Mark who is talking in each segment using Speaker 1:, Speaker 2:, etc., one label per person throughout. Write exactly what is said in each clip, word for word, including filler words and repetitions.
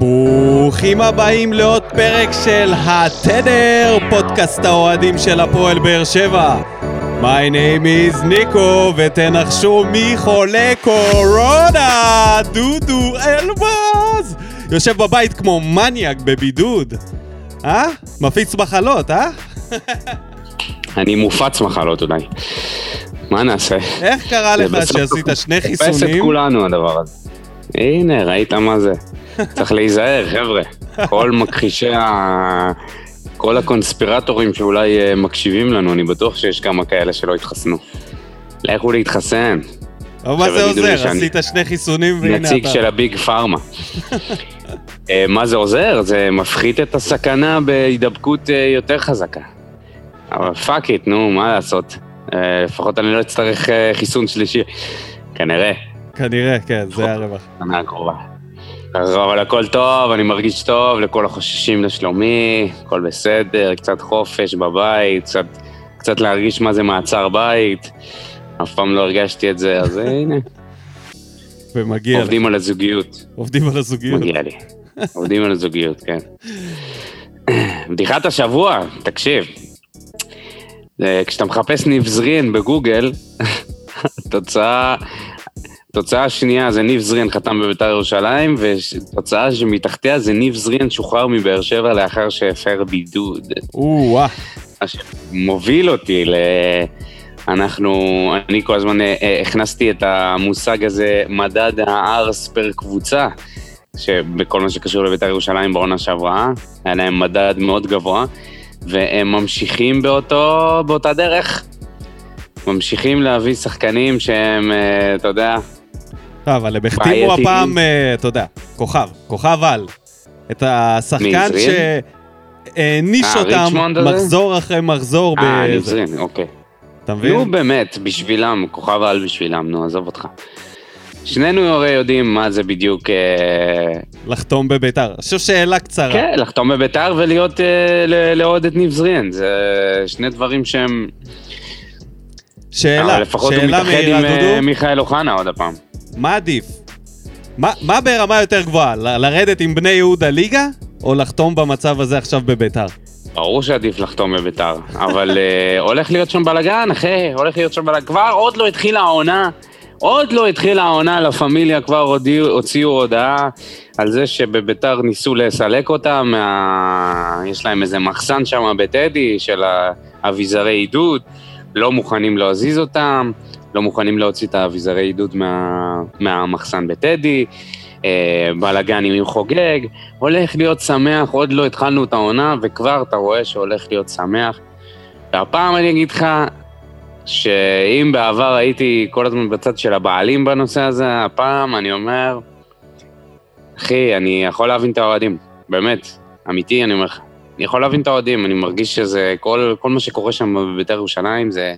Speaker 1: ברוכים הבאים לעוד פרק של התדר, פודקאסט האוהדים של הפועל באר שבע. My name is ניקו, ותנחשו מי חולה קורונה, דודו אלבז. יושב בבית כמו מניאק בבידוד. אה? מפיץ מחלות, אה?
Speaker 2: אני מופץ מחלות אולי. מה נעשה?
Speaker 1: איך קרה לך שעשית שני חיסונים?
Speaker 2: חפש את כולנו הדבר הזה. הנה, ראית מה זה? צריך להיזהר, חבר'ה. כל מכחישי ה... כל הקונספירטורים שאולי מקשיבים לנו, אני בטוח שיש כמה כאלה שלא התחסנו. לכו להתחסן.
Speaker 1: אבל מה זה עוזר? עשית שני חיסונים והנה אתה...
Speaker 2: נציג של הביג פארמה. מה זה עוזר? זה מפחית את הסכנה בהידבקות יותר חזקה. אבל פאק איט, נו, מה לעשות? לפחות אני לא אצטרך חיסון שלישי. כנראה.
Speaker 1: כנראה, כן, זה הרווח.
Speaker 2: שנה הקרובה. אבל הכל טוב, אני מרגיש טוב, לכל החוששים לשלומי, הכל בסדר, קצת חופש בבית, קצת, קצת להרגיש מה זה מעצר בית. אף פעם לא הרגשתי את זה, אז הנה.
Speaker 1: ומגיע לך.
Speaker 2: עובדים על הזוגיות.
Speaker 1: עובדים על הזוגיות.
Speaker 2: מגיע לי. עובדים על הזוגיות, כן. בדיחת השבוע, תקשיב. כשאתה מחפש ניב זרין בגוגל, התוצאה, התוצאה השנייה זה ניב זרין חתם בבית"ר ירושלים, והתוצאה שמתחתיה זה ניב זרין שוחרר מבאר שבע לאחר שהפר בידוד.
Speaker 1: או-אה.
Speaker 2: מוביל אותי ל... אנחנו, אני כל הזמן הכנסתי את המושג הזה, מדד הארס פר קבוצה, שבכל מה שקשור לבית"ר ירושלים בעונה שעברה, היה להם מדד מאוד גבוה, והם ממשיכים באותו, באותה דרך, ממשיכים להביא שחקנים שהם, אתה יודע,
Speaker 1: טוב, אבל הם החתימו הפעם, אתה יודע, כוכב, כוכב על, את השחקן שהניש אותם מחזור אחרי מחזור.
Speaker 2: אה, נזרין, אוקיי.
Speaker 1: אתה מבין?
Speaker 2: נו באמת, בשבילם, כוכב על בשבילם, נו, עזוב אותך. שנינו הרי יודעים מה זה בדיוק...
Speaker 1: לחתום בביתר. אני חושב שאלה קצרה.
Speaker 2: כן, לחתום בביתר ולהיות, לעוד את ניב זרין. זה שני דברים שהם...
Speaker 1: שאלה, שאלה
Speaker 2: לפחות הוא מתאחד עם מיכאל אוחנה עוד הפעם.
Speaker 1: מה עדיף? מה, מה ברמה יותר גבוהה? לרדת עם בני יהודה ליגה? או לחתום במצב הזה עכשיו בביתר?
Speaker 2: ברור שעדיף לחתום בביתר, אבל הולך להיות שם בלגן, אחי, הולך להיות שם בלגן. כבר עוד לא התחילה העונה. עוד לא התחילה העונה, לפמיליה כבר הוציאו הודעה על זה שבביתר ניסו לסלק אותם, מה... יש להם איזה מחסן שם בטדי של האביזרי עידוד, לא מוכנים להזיז אותם, לא מוכנים להוציא את האביזרי עידוד מה... מהמחסן בטדי, בלגנים עם חוגג, הולך להיות שמח, עוד לא התחלנו את העונה וכבר אתה רואה שהולך להיות שמח, והפעם אני אגיד לך, שאם בעבר הייתי כל הזמן בצד של הבעלים בנושא הזה, הפעם אני אומר, אחי, אני יכול להבין את האוהדים, באמת, אמיתי אני אומר לך, אני יכול להבין את האוהדים, אני מרגיש שזה, כל, כל מה שקורה שם בבית"ר ירושלים, זה,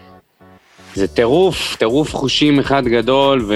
Speaker 2: זה טירוף, טירוף חושים אחד גדול,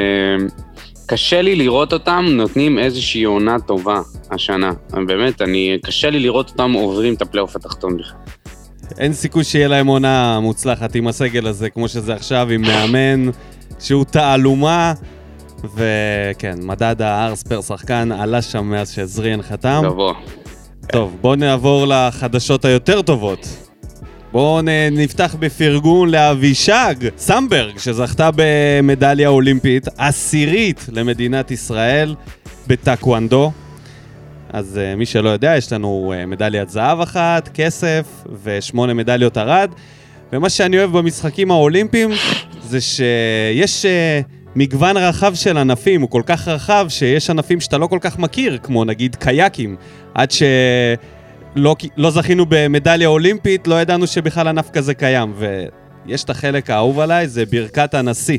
Speaker 2: וקשה לי לראות אותם, נותנים איזושהי עונה טובה השנה, באמת, אני, קשה לי לראות אותם עוברים את הפלייאוף התחתון בכלל.
Speaker 1: אין סיכוי שיהיה להם עונה מוצלחת עם הסגל הזה, כמו שזה עכשיו, עם מאמן שהוא תעלומה, וכן, מדד הארס פר שחקן עלה שם מאז שזרין חתם.
Speaker 2: גבוה.
Speaker 1: טוב, בואו נעבור לחדשות היותר טובות. בואו נפתח בפרגון לאבישג סמברג, שזכתה במדליה אולימפית עשירית למדינת ישראל בטקוונדו. אז uh, מי שלא יודע, יש לנו uh, מדליית זהב אחת, כסף ושמונה מדליות ארד. ומה שאני אוהב במשחקים האולימפיים זה שיש uh, מגוון רחב של ענפים, הוא כל כך רחב שיש ענפים שאתה לא כל כך מכיר, כמו נגיד קייקים. עד שלא לא זכינו במדליה אולימפית, לא ידענו שבכלל ענף כזה קיים. ויש את החלק האהוב עליי, זה ברכת הנשיא.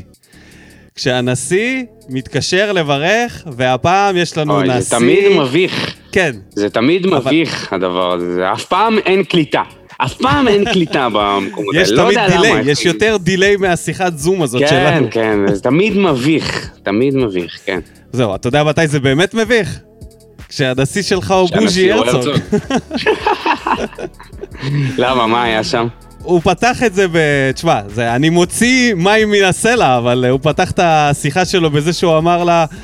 Speaker 1: כשהנשיא מתקשר לברך, והפעם יש לנו
Speaker 2: אוי,
Speaker 1: נשיא...
Speaker 2: זה תמיד מביך.
Speaker 1: כן.
Speaker 2: זה תמיד אבל... מביך, הדבר הזה. אף פעם אין קליטה. אף פעם אין קליטה במקום הזה.
Speaker 1: יש
Speaker 2: לא
Speaker 1: תמיד דילי,
Speaker 2: למה,
Speaker 1: יש יותר דילי מהשיחת זום הזאת
Speaker 2: כן,
Speaker 1: שלנו.
Speaker 2: כן, כן, זה תמיד מביך. תמיד מביך, כן.
Speaker 1: זהו, אתה יודע מתי זה באמת מביך? כשהנשיא שלך הוא בוז'י הרצוג.
Speaker 2: למה, מה היה שם?
Speaker 1: הוא פתח את זה ב... תשמע, אני מוציא מים מן הסלע, אבל הוא פתח את השיחה שלו בזה שהוא אמר לה,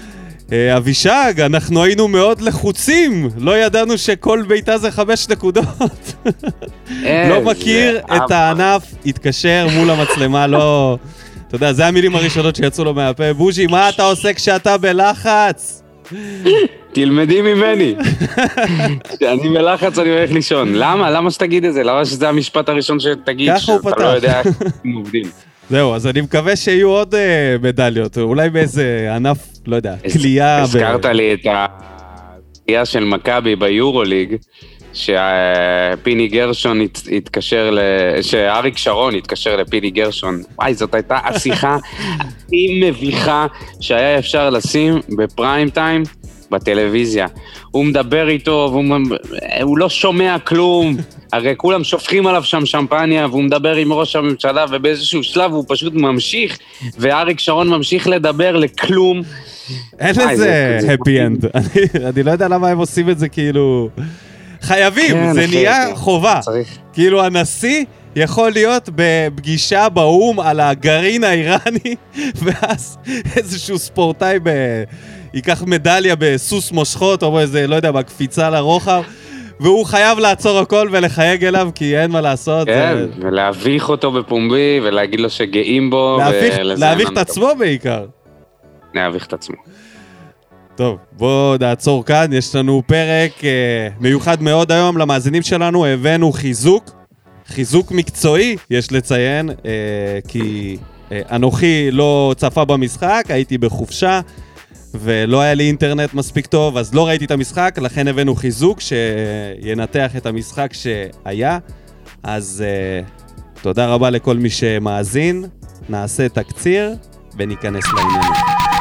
Speaker 1: אבישג, אנחנו היינו מאוד לחוצים, לא ידענו שכל ביתה זה חמש נקודות. לא מכיר את הענף, התקשר מול המצלמה, לא... אתה יודע, זה המילים הראשונות שיצאו לו מהפה. בוז'י, מה אתה עושה כשאתה בלחץ?
Speaker 2: תלמדי ממני. כשאני בלחץ אני הולך לישון. למה? למה שתגיד את זה? למה שזה המשפט הראשון שתגיד שאתה לא יודע איך הם עובדים?
Speaker 1: זהו, אז אני מקווה שיהיו עוד מדליות, אולי באיזה ענף, לא יודע, קלייה.
Speaker 2: הזכרת לי את הקלייה של מכבי ביורוליג, שפיני גרשון התקשר, שאריק שרון התקשר לפיני גרשון. וואי, זאת הייתה השיחה הכי מביכה שהיה אפשר לשים בפריים טיים בטלוויזיה. הוא מדבר איתו, והוא לא שומע כלום, הרי כולם שופכים עליו שם שמפניה, והוא מדבר עם ראש הממשלה, ובאיזשהו שלב הוא פשוט ממשיך, ואריק שרון ממשיך לדבר לכלום.
Speaker 1: אין לזה happy end. אני לא יודע למה הם עושים את זה כאילו... חייבים, זה נהיה חובה. כאילו הנשיא יכול להיות בפגישה באום על הגרעין האיראני, ואז איזשהו ספורטאי ייקח מדליה בסוס מושכות, או איזה, לא יודע, בקפיצה לרוחב, והוא חייב לעצור הכל ולחייג אליו, כי אין מה לעשות.
Speaker 2: כן, ולהביך אותו בפומבי, ולהגיד לו שגאים בו.
Speaker 1: להביך את עצמו בעיקר.
Speaker 2: להביך את עצמו.
Speaker 1: טוב, בואו נעצור כאן, יש לנו פרק אה, מיוחד מאוד היום למאזינים שלנו, הבאנו חיזוק, חיזוק מקצועי, יש לציין, אה, כי אה, אנוכי לא צפה במשחק, הייתי בחופשה, ולא היה לי אינטרנט מספיק טוב, אז לא ראיתי את המשחק, לכן הבאנו חיזוק שינתח את המשחק שהיה, אז אה, תודה רבה לכל מי שמאזין, נעשה תקציר וניכנס לעניינים.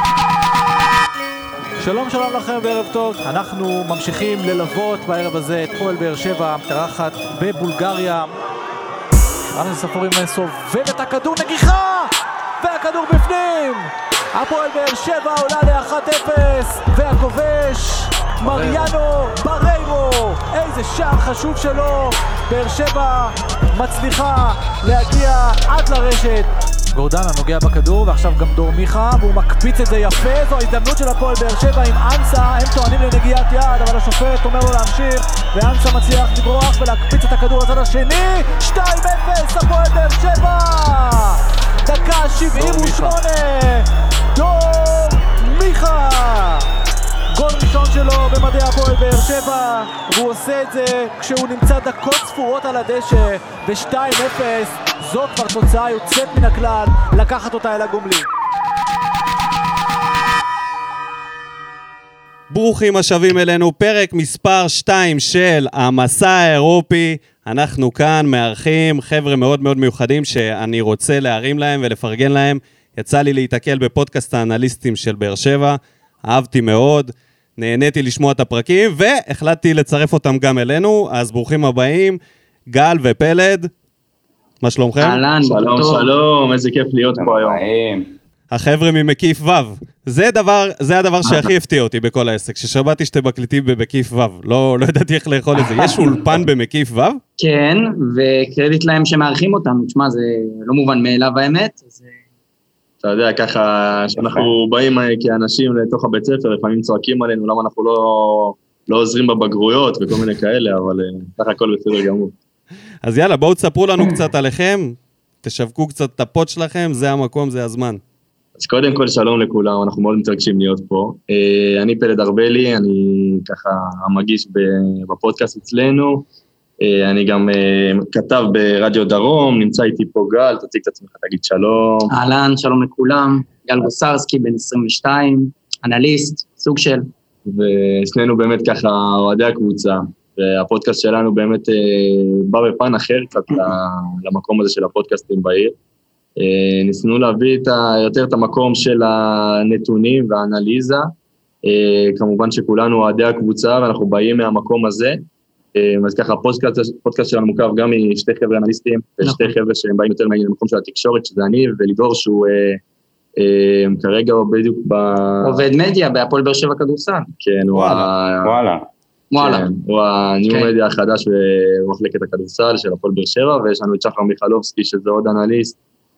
Speaker 3: שלום שלום לכם וערב טוב, אנחנו ממשיכים ללוות בערב הזה את פועל באר שבע, מתארחת בבולגריה. רמז ספורים סובב את הכדור, נגיחה! והכדור בפנים! הפועל באר שבע עולה ל-אחת אפס, והכובש מריאנו בריירו, איזה שער חשוב שלו. באר שבע מצליחה להגיע עד לרשת. גורדנה נוגע בכדור, ועכשיו גם דור מיכה, והוא מקפיץ את זה יפה. זו ההזדמנות של הפועל באר שבע עם אנסה, הם טוענים לנגיעת יד, אבל השופט אומר לו להמשיך, ואנסה מצליח לברוח ולהקפיץ את הכדור לצד השני. שתיים אפס הפועל באר שבע, דקה שבעים ושמונה, דור מיכה, גול ראשון שלו במדי הפועל באר שבע, והוא עושה את זה כשהוא נמצא דקות ספורות על הדשא, ו-שתיים אפס, זו כבר תוצאה יוצאת מן הכלל, לקחת אותה אל הגומלין.
Speaker 1: ברוכים השבים אלינו, פרק מספר שתיים של המסע האירופי. אנחנו כאן מארחים חבר'ה מאוד מאוד מיוחדים שאני רוצה להרים להם ולפרגן להם. יצא לי להתקל בפודקאסט האנליסטים של באר שבע, אהבתי מאוד, נהניתי לשמוע את הפרקים, והחלטתי לצרף אותם גם אלינו, אז ברוכים הבאים, גל ופלד, מה שלומכם?
Speaker 4: אהלן,
Speaker 5: שלום, שלום, איזה כיף להיות פה היום.
Speaker 1: החבר'ה ממקיף וו, זה דבר, זה הדבר שהכי הפתיע אותי בכל העסק, ששמעתי שאתם מקליטים במקיף וו, לא, לא ידעתי איך לאכול את זה, יש אולפן במקיף וו?
Speaker 4: כן, וקרדיט להם שמארחים אותנו, תשמע, זה לא מובן מאליו האמת, אז...
Speaker 5: אתה יודע, ככה, שאנחנו באים כאנשים לתוך הבית ספר, לפעמים צועקים עלינו, למה אנחנו לא, לא עוזרים בבגרויות וכל מיני כאלה, אבל ככה הכל בסדר גמור.
Speaker 1: אז יאללה, בואו תספרו לנו קצת עליכם, תשווקו קצת את הפוד שלכם, זה המקום, זה הזמן.
Speaker 5: אז קודם כל שלום לכולם, אנחנו מאוד מתרגשים להיות פה. אני פלד ארבלי, אני ככה המגיש בפודקאסט אצלנו, אני גם כתב ברדיו דרום, נמצא איתי פה גל, תציג את עצמך, תגיד שלום.
Speaker 4: אהלן, שלום לכולם, גל גוסרסקי, בן עשרים ושתיים, אנליסט, סוג של.
Speaker 5: ושנינו באמת ככה אוהדי הקבוצה, והפודקאסט שלנו באמת בא בפן אחר קצת למקום הזה של הפודקאסטים בעיר. ניסינו להביא יותר את המקום של הנתונים והאנליזה, כמובן שכולנו אוהדי הקבוצה ואנחנו באים מהמקום הזה, אז ככה הפודקאסט שלנו מוכר גם משתי חבר'ה אנליסטים, ושתי חבר'ה שהם באים יותר מהמקום של התקשורת, שזה אני ולידור שהוא כרגע בדיוק ב...
Speaker 4: עובד מדיה בהפועל באר שבע כדורסל.
Speaker 5: כן,
Speaker 2: וואלה.
Speaker 4: וואלה.
Speaker 5: הוא הניו מדיה החדש במחלקת הכדורסל של הפועל באר שבע, ויש לנו את שחר מיכלובסקי, שזה עוד אנליסט,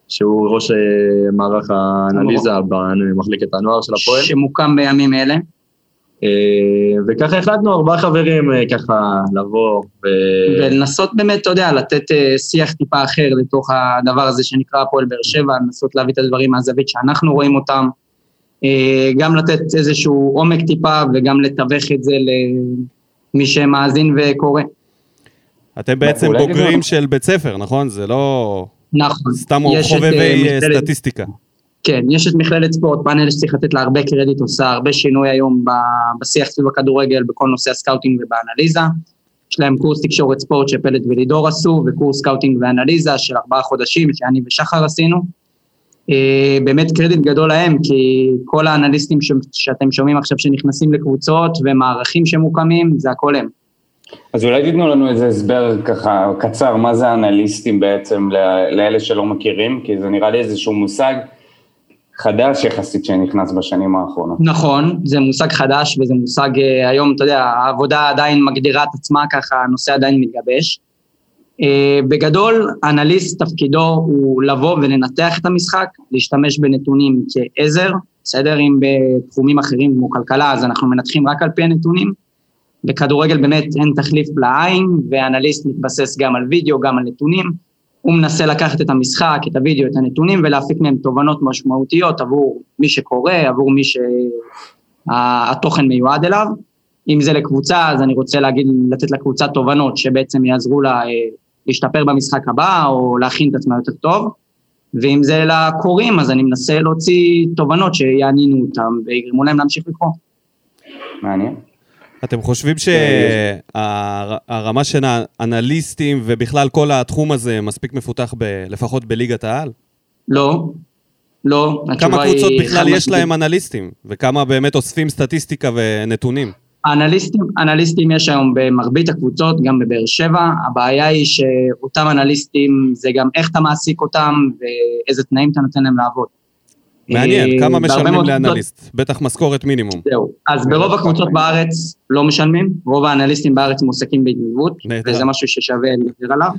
Speaker 5: שהוא ראש מערך האנליזה במחלקת הנוער של הפועל.
Speaker 4: שמוקם בימים אלה.
Speaker 5: וככה החלטנו ארבעה חברים ככה לבוא. ו...
Speaker 4: ולנסות באמת, אתה יודע, לתת שיח טיפה אחר לתוך הדבר הזה שנקרא הפועל באר שבע, לנסות להביא את הדברים מהזווית שאנחנו רואים אותם, גם לתת איזשהו עומק טיפה וגם לתווך את זה למי שמאזין וקורא.
Speaker 1: אתם בעצם בוגרים של בית ספר, נכון? זה לא
Speaker 4: נכון.
Speaker 1: סתם חובבי סטטיסטיקה. כן,
Speaker 4: יש את מכללת ספורט, פאנל שצריך לתת לה הרבה קרדיט, עושה הרבה שינוי היום בשיח סביב הכדורגל, בכל נושא הסקאוטינג ובאנליזה. יש להם קורס תקשורת ספורט שפלט ולידור עשו, וקורס סקאוטינג ואנליזה של ארבעה חודשים, שאני ושחר עשינו. באמת קרדיט גדול להם, כי כל האנליסטים שאתם שומעים עכשיו שנכנסים לקבוצות ומערכים שמוקמים, זה הכל הם.
Speaker 2: אז אולי תיתנו לנו איזה הסבר ככה קצר, מה זה האנליסטים בעצם לאלה שלא מכירים, כי זה נראה לי איזשהו מושג חדש יחסית שנכנס בשנים האחרונות.
Speaker 4: נכון, זה מושג חדש וזה מושג, היום אתה יודע, העבודה עדיין מגדירה את עצמה ככה, הנושא עדיין מתגבש. בגדול, אנליסט תפקידו הוא לבוא ולנתח את המשחק, להשתמש בנתונים כעזר, בסדר, אם בתחומים אחרים כמו כלכלה, אז אנחנו מנתחים רק על פי הנתונים, בכדורגל באמת אין תחליף לעין, ואנליסט מתבסס גם על וידאו, גם על נתונים, הוא מנסה לקחת את המשחק, את הוידאו, את הנתונים, ולהפיק מהם תובנות משמעותיות עבור מי שקורא, עבור מי שהתוכן מיועד אליו. אם זה לקבוצה, אז אני רוצה להגיד, לתת לקבוצה תובנות, שבעצם יעזרו לה להשתפר במשחק הבא, או להכין את עצמה יותר טוב, ואם זה לקוראים, אז אני מנסה להוציא תובנות שיעניינו אותם, ויגרמו להם להמשיך לקרוא.
Speaker 2: מעניין.
Speaker 1: אתם חושבים שהרמה של האנליסטים ובכלל כל התחום הזה מספיק מפותח לפחות בליגת העל?
Speaker 4: לא, לא.
Speaker 1: כמה קבוצות בכלל יש להם אנליסטים? וכמה באמת אוספים סטטיסטיקה ונתונים?
Speaker 4: אנליסטים, אנליסטים יש היום במרבית הקבוצות, גם בבאר שבע. הבעיה היא שאותם אנליסטים זה גם איך אתה מעסיק אותם ואיזה תנאים אתה נותן להם לעבוד.
Speaker 1: מעניין, כמה משלמים לאנליסט? בטח משכורת מינימום.
Speaker 4: זהו, אז ברוב הקבוצות בארץ לא משלמים, רוב האנליסטים בארץ מועסקים בהתנדבות, וזה משהו ששווה לדבר עליו.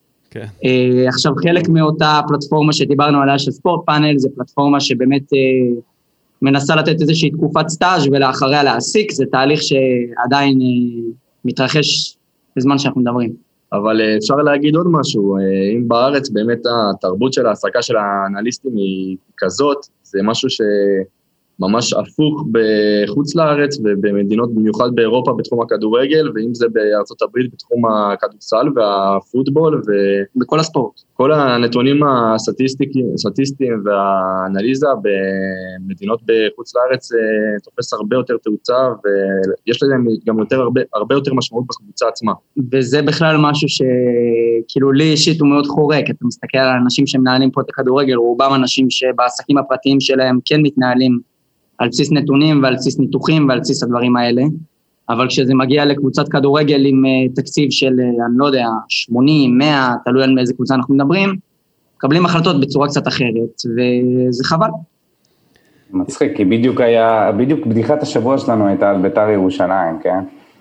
Speaker 4: עכשיו חלק מאותה פלטפורמה שדיברנו עליה של ספורט פאנל, זה פלטפורמה שבאמת מנסה לתת איזושהי תקופת סטאז' ולאחריה להעסיק, זה תהליך שעדיין מתרחש בזמן שאנחנו מדברים.
Speaker 5: אבל אפשר להגיד עוד משהו, אם בארץ באמת התרבות של ההעסקה של האנליסטים היא כזאת, זה משהו שממש הפוך בחוץ לארץ ובמדינות במיוחד באירופה בתחום הכדורגל, ואם זה בארצות הברית בתחום הכדורסל והפוטבול
Speaker 4: ובכל הספורט.
Speaker 5: כל הנתונים הסטטיסטיים והאנליזה במדינות בחוץ לארץ תופס הרבה יותר תאוצה, ויש להם גם יותר, הרבה, הרבה יותר משמעות בקבוצה עצמה.
Speaker 4: וזה בכלל משהו שכאילו לי אישית הוא מאוד חורק, אתה מסתכל על אנשים שמנהלים פה את הכדורגל, רובם אנשים שבעסקים הפרטיים שלהם כן מתנהלים על בסיס נתונים ועל בסיס ניתוחים ועל בסיס הדברים האלה, אבל כשזה מגיע לקבוצת כדורגל עם תקציב של, אני לא יודע, שמונים, מאה, תלוי על מאיזה קבוצה אנחנו מדברים, מקבלים החלטות בצורה קצת אחרת, וזה חבל.
Speaker 2: מצחיק, כי בדיוק היה, בדיוק בדיחת השבוע שלנו הייתה על בית"ר ירושלים, כן?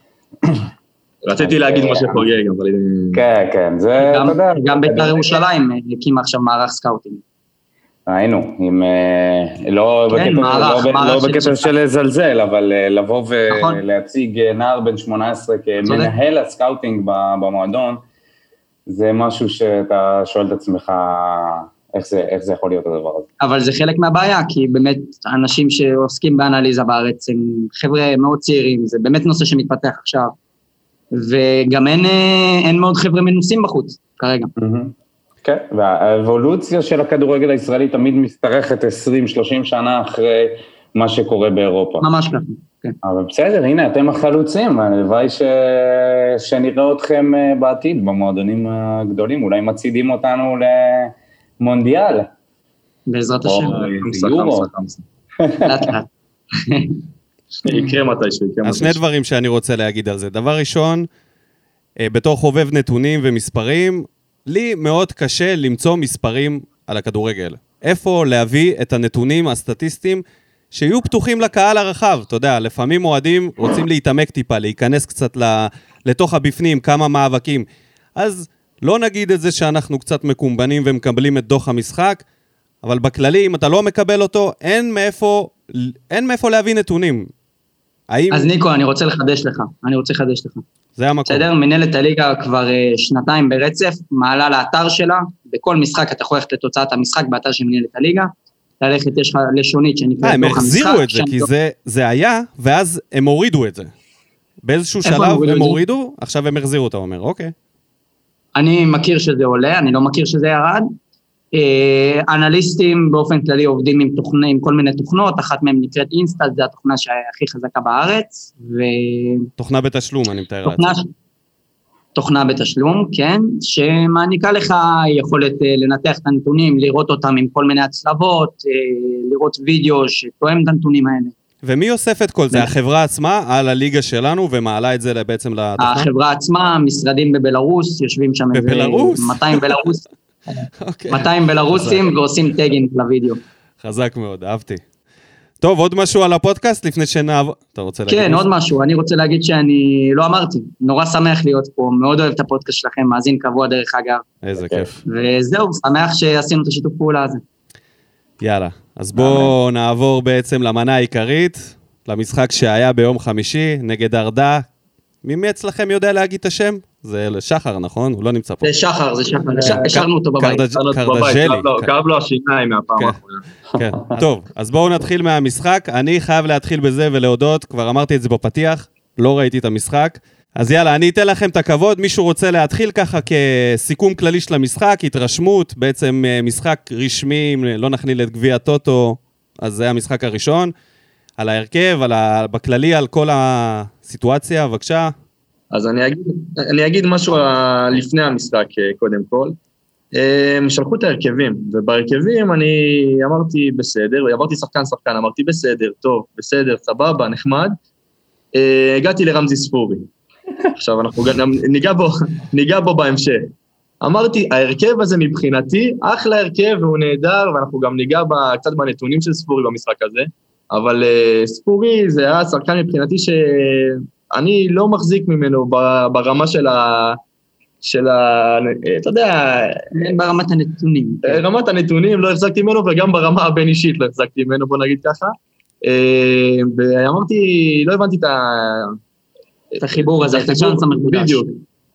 Speaker 5: רציתי להגיד מה שפוגג, אבל...
Speaker 2: כן, כן, זה...
Speaker 4: גם בית"ר ירושלים הקימה עכשיו מערך סקאוטינג.
Speaker 2: ראינו, עם, לא בקטע של לזלזל, אבל לבוא ולהציג נער בן שמונה עשרה כמנהל הסקאוטינג במועדון, זה משהו שאתה שואל את עצמך, איך זה, איך זה יכול להיות הדבר הזה.
Speaker 4: אבל זה חלק מהבעיה, כי באמת אנשים שעוסקים באנליזה בארץ, הם חבר'ה מאוד צעירים, זה באמת נושא שמתפתח עכשיו, וגם אין, אין מאוד חבר'ה מנוסים בחוץ, כרגע.
Speaker 2: כן, והאבולוציה של הכדורגל הישראלי תמיד משתרכת עשרים שלושים שנה אחרי מה שקורה באירופה.
Speaker 4: ממש ככה, כן.
Speaker 2: אבל בסדר, הנה, אתם החלוצים, הלוואי ש... שנראה אתכם בעתיד, במועדונים הגדולים, אולי מצידים אותנו למונדיאל.
Speaker 4: בעזרת השם.
Speaker 2: יורו.
Speaker 4: לאט לאט.
Speaker 5: יקרה מתישהו, יקרה מתישהו.
Speaker 1: אז שני דברים שאני רוצה להגיד על זה. דבר ראשון, בתור חובב נתונים ומספרים, לי מאוד קשה למצוא מספרים על הכדורגל. איפה להביא את הנתונים הסטטיסטיים שיהיו פתוחים לקהל הרחב. אתה יודע, לפעמים אוהדים רוצים להתעמק טיפה, להיכנס קצת לתוך הבפנים, כמה מאבקים. אז לא נגיד את זה שאנחנו קצת מקומבנים ומקבלים את דוח המשחק, אבל בכללי, אם אתה לא מקבל אותו, אין מאיפה, אין מאיפה להביא נתונים. האם...
Speaker 4: אז ניקו, אני רוצה לחדש לך, אני רוצה לחדש לך.
Speaker 1: זה המקום.
Speaker 4: בסדר, מנהלת הליגה כבר uh, שנתיים ברצף, מעלה לאתר שלה, בכל משחק אתה יכול ללכת לתוצאת המשחק באתר של מנהלת הליגה, ללכת יש לך לשונית שנקראת
Speaker 1: הם
Speaker 4: דוח המשחק.
Speaker 1: החזירו את זה, כי זה, זה היה, ואז הם הורידו את זה. באיזשהו שלב הם הורידו, עכשיו הם החזירו, אתה אומר, אוקיי.
Speaker 4: אני מכיר שזה עולה, אני לא מכיר שזה ירד. אנליסטים באופן כללי עובדים עם תוכנה, עם כל מיני תוכנות, אחת מהן נקראת אינסטאט, זו התוכנה שהכי חזקה בארץ. ו...
Speaker 1: תוכנה בתשלום, אני מתאר לעצמי.
Speaker 4: תוכנה, תוכנה בתשלום, כן, שמעניקה לך יכולת לנתח את הנתונים, לראות אותם עם כל מיני הצלבות, לראות וידאו שתואם את הנתונים האלה.
Speaker 1: ומי אוסף את כל זה? החברה עצמה על הליגה שלנו ומעלה את זה בעצם לתוכנה?
Speaker 4: החברה עצמה, משרדים בבלרוס, יושבים שם איזה מאתיים בלרוס. מאתיים בלרוסים ועושים טגינג לוידאו.
Speaker 1: חזק מאוד, אהבתי. טוב, עוד משהו על הפודקאסט לפני שנעבור? אתה רוצה להגיד?
Speaker 4: כן, עוד משהו. אני רוצה להגיד שאני לא אמרתי, נורא שמח להיות פה, מאוד אוהב את הפודקאסט שלכם, מאזין קבוע דרך אגב.
Speaker 1: איזה כיף.
Speaker 4: וזהו, שמח שעשינו את השיתוף פעולה הזה.
Speaker 1: יאללה, אז בואו נעבור בעצם למנה העיקרית, למשחק שהיה ביום חמישי, נגד ארדה. מי אצלכם יודע להגיד את השם? זה שחר, נכון? הוא לא נמצא פה.
Speaker 4: זה שחר, זה שחר, השארנו אותו בבית.
Speaker 1: קרדג'לי.
Speaker 5: כאב לו השיניים מהפעם האחרונה.
Speaker 1: כן, טוב, אז בואו נתחיל מהמשחק. אני חייב להתחיל בזה ולהודות, כבר אמרתי את זה בפתיח, לא ראיתי את המשחק. אז יאללה, אני אתן לכם את הכבוד, מישהו רוצה להתחיל ככה כסיכום כללי של המשחק, התרשמות, בעצם משחק רשמי, לא נכליל את גביע טוטו, אז זה המשחק הראשון, על ההרכב, על ה... בכללי, על כל הסיטואציה, בבקשה.
Speaker 5: אז אני אגיד, אני אגיד משהו לפני המשחק קודם כל. שלחו את ההרכבים, ובהרכבים אני אמרתי בסדר, עברתי שחקן שחקן, אמרתי בסדר, טוב, בסדר, סבבה, נחמד. הגעתי לרמזי ספורי. עכשיו אנחנו ניגע בו, ניגע בו בהמשך. אמרתי, ההרכב הזה מבחינתי, אחלה הרכב והוא נהדר, ואנחנו גם ניגע קצת בנתונים של ספורי במשחק הזה, אבל ספורי זה היה שחקן מבחינתי שאני לא מחזיק ממנו ברמה של ה... של ה... אתה יודע...
Speaker 4: ברמת הנתונים.
Speaker 5: רמת הנתונים לא החזקתי ממנו, וגם ברמה הבין אישית לא החזקתי ממנו, בוא נגיד ככה. ואמרתי, לא הבנתי את ה...
Speaker 4: את החיבור הזה, את הצ'אנס המחודש.
Speaker 5: בדיוק.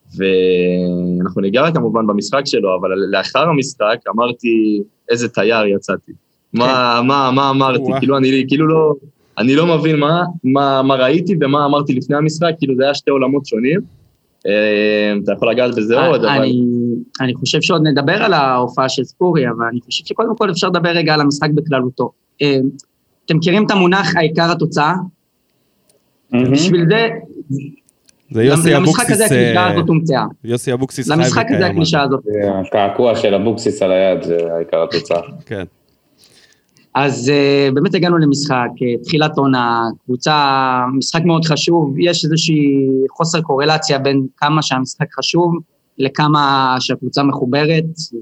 Speaker 5: ואנחנו ניגע כמובן במשחק שלו, אבל לאחר המשחק אמרתי איזה תייר יצאתי. מה, מה, מה אמרתי? כאילו אני, כאילו לא, אני לא מבין מה, מה, מה ראיתי ומה אמרתי לפני המשחק, כאילו זה היה שתי עולמות שונים. אתה יכול לגעת בזה עוד, אבל...
Speaker 4: אני חושב שעוד נדבר על ההופעה של ספורי, אבל אני חושב שקודם כל אפשר לדבר רגע על המשחק בכללותו. אתם מכירים את המונח העיקר התוצאה? בשביל זה...
Speaker 1: זה יוסי אבוקסיס...
Speaker 4: למשחק הזה הקלישה הזאת הומצאה.
Speaker 1: יוסי אבוקסיס...
Speaker 4: למשחק הזה הקלישה הזאת.
Speaker 2: הקעקוע של אבוקסיס על היד, זה העיקר התוצאה.
Speaker 1: כן.
Speaker 4: אז באמת הגענו למשחק, תחילת עונה, קבוצה, משחק מאוד חשוב, יש איזושהי חוסר קורלציה בין כמה שהמשחק חשוב, לכמה שהקבוצה מחוברת,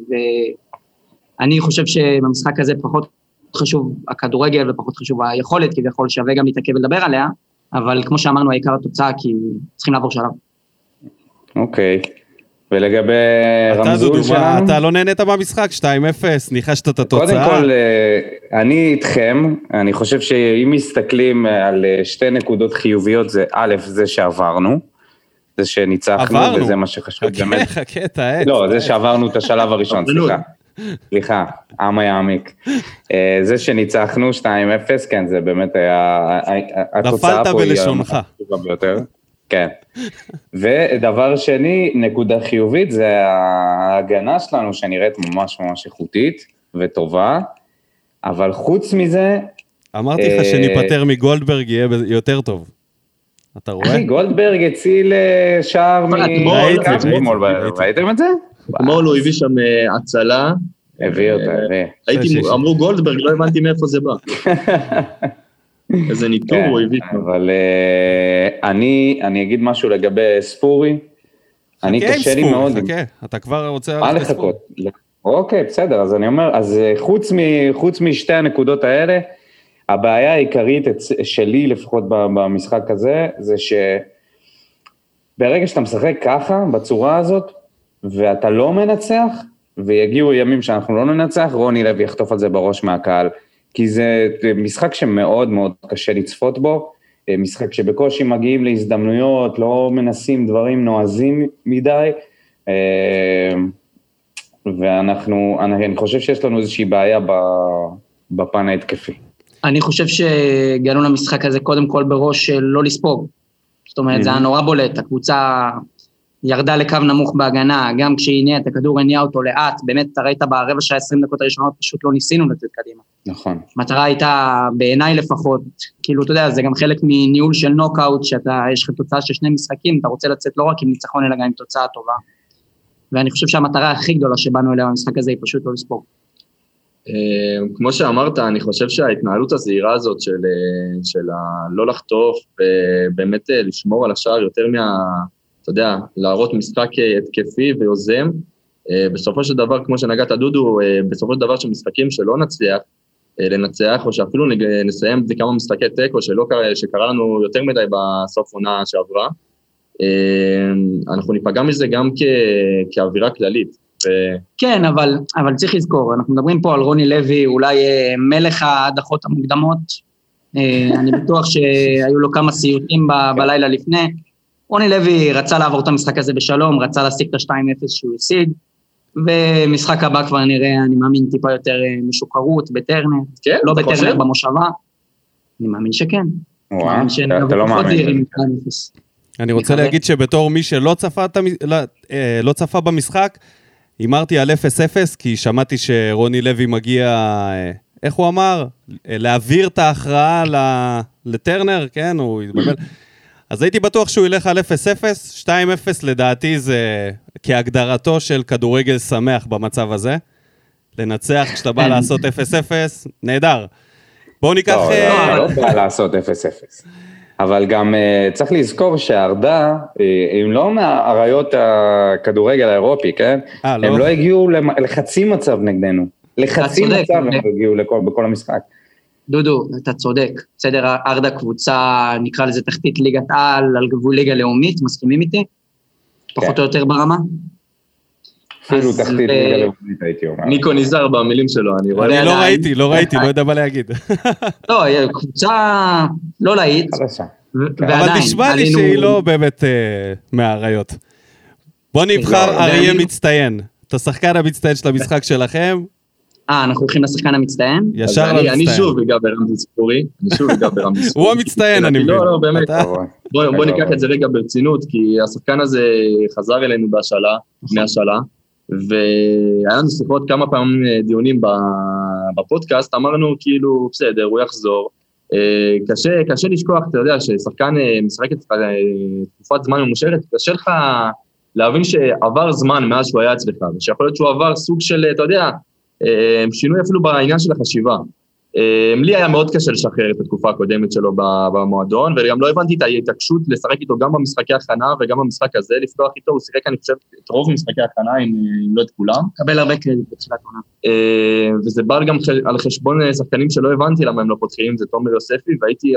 Speaker 4: ואני חושב שבמשחק הזה פחות חשוב הכדורגל ופחות חשוב היכולת, כי זה יכול שווה גם להתעכב ולדבר עליה, אבל כמו שאמרנו, העיקר התוצאה, כי צריכים לעבור שלב.
Speaker 2: אוקיי. ולגבי רמזול שלנו...
Speaker 1: אתה לא נהנית במשחק, שתיים אפס, ניחשת את התוצאה.
Speaker 2: קודם כל, אני איתכם, אני חושב שאם מסתכלים על שתי נקודות חיוביות, זה א', זה שעברנו, זה שניצחנו, וזה מה שחשוב באמת.
Speaker 1: חכה, חכה, תעץ.
Speaker 2: לא, זה שעברנו את השלב הראשון, סליחה. סליחה, עם היעמיק. זה שניצחנו שתיים אפס, כן, זה באמת היה...
Speaker 1: נפלת בלשונך.
Speaker 2: כן. ודבר שני, נקודה חיובית, זה ההגנה שלנו שנראית ממש ממש איכותית וטובה, אבל חוץ מזה...
Speaker 1: אמרתי לך שניפטר מגולדברג יהיה יותר טוב. אתה רואה?
Speaker 2: אחי, גולדברג הציל שער מ... ראיתם את זה?
Speaker 5: אתמול הוא הביא שם הצלה.
Speaker 2: הביא אותה, הביא.
Speaker 5: אמרו גולדברג, לא הבנתי מאיפה זה בא. איזה ניטור הוא הביא.
Speaker 2: אבל אני, אני אגיד משהו לגבי ספורי. אני קשה לי מאוד.
Speaker 1: חכה, אתה כבר רוצה...
Speaker 2: מה לחכות? אוקיי, בסדר, אז אני אומר, אז חוץ, מ, חוץ משתי הנקודות האלה, הבעיה העיקרית שלי לפחות במשחק הזה, זה שברגע שאתה משחק ככה, בצורה הזאת, ואתה לא מנצח, ויגיעו ימים שאנחנו לא ננצח, רוני לוי יחטוף על זה בראש מהקהל, כי זה משחק שמאוד מאוד קשה לצפות בו, משחק שבקושי מגיעים להזדמנויות, לא מנסים דברים נועזים מדי, ואנחנו, אני, אני חושב שיש לנו איזושהי בעיה בפן ההתקפי.
Speaker 4: אני חושב שהגענו למשחק הזה קודם כל בראש של לא לספוג. זאת אומרת, זה היה נורא בולט, הקבוצה ירדה לקו נמוך בהגנה, גם כשהיא הניעה את הכדור, הניעה אותו לאט, באמת אתה ראית ברבע שעה עשרים דקות הראשונות, פשוט לא ניסינו לתת קדימה.
Speaker 2: נכון.
Speaker 4: המטרה הייתה, בעיניי לפחות, כאילו אתה יודע, זה גם חלק מניהול של נוקאוט, שאתה, יש לך תוצאה של שני משחקים, אתה רוצה לצאת לא רק עם ניצחון, אלא גם עם תוצאה טובה. ואני חושב שהמטרה הכי גדולה שבאנו אליה במשחק הזה, היא פשוט לא לספוג.
Speaker 5: כמו שאמרת, אני חושב שההתנהלות הזהירה הזאת של, של לא לחטוף, ובאמת לשמור על השער יותר מה, אתה יודע, להראות משחק התקפי ויוזם, בסופו של דבר, כמו שנגעת דודו, בסופו של דבר שמשחקים שלא נצליח לנצח, או שאפילו נסיים כמה משחקי טקו, שלא קרה, שקרה לנו יותר מדי בסוף עונה שעברה, אנחנו ניפגע מזה גם כ, כאווירה כללית. ו...
Speaker 4: כן, אבל, אבל צריך לזכור, אנחנו מדברים פה על רוני לוי, אולי מלך ההדחות המוקדמות, אני בטוח שהיו לו כמה סיוטים ב, בלילה לפני, רוני לוי רצה לעבור את המשחק הזה בשלום, רצה להשיג את ה-שתיים אפס שהוא השיג, ומשחק הבא כבר נראה, אני מאמין, טיפה יותר משוקרות בטרנר,
Speaker 5: כן,
Speaker 4: לא בטרנר במושבה, אני מאמין שכן.
Speaker 2: וואו, אתה לא מאמין.
Speaker 1: אני רוצה להגיד שבתור מי שלא צפה, לא צפה במשחק, אמרתי על אפס אפס, כי שמעתי שרוני לוי מגיע, איך הוא אמר? להעביר את ההכרעה לטרנר, כן? הוא יתבלבל. אז הייתי בטוח שהוא ילך על אפס אפס, שתיים אפס לדעתי זה כהגדרתו של כדורגל שמח במצב הזה. לנצח כשאתה בא לעשות אפס אפס, נהדר. בואו ניקח...
Speaker 2: לא, לא בא לעשות אפס אפס. אבל גם צריך לזכור שהארדה, הם לא מהאריות הכדורגל האירופי, כן? הם לא הגיעו לחצי מצב נגדנו. לחצי מצב הם הגיעו בכל המשחק.
Speaker 4: דודו, אתה צודק. בסדר, ארדה קבוצה, נקרא לזה תחתית ליגת על, על גבול ליגה לאומית, מסכימים איתי? פחות או יותר ברמה?
Speaker 2: אפילו תחתית ליגה לאומית הייתי אומר.
Speaker 5: ניקו נזהר במילים שלו, אני רואה.
Speaker 1: אני לא ראיתי, לא ראיתי, לא יודע מה להגיד.
Speaker 4: לא, קבוצה לא להיט.
Speaker 1: אבל נשמע לי שהיא לא באמת מהאריות. בוא נבחר אריה מצטיין. את השחקן המצטיין של המשחק שלכם.
Speaker 4: אה, אנחנו הולכים לשחקן המצטיין?
Speaker 1: ישר למצטיין.
Speaker 5: אני שוב אגע ברמזי ספורי. אני שוב אגע ברמזי ספורי.
Speaker 1: הוא המצטיין, אני מבין.
Speaker 5: לא, לא, באמת. בוא ניקח את זה רגע ברצינות, כי השחקן הזה חזר אלינו בהשאלה, מהשאלה, והיה לנו שיחות כמה פעמים דיונים בפודקאסט, אמרנו כאילו, בסדר, הוא יחזור. קשה, קשה לשכוח, אתה יודע, ששחקן משחק את תקופת זמן ממושכת, קשה לך להבין שעבר זמן מאז שהוא היה אצלך, ושיכול להיות שהוא עבר סוג של, אתה יודע, שינוי אפילו בעניין של החשיבה. לי היה מאוד קשה לשחרר את התקופה הקודמת שלו במועדון, וגם לא הבנתי את ההתעקשות לשחק איתו גם במשחקי הכנה וגם במשחק הזה, לפתוח איתו, הוא שיחק, אני חושב, את רוב משחקי הכנה, אם לא את כולם.
Speaker 4: קבל הרבה קרדיט בתחילת עונה.
Speaker 5: וזה בא גם על חשבון שחקנים שלא הבנתי למה הם לא פותחים, זה תומר יוספי, והייתי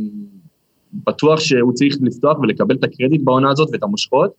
Speaker 5: בטוח שהוא צריך לפתוח ולקבל את הקרדיט בעונה הזאת ואת המושכות,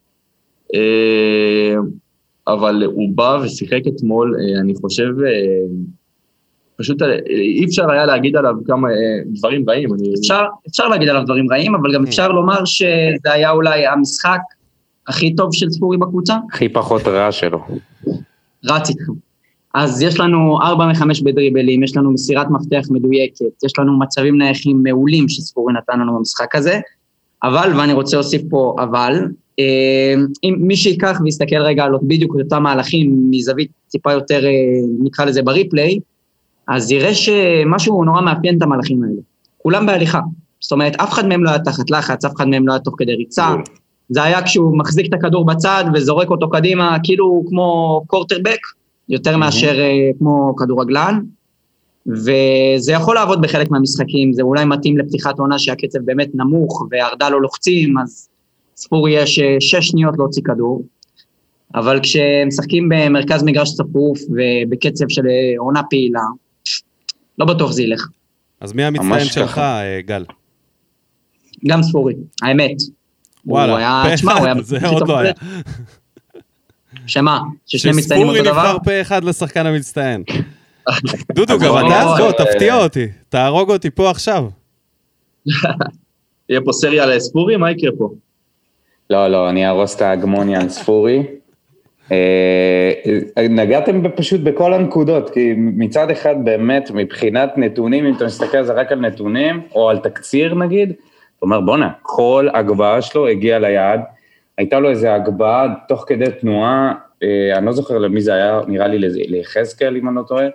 Speaker 5: אבל הוא בא ושיחק אתמול, אני חושב, פשוט אי אפשר היה להגיד עליו כמה דברים רעים.
Speaker 4: אפשר, אפשר להגיד עליו דברים רעים, אבל גם אפשר לומר שזה היה אולי המשחק הכי טוב של ספורי בקבוצה.
Speaker 2: הכי פחות רע שלו.
Speaker 4: רץ איתכם. אז יש לנו ארבע מחמש בדריבלים, יש לנו מסירת מפתח מדויקת, יש לנו מצבים נייחים מעולים שספורי נתן לנו במשחק הזה, אבל, ואני רוצה להוסיף פה אבל, אם מי שיקח ויסתכל רגע על בדיוק אותם מהלכים מזווית טיפה יותר, נקרא לזה בריפליי, אז יראה שמשהו נורא מאפיין את המהלכים האלה. כולם בהליכה. זאת אומרת, אף אחד מהם לא היה תחת לחץ, אף אחד מהם לא היה תוך כדי ריצה. זה היה כשהוא מחזיק את הכדור בצד וזורק אותו קדימה, כאילו כמו קורטרבק, יותר מאשר כמו כדורגלן. וזה יכול לעבוד בחלק מהמשחקים, זה אולי מתאים לפתיחת עונה שהקצב באמת נמוך, והרדה לא לוחצים, אז ספורי יש שש שניות להוציא כדור. אבל כשמשחקים במרכז מגרש צפוף ובקצב של עונה פעילה, לא בטוח זה ילך.
Speaker 1: אז מי המצטיין שלך, גל?
Speaker 4: גם ספורי, האמת.
Speaker 1: וואלה, זה עוד לא היה.
Speaker 4: שמה? ששני מצטיינים אותו דבר?
Speaker 1: שספורי נבחר פה אחד לשחקן המצטיין. דודו, גם אתה? בוא, תפתיע אותי. תהרוג אותי פה עכשיו.
Speaker 5: יהיה פה סריה לספורי? מה יקרה פה?
Speaker 2: לא, לא, אני ארוס את ההגמוניה על ספורי. נגעתם פשוט בכל הנקודות, כי מצד אחד באמת, מבחינת נתונים, אם אתה מסתכל על זה רק על נתונים, או על תקציר נגיד, אתה אומר, בונה, כל הגבהה שלו הגיעה ליעד, הייתה לו איזו הגבהה תוך כדי תנועה, אני לא זוכר למי זה היה, נראה לי לחזקאל, אם אני לא טועה,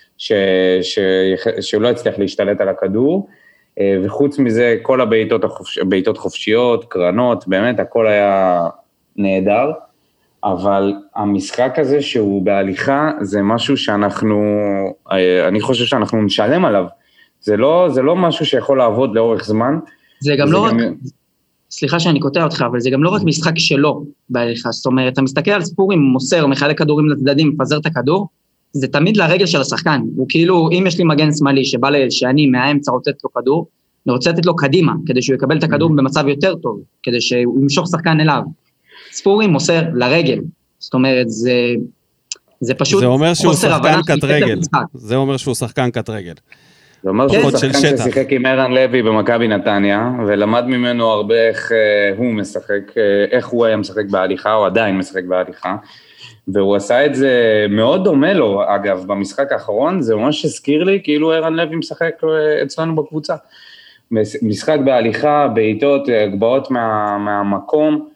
Speaker 2: שהוא לא הצליח להשתלט על הכדור, וחוץ מזה, כל הבעיטות חופשיות, קרנות, באמת, הכל היה נהדר, אבל המשחק הזה שהוא בהליכה, זה משהו שאנחנו, אני חושב שאנחנו נשלם עליו, זה לא, זה לא משהו שיכול לעבוד לאורך זמן.
Speaker 4: זה גם לא רק, סליחה שאני קוטע אותך, אבל זה גם לא רק משחק שלו בהליכה, זאת אומרת, אתה מסתכל על ספורי, מוסר, מחלק כדורים לצדדים, מפזר את הכדור, זה תמיד לרגל של השחקן, הוא כאילו, אם יש לי מגן שמאלי שבא לי, שאני מהאמצע רוצה לתת לו כדור, אני רוצה לתת לו קדימה, כדי שהוא יקבל את הכדור במצב יותר טוב, כדי שהוא ימשוך שחקן אליו. ספורי מוסר לרגל, זאת אומרת, זה, זה פשוט
Speaker 1: זה אומר שהוא שחקן קט רגל, זה אומר שהוא שחקן קט רגל.
Speaker 2: זה אומר שהוא שחקן ששיחק עם ערן לוי במכבי נתניה, ולמד ממנו הרבה איך הוא משחק, איך הוא היה משחק בהליכה, או עדיין משחק בהליכה, והוא עשה את זה מאוד דומה לו, אגב, במשחק האחרון, זה ממש הזכיר לי, כאילו ערן לוי משחק אצלנו בקבוצה. משחק בהליכה, בעיטות, גבעות מה, מהמקום,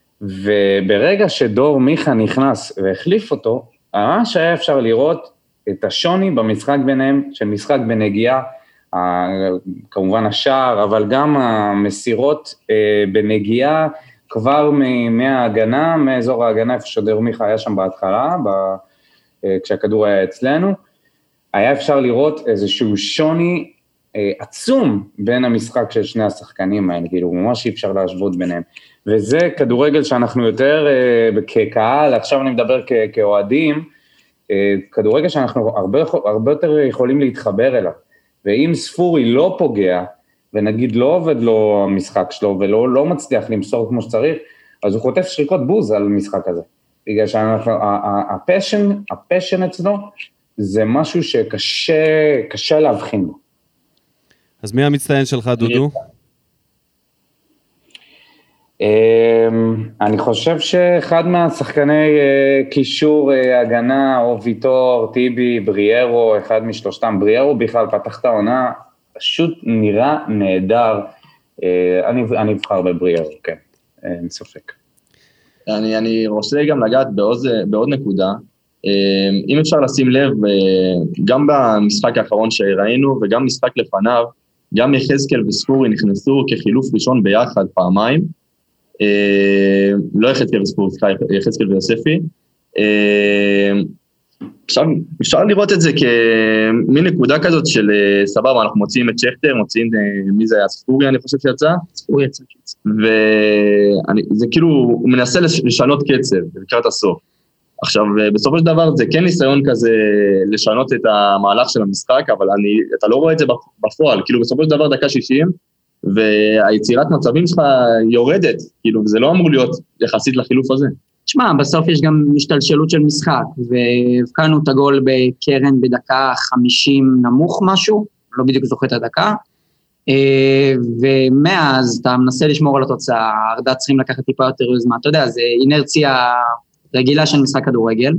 Speaker 2: וברגע שדור מיכה נכנס והחליף אותו, ממש היה אפשר לראות את השוני במשחק ביניהם, של משחק בנגיעה, כמובן השער, אבל גם המסירות בנגיעה, כבר מההגנה, מאזור ההגנה, איפה שדור מיכה היה שם בהתחלה, כשהכדור היה אצלנו, היה אפשר לראות איזשהו שוני עצום בין המשחק של שני השחקנים האלה, כאילו ממש אי אפשר להשוות ביניהם, וזה כדורגל שאנחנו יותר כקהל, עכשיו אני מדבר כאוהדים, כדורגל שאנחנו הרבה, הרבה יותר יכולים להתחבר אליו, ואם ספורי לא פוגע, ונגיד לא עובד לו המשחק שלו, ולא לא מצליח למסור כמו שצריך, אז הוא חוטף שריקות בוז על המשחק הזה, בגלל שאנחנו, הפשן, הפשן אצלו, זה משהו שקשה, קשה להבחין בו.
Speaker 1: אז מי המצטיין שלך, דודו?
Speaker 2: אני חושב שאחד מהשחקני קישור הגנה, או ויטור, טיבי, בריארו, אחד משלושתם, בריארו בכלל פתח את העונה, פשוט נראה נהדר, אני, אני אבחר בבריארו, כן, אין ספק.
Speaker 5: אני, אני רוצה גם לגעת בעוד, בעוד נקודה, אם אפשר לשים לב, גם במשחק האחרון שראינו, וגם משחק לפניו, גם יחזקאל וספורי נכנסו כחילוף ראשון ביחד פעמיים, לא יחזקאל וספורי, יחזקאל ויוספי, עכשיו אפשר לראות את זה כמין נקודה כזאת של סבבה, אנחנו מוציאים את שכטר, מוציאים מי זה היה, ספורי אני חושב שיצא,
Speaker 4: ספורי יצא קצב,
Speaker 5: וזה כאילו, הוא מנסה לשנות קצב לקראת הסוף, עכשיו בסופו של דבר זה כן ניסיון כזה לשנות את המהלך של המשחק, אבל אני, אתה לא רואה את זה בפועל, כאילו בסופו של דבר דקה שישים, והיצירת מצבים שלך יורדת, כאילו זה לא אמור להיות יחסית לחילוף הזה.
Speaker 4: תשמע, בסוף יש גם משתלשלות של משחק, והבקענו את הגול בקרן בדקה חמישים נמוך משהו, לא בדיוק זוכר את הדקה, ומאז אתה מנסה לשמור על התוצאה, הרדה צריכים לקחת טיפה יותר יוזמה, אתה יודע, זה אינרציה רגילה של משחק כדורגל.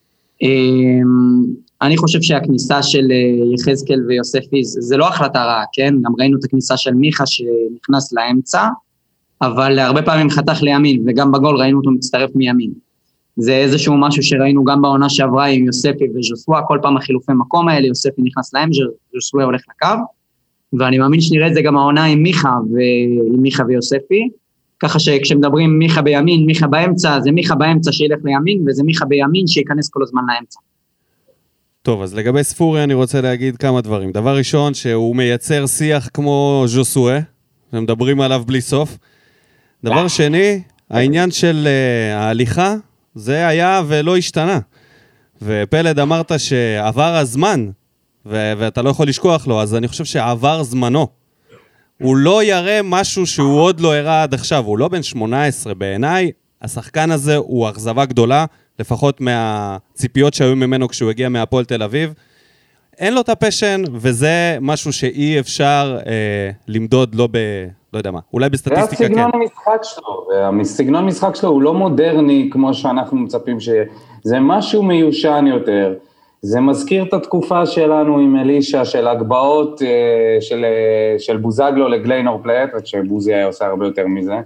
Speaker 4: אני חושב שהכניסה של יחזקאל ויוספי, זה לא החלטה רעה, כן? גם ראינו את הכניסה של מיכה שנכנס לאמצע, אבל הרבה פעמים חתך לימין, וגם בגול ראינו אותו מצטרף מימין. זה איזשהו משהו שראינו גם בעונה שעברה עם יוספי וז'וסווה, כל פעם החילופי מקום האלה, יוספי נכנס להם, ז'וסווה הולך לקו, ואני מאמין שנראה את זה גם העונה עם מיכה, ועם מיכה ויוספי, ככה שכשמדברים מיכה בימין, מיכה באמצע, זה מיכה באמצע שילך לימין, וזה מיכה בימין שיכנס כל הזמן לאמצע.
Speaker 1: טוב, אז לגבי ספורי אני רוצה להגיד כמה דברים. דבר ראשון, שהוא מייצר שיח כמו ז'וסווה, ומדברים עליו בלי סוף. דבר שני, העניין של uh, ההליכה, זה היה ולא השתנה. ופלד אמרת שעבר הזמן, ו- ואתה לא יכול לשכוח לו, אז אני חושב שעבר זמנו. הוא לא יראה משהו שהוא עוד לא הראה עד עכשיו, הוא לא בן שמונה עשרה בעיניי, השחקן הזה הוא אכזבה גדולה, לפחות מהציפיות שהיו ממנו כשהוא הגיע מהפועל תל אביב. אין לו את הפשן, וזה משהו שאי אפשר אה, למדוד לא ב... לא יודע מה, אולי בסטטיסטיקה כן.
Speaker 2: זה הסגנון המשחק שלו, הסגנון המשחק שלו הוא לא מודרני כמו שאנחנו מצפים ש... זה משהו מיושן יותר, זה מזכיר את התקופה שלנו עם אלישה, של הגבעות של, של בוזגלו לגליינור פלייט, רק שבוזי היה עושה הרבה יותר מזה,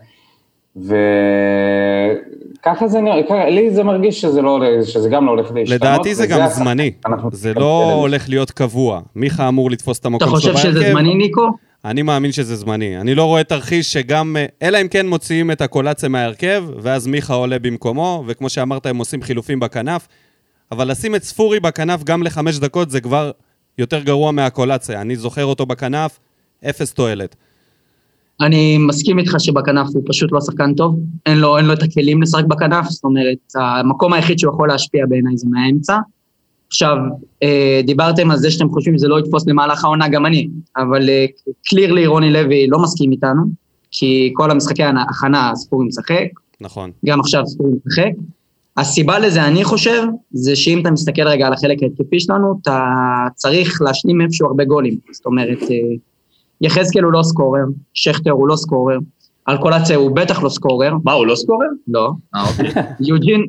Speaker 2: וככה זה נראה, לי זה מרגיש שזה, לא, שזה גם לא הולך להשתנות.
Speaker 1: לדעתי זה גם זמני, זה לא הולך להיות קבוע, מיכה אמור לתפוס את המקום שלו בהרכב.
Speaker 4: אתה חושב שזה זמני, ניקו?
Speaker 1: אני מאמין שזה זמני, אני לא רואה תרחיש שגם, אלא אם כן מוציאים את הקולציה מהרכב, ואז מיכה עולה במקומו, וכמו שאמרת הם עושים חילופים בכנף, אבל לשים את ספורי בכנף גם לחמש דקות זה כבר יותר גרוע מהקולציה, אני זוכר אותו בכנף, אפס תועלת.
Speaker 4: אני מסכים איתך שבכנף הוא פשוט לא שחקן טוב, אין לו, אין לו את הכלים לשחק בכנף, זאת אומרת, המקום היחיד שהוא יכול להשפיע בעיניי זה מהאמצע. עכשיו, דיברתם על זה שאתם חושבים שזה לא יתפוס למהלך העונה, גם אני, אבל קלירלי רוני לוי לא מסכים איתנו, כי כל המשחקי ההכנה ספורי משחק,
Speaker 1: נכון.
Speaker 4: גם עכשיו ספורי משחק. הסיבה לזה, אני חושב, זה שאם אתה מסתכל רגע על החלק ההתקפי שלנו, אתה צריך להשלים איפשהו הרבה גולים, זאת אומרת, יחזקאל הוא לא סקורר, שכטר הוא לא סקורר, אלקולציה הוא בטח לא סקורר.
Speaker 5: מה, הוא לא סקורר?
Speaker 4: לא. אה, אוקיי. יוג'ין,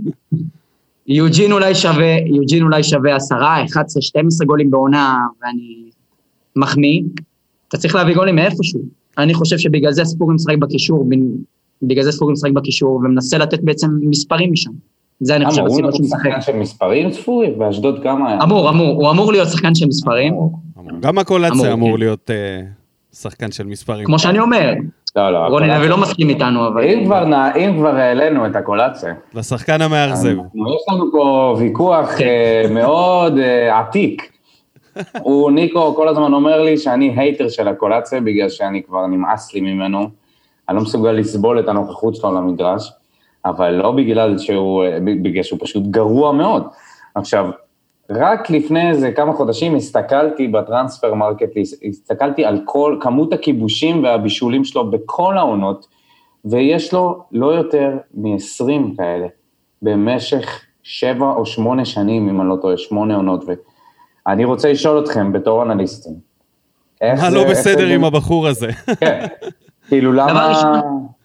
Speaker 4: יוג'ין אולי שווה, יוג'ין אולי שווה עשרה, אחת עשרה, שתים עשרה גולים בעונה, ואני מחמיא. אתה צריך להביא גולים מאיפשהו. אני חושב שבגלל זה ספורי משחק בקישור, בגלל זה ספורי משחק בקישור, ומנסה לתת בעצם מספרים משם. זה אני חושב הסיבות שהוא משחק.
Speaker 2: הוא שחקן של מספרים ספורי? באשדוד כמה היה?
Speaker 4: אמור, אמור, הוא אמור להיות שחקן של מספרים.
Speaker 1: גם הקולציה אמור להיות שחקן של מספרים.
Speaker 4: כמו שאני אומר.
Speaker 2: לא, לא.
Speaker 4: רוני לוי לא מסכים איתנו, אבל...
Speaker 2: אם כבר העלינו את הקולציה.
Speaker 1: לשחקן המאכזב.
Speaker 2: יש לנו פה ויכוח מאוד עתיק. הוא, ניקו, כל הזמן אומר לי שאני הייטר של הקולציה, בגלל שאני כבר נמאס לי ממנו. אני לא מסוגל לסבול את הנוכחות שלו למגרש, אבל לא בגלל שהוא, בגלל שהוא פשוט גרוע מאוד. עכשיו, רק לפני איזה כמה חודשים הסתכלתי בטרנספר מרקט, הסתכלתי על כל כמות הכיבושים והבישולים שלו בכל העונות, ויש לו לא יותר מ-עשרים כאלה, במשך שבע או שמונה שנים, אם אני לא טועה, שמונה עונות, ואני רוצה לשאול אתכם בתור אנליסטים.
Speaker 1: מה לא בסדר עם הבחור הזה?
Speaker 2: כן, כאילו למה...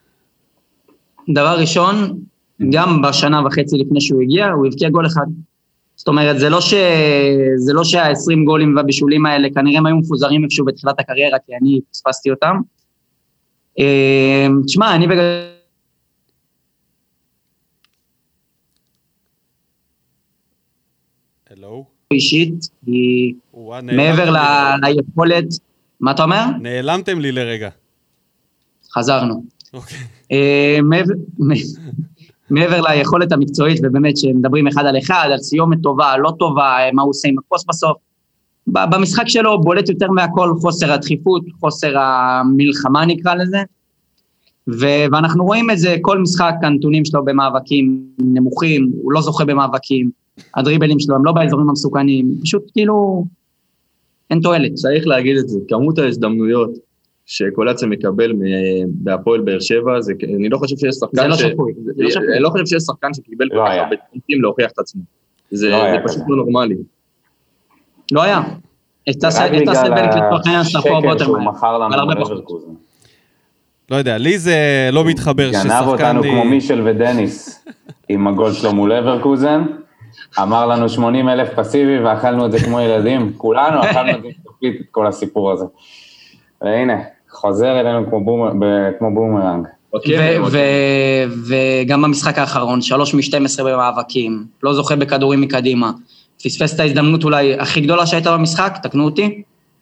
Speaker 4: דבר ראשון, גם בשנה וחצי לפני שהוא הגיע, הוא הבקיע גול אחד. זאת אומרת, זה לא ש... זה לא שה-עשרים גולים והבישולים האלה, כנראה הם היו מפוזרים איפשהו בתחילת הקריירה, כי אני פספסתי אותם. תשמע, אני בגלל...
Speaker 1: הלו?
Speaker 4: אישית, היא מעבר ליכולת... מה אתה אומר?
Speaker 1: נעלמתם לי לרגע.
Speaker 4: חזרנו.
Speaker 1: אוקיי.
Speaker 4: מעבר ליכולת המקצועית, ובאמת שמדברים אחד על אחד, על סיומת טובה, לא טובה, מה הוא עושה עם הקוס בסוף, במשחק שלו בולט יותר מהכל חוסר הדחיפות, חוסר המלחמה נקרא לזה, ואנחנו רואים את זה, כל משחק, הנתונים שלו במאבקים נמוכים, הוא לא זוכה במאבקים, הדריבלים שלו הם לא באזורים המסוכנים, פשוט כאילו אין תועלת.
Speaker 5: צריך להגיד את זה, כמות ההזדמנויות, שקולציה מקבל בהפועל באר שבע, אני לא חושב שיש שחקן...
Speaker 4: זה לא שפוי.
Speaker 5: אני לא חושב שיש שחקן שקיבל כל כך הרבה תנאים להוכיח את עצמו. זה פשוט לא נורמלי.
Speaker 4: לא היה. את הסבלק לתוך העניין של הפועל בוטר מהר.
Speaker 2: אבל הרבה פחות.
Speaker 1: לא יודע, לי זה לא מתחבר ששחקן...
Speaker 2: גנב אותנו כמו מישל ודניס, עם הגול שלו מול אברקוזן, אמר לנו שמונים אלף פסיבי, ואכלנו את זה כמו ילדים, כולנו אכלנו את זה תפליט את כל הסיפור הזה. והנה, חוזר אלינו כמו בומרנג.
Speaker 4: וגם במשחק האחרון, שלוש משתים עשרה במאבקים, לא זוכה בכדורים מקדימה, פספס את ההזדמנות אולי הכי גדולה שהייתה במשחק, תקנו אותי?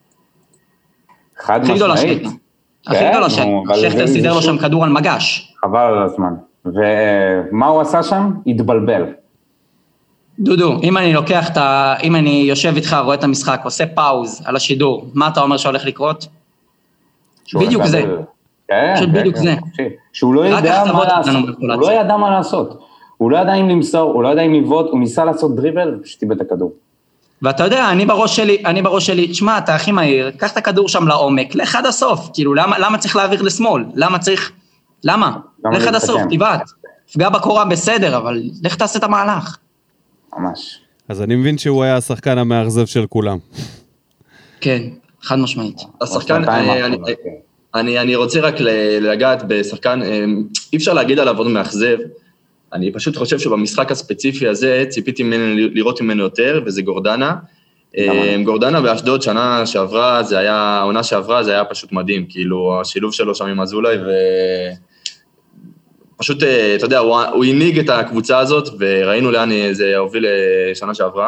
Speaker 2: חד משמעית.
Speaker 4: הכי גדולה שהייתה, שכטר סידר לו שם כדור על מגש.
Speaker 2: חבל על הזמן. ומה הוא עשה שם? התבלבל.
Speaker 4: דודו, אם אני לוקח את ה... אם אני יושב איתך, רואה את המשחק, עושה פאוז על השידור, מה אתה אומר שהולך לקרות? בדיוק זה. פשוט בדיוק זה.
Speaker 2: שהוא לא ידע מה לעשות. הוא לא ידע מה לעשות. הוא לא ידע אם למסור, הוא לא ידע אם לבעוט, הוא ניסה לעשות דריבל, ופשוט איבד את הכדור.
Speaker 4: ואתה יודע, אני בראש שלי, אני בראש שלי, תשמע, אתה הכי מהיר, קח את הכדור שם לעומק, לך עד הסוף, כאילו, למה, למה צריך להעביר לשמאל? למה צריך, למה? לך עד הסוף, תיבעט. פגע בקורה בסדר, אבל לך תעשה את המהלך.
Speaker 6: ממש.
Speaker 1: אז אני מבין שהוא היה השחקן המאכזב של כולם.
Speaker 4: כן, חד משמעית.
Speaker 5: השחקן, אני, אני רוצה רק לגעת בשחקן, אי אפשר להגיד עליו עוד מאכזב, אני פשוט חושב שבמשחק הספציפי הזה ציפיתי ממנו לראות ממנו יותר, וזה גורדנה. גורדנה באשדוד שנה שעברה, זה היה, עונה שעברה, זה היה פשוט מדהים, כאילו השילוב שלו שם עם אזולאי, ופשוט, אתה יודע, הוא, הוא הנהיג את הקבוצה הזאת, וראינו לאן זה הוביל שנה שעברה.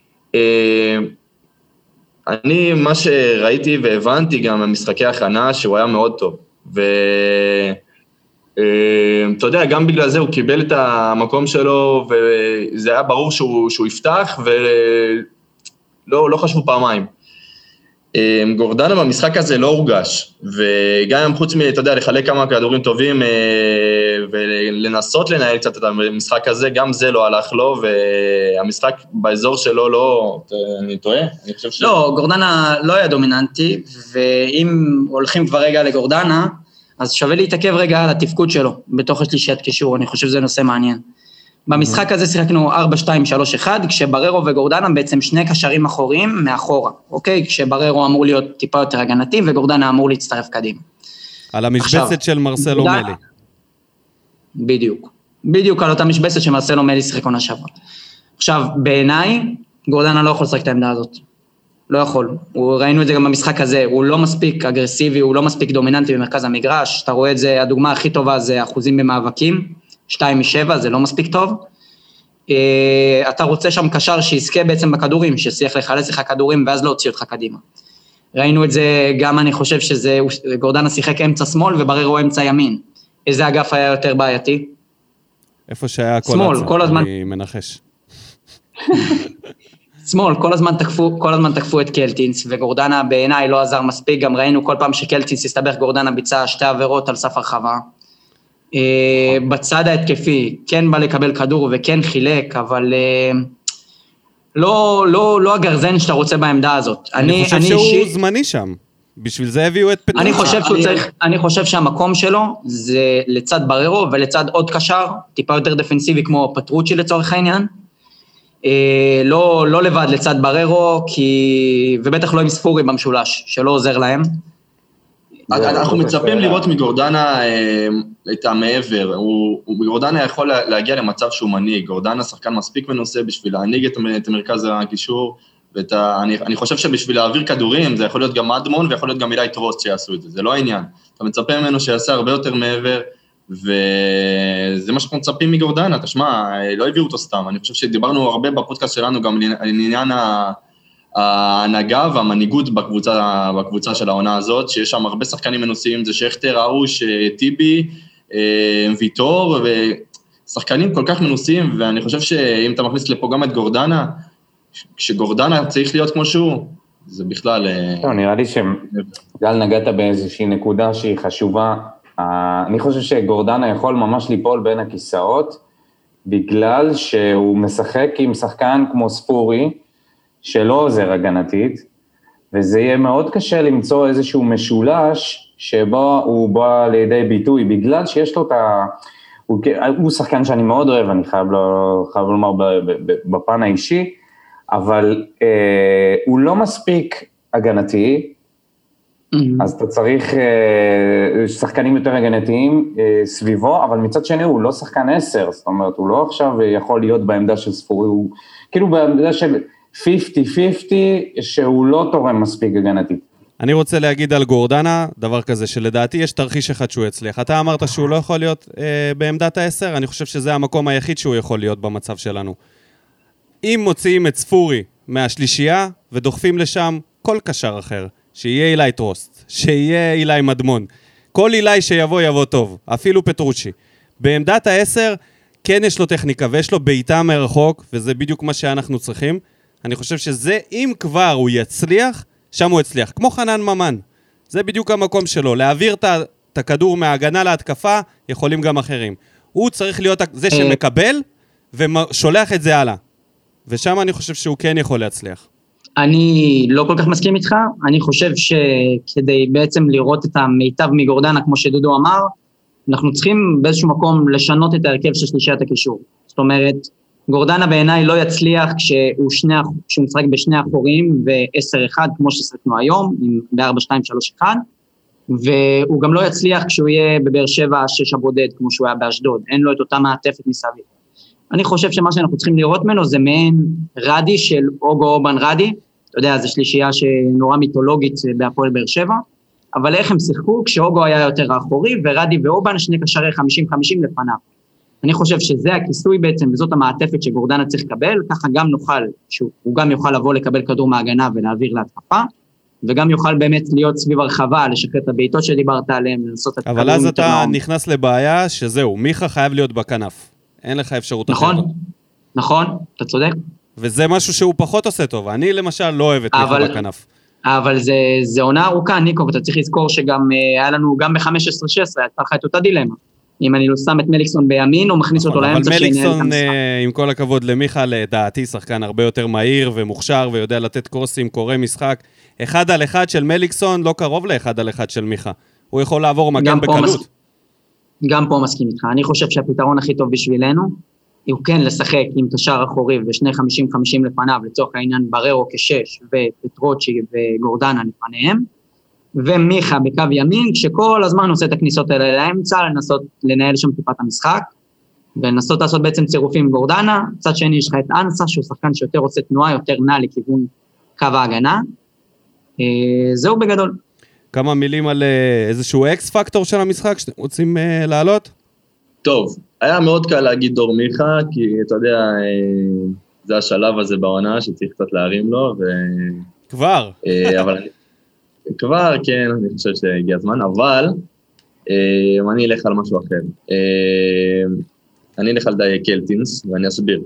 Speaker 5: אני, מה שראיתי והבנתי גם במשחקי הכנה, שהוא היה מאוד טוב, ו... אתה יודע, גם בגלל זה הוא קיבל את המקום שלו, וזה היה ברור שהוא, שהוא יפתח, ולא לא חשבו פעמיים. גורדנה במשחק הזה לא הורגש, וגם חוץ מ, אתה יודע, לחלק כמה כדורים טובים, ולנסות לנהל קצת את המשחק הזה, גם זה לא הלך לו, והמשחק באזור שלו לא, אני טועה? אני חושב ש...
Speaker 4: לא, גורדנה לא היה דומיננטי, ואם הולכים כבר רגע לגורדנה, אז שווה להתעכב רגע על התפקוד שלו, בתוך השלישיית קישור, אני חושב שזה נושא מעניין. במשחק הזה שיחקנו ארבע שתיים שלוש אחת, כשבררו וגורדנה בעצם שני קשרים אחוריים מאחורה, אוקיי? כשבררו אמור להיות טיפה יותר הגנתי, וגורדנה אמור להצטרף קדימה.
Speaker 1: על המשבצת של מרסלו מלי.
Speaker 4: בדיוק. בדיוק על אותה משבצת שמרסלו מלי שיחק עונה שעברה. עכשיו, בעיניי, גורדנה לא יכול לשחק את העמדה הזאת. לא יכול. ראינו את זה גם במשחק הזה, הוא לא מספיק אגרסיבי, הוא לא מספיק דומיננטי במרכז המגרש, אתה רואה את זה, הדוגמה הכי טובה זה אחוזים במאבקים, שתיים משבע, זה לא מספיק טוב. אתה רוצה שם קשר שיזכה בעצם בכדורים, ששיח לחלץ לך כדורים, ואז לא הוציא אותך קדימה. ראינו את זה, גם אני חושב שזה, גורדנה שיחק אמצע שמאל, ובררו אמצע ימין. איזה אגף היה יותר בעייתי?
Speaker 1: איפה שהיה כל
Speaker 4: שמאל, כל הזמן.
Speaker 1: אני מנחש.
Speaker 4: שמאל, כל הזמן תקפו, כל הזמן תקפו את קלטינס, וגורדנה בעיניי לא עזר מספיק, גם ראינו כל פעם שקלטינס הסתבך, גורדנה ביצע שתי עבירות על סף הרחבה. בצד ההתקפי, כן בא לקבל כדור וכן חילק, אבל לא, לא, לא הגרזן שאתה רוצה בעמדה הזאת.
Speaker 1: אני חושב שהוא זמני שם, בשביל זה הביאו את פטרוצ'י.
Speaker 4: אני חושב שהוא צריך, אני חושב שהמקום שלו זה לצד בררו ולצד עוד קשר, טיפה יותר דפנסיבי כמו פטרוצ'י לצורך העניין. לא, לא לבד לצד בררו, כי, ובטח לא עם ספורי במשולש, שלא עוזר להם.
Speaker 5: אנחנו מצפים לראות מגורדנה את המעבר, גורדנה יכול להגיע למצב שהוא מנהיג, גורדנה שחקן מספיק מנוסה בשביל להנהיג את מרכז הקישור, ואני חושב שבשביל להעביר כדורים, זה יכול להיות גם אדמון ויכול להיות גם אילי טרוסט שיעשו את זה, זה לא העניין, אתה מצפה ממנו שיעשה הרבה יותר מעבר, וזה מה שאנחנו מצפים מגורדנה, תשמע, לא הביאו אותו סתם, אני חושב שדיברנו הרבה בפודקאסט שלנו גם על עניין ההנהגה והמנהיגות בקבוצה, בקבוצה של העונה הזאת, שיש שם הרבה שחקנים מנוסים, זה שכטר, ארוש, טיבי, ויטור, ושחקנים כל כך מנוסים, ואני חושב שאם אתה מכניס לפה גם את גורדנה, כשגורדנה צריך להיות כמו שהוא, זה בכלל...
Speaker 6: לא, נראה לי שגל נגעת באיזושהי נקודה שהיא חשובה, אני חושב שגורדנה יכול ממש ליפול בין הכיסאות, בגלל שהוא משחק עם שחקן כמו ספורי, שלא עוזר הגנתית, וזה יהיה מאוד קשה למצוא איזשהו משולש, שבו הוא בא לידי ביטוי, בגלל שיש לו את ה... הוא, הוא שחקן שאני מאוד אוהב, אני חייב, לא, חייב לומר בפן האישי, אבל אה, הוא לא מספיק הגנתי, אז אתה צריך אה, שחקנים יותר הגנתיים אה, סביבו, אבל מצד שני הוא לא שחקן עשר, זאת אומרת, הוא לא עכשיו יכול להיות בעמדה של ספורי, הוא כאילו בעמדה של חמישים חמישים, שהוא לא תורם מספיק הגנתית.
Speaker 1: אני רוצה להגיד על גורדנה, דבר כזה שלדעתי יש תרחיש אחד שהוא הצליח. אתה אמרת שהוא לא יכול להיות אה, בעמדת העשר, אני חושב שזה המקום היחיד שהוא יכול להיות במצב שלנו. אם מוציאים את ספורי מהשלישייה ודוחפים לשם כל קשר אחר, שיהיה אילי טרוסט, שיהיה אילי מדמון, כל אילי שיבוא יבוא טוב, אפילו פטרוצ'י. בעמדת העשר כן יש לו טכניקה ויש לו בעיטה מרחוק, וזה בדיוק מה שאנחנו צריכים. אני חושב שזה, אם כבר הוא יצליח, שם הוא הצליח. כמו חנן ממן. זה בדיוק המקום שלו. להעביר את הכדור מההגנה להתקפה, יכולים גם אחרים. הוא צריך להיות זה שמקבל, ושולח את זה הלאה. ושם אני חושב שהוא כן יכול להצליח.
Speaker 4: אני לא כל כך מסכים איתך. אני חושב שכדי בעצם לראות את המיטב מגורדנה, כמו שדודו אמר, אנחנו צריכים באיזשהו מקום לשנות את ההרכב של שלישיית הקישור. זאת אומרת, גורדנה בעיניי לא יצליח כשהוא, שני, כשהוא משחק בשני אחורים ו-עשר אחד, כמו ששחקנו היום, עם ב-ארבע שתיים שלוש אחת, והוא גם לא יצליח כשהוא יהיה בבאר שבע שש הבודד, כמו שהוא היה באשדוד, אין לו את אותה מעטפת מסביב. אני חושב שמה שאנחנו צריכים לראות ממנו זה מעין רדי של אוגו אובן רדי, אתה יודע, זו שלישייה שנורא מיתולוגית בהפועל באר שבע, אבל איך הם שיחקו כשאוגו היה יותר האחורי, ורדי ואובן שני קשרי חמישים חמישים לפניו. אני חושב שזה הכיסוי בעצם, וזאת המעטפת שגורדנה צריך לקבל, ככה גם נוכל, שהוא גם יוכל לבוא לקבל כדור מהגנה ולהעביר להתקפה, וגם יוכל באמת להיות סביב הרחבה, לשחרר את הבעיטות שדיברת עליהן, לנסות את
Speaker 1: אבל אז אתה נכנס לבעיה שזהו, מיכה חייב להיות בכנף. אין לך אפשרות אחרת.
Speaker 4: נכון, נכון, אתה צודק.
Speaker 1: וזה משהו שהוא פחות עושה טוב. אני למשל לא אוהב את מיכה בכנף.
Speaker 4: אבל זה, זה עונה ארוכה, ניקו, ואתה צריך לזכור שגם היה לנו, גם ב-חמש עשרה שש עשרה, הייתה לך את אותה דילמה. אם אני לא שם את מליקסון בימין, או מכניס אותו לאמצע שינהל את המשחק.
Speaker 1: אבל מליקסון, עם כל הכבוד למיכה, לדעתי, שחקן הרבה יותר מהיר ומוכשר, ויודע לתת קורסים, קורא משחק. אחד על אחד של מליקסון, לא קרוב לאחד על אחד של מיכה. הוא יכול לעבור מגן בקלות.
Speaker 4: גם פה מסכים איתך. אני חושב שהפתרון הכי טוב בשבילנו, הוא כן לשחק עם קשר אחורי ושני חמישים חמישים לפניו, לצורך העניין בררו כשש, ופטרוצ'י וגורדנה לפניהם, ומיכה בקו ימין, שכל הזמן עושה את הכניסות האלה לאמצע, לנסות לנהל שם טיפת המשחק, ולנסות לעשות בעצם צירופים עם גורדנה, צד שני יש לך את אנסה, שהוא שחקן שיותר עושה תנועה, יותר נע לכיוון קו ההגנה, זהו בגדול.
Speaker 1: כמה מילים על איזשהו אקס פקטור של המשחק שאתם רוצים לעלות?
Speaker 5: טוב, היה מאוד קל להגיד דור מיכה, כי אתה יודע, זה השלב הזה בעונה שצריך קצת להרים לו, ו...
Speaker 1: כבר.
Speaker 5: אבל כבר, כן, אני חושב שהגיע הזמן, אבל אני אלך על משהו אחר. אני אלך על די קלטינס, ואני אסביר.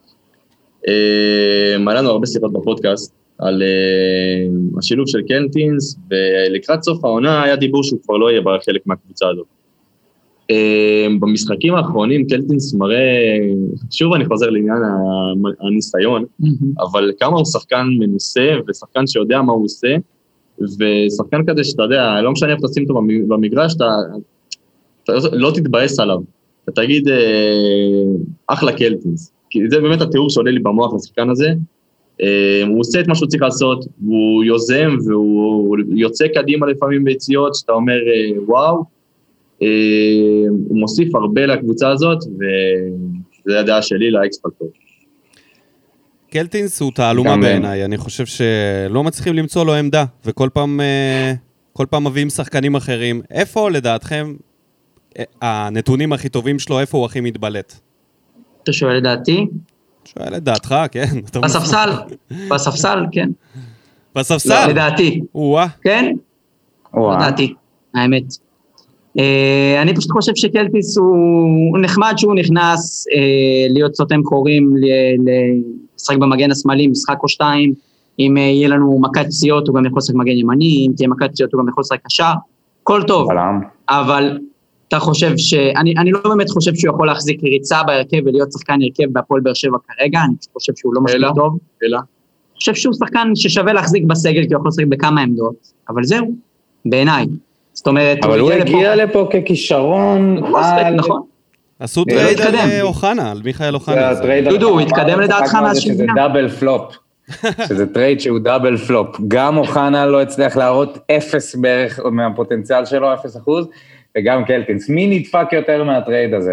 Speaker 5: היה לנו הרבה שיחות בפודקאסט, על uh, השילוב של קלטינס, ולקראת סוף העונה היה דיבור שהוא כבר לא יהיה בחלק מהקבוצה הזאת. Uh, במשחקים האחרונים קלטינס מראה, שוב אני חוזר לעניין הניסיון, mm-hmm. אבל כמה הוא שחקן מנוסה, ושחקן שיודע מה הוא עושה, ושחקן כזה שאתה יודע, לא משנה איך תשים אותו במגרש, אתה, אתה לא תתבאס עליו, אתה תגיד uh, אחלה קלטינס, כי זה באמת התיאור שעולה לי במוח לשחקן הזה, הוא עושה את מה שהוא צריך לעשות, הוא יוזם והוא יוצא קדימה לפעמים ביציאות, שאתה אומר וואו, הוא מוסיף הרבה לקבוצה הזאת, וזו הדעה שלי לאקס פקטור.
Speaker 1: קלטינס הוא תעלומה בעיניי, אני חושב שלא מצליחים למצוא לו עמדה, וכל פעם, כל פעם מביאים שחקנים אחרים. איפה לדעתכם הנתונים הכי טובים שלו, איפה הוא הכי מתבלט?
Speaker 4: אתה שואל לדעתי?
Speaker 1: שואל את דעתך, כן.
Speaker 4: בספסל, בספסל, כן.
Speaker 1: בספסל?
Speaker 4: לדעתי.
Speaker 1: וואה.
Speaker 4: כן? לדעתי, האמת. אני פשוט חושב שקלטיס הוא נחמד שהוא נכנס להיות סותם חורים, לשחק במגן השמאלי, משחק או שתיים, אם יהיה לנו מכת פציעות הוא גם יכול לשחק מגן ימני, אם תהיה מכת פציעות הוא גם יכול לשחק קשר, כל טוב. אבל... אתה חושב ש... אני, אני לא באמת חושב שהוא יכול להחזיק ריצה בהרכב ולהיות שחקן הרכב בהפועל באר שבע כרגע, אני חושב שהוא לא מספיק טוב.
Speaker 5: אלא?
Speaker 4: אני חושב שהוא שחקן ששווה להחזיק בסגל, כי הוא יכול לשחק בכמה עמדות, אבל זהו, בעיניי. זאת אומרת,
Speaker 6: אבל הוא הגיע לפה ככישרון...
Speaker 4: נכון.
Speaker 1: עשו טרייד על אוחנה, על מיכאל אוחנה.
Speaker 4: דודו, הוא התקדם לדעתך מאז
Speaker 6: שזה דאבל פלופ. שזה טרייד שהוא דאבל פלופ. גם אוחנה לא הצליח להראות אפס בערך מהפוטנציאל שלו, אפס אחוז, וגם קלטינס. מי נדפק יותר מהטרייד הזה?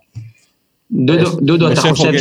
Speaker 4: דודו,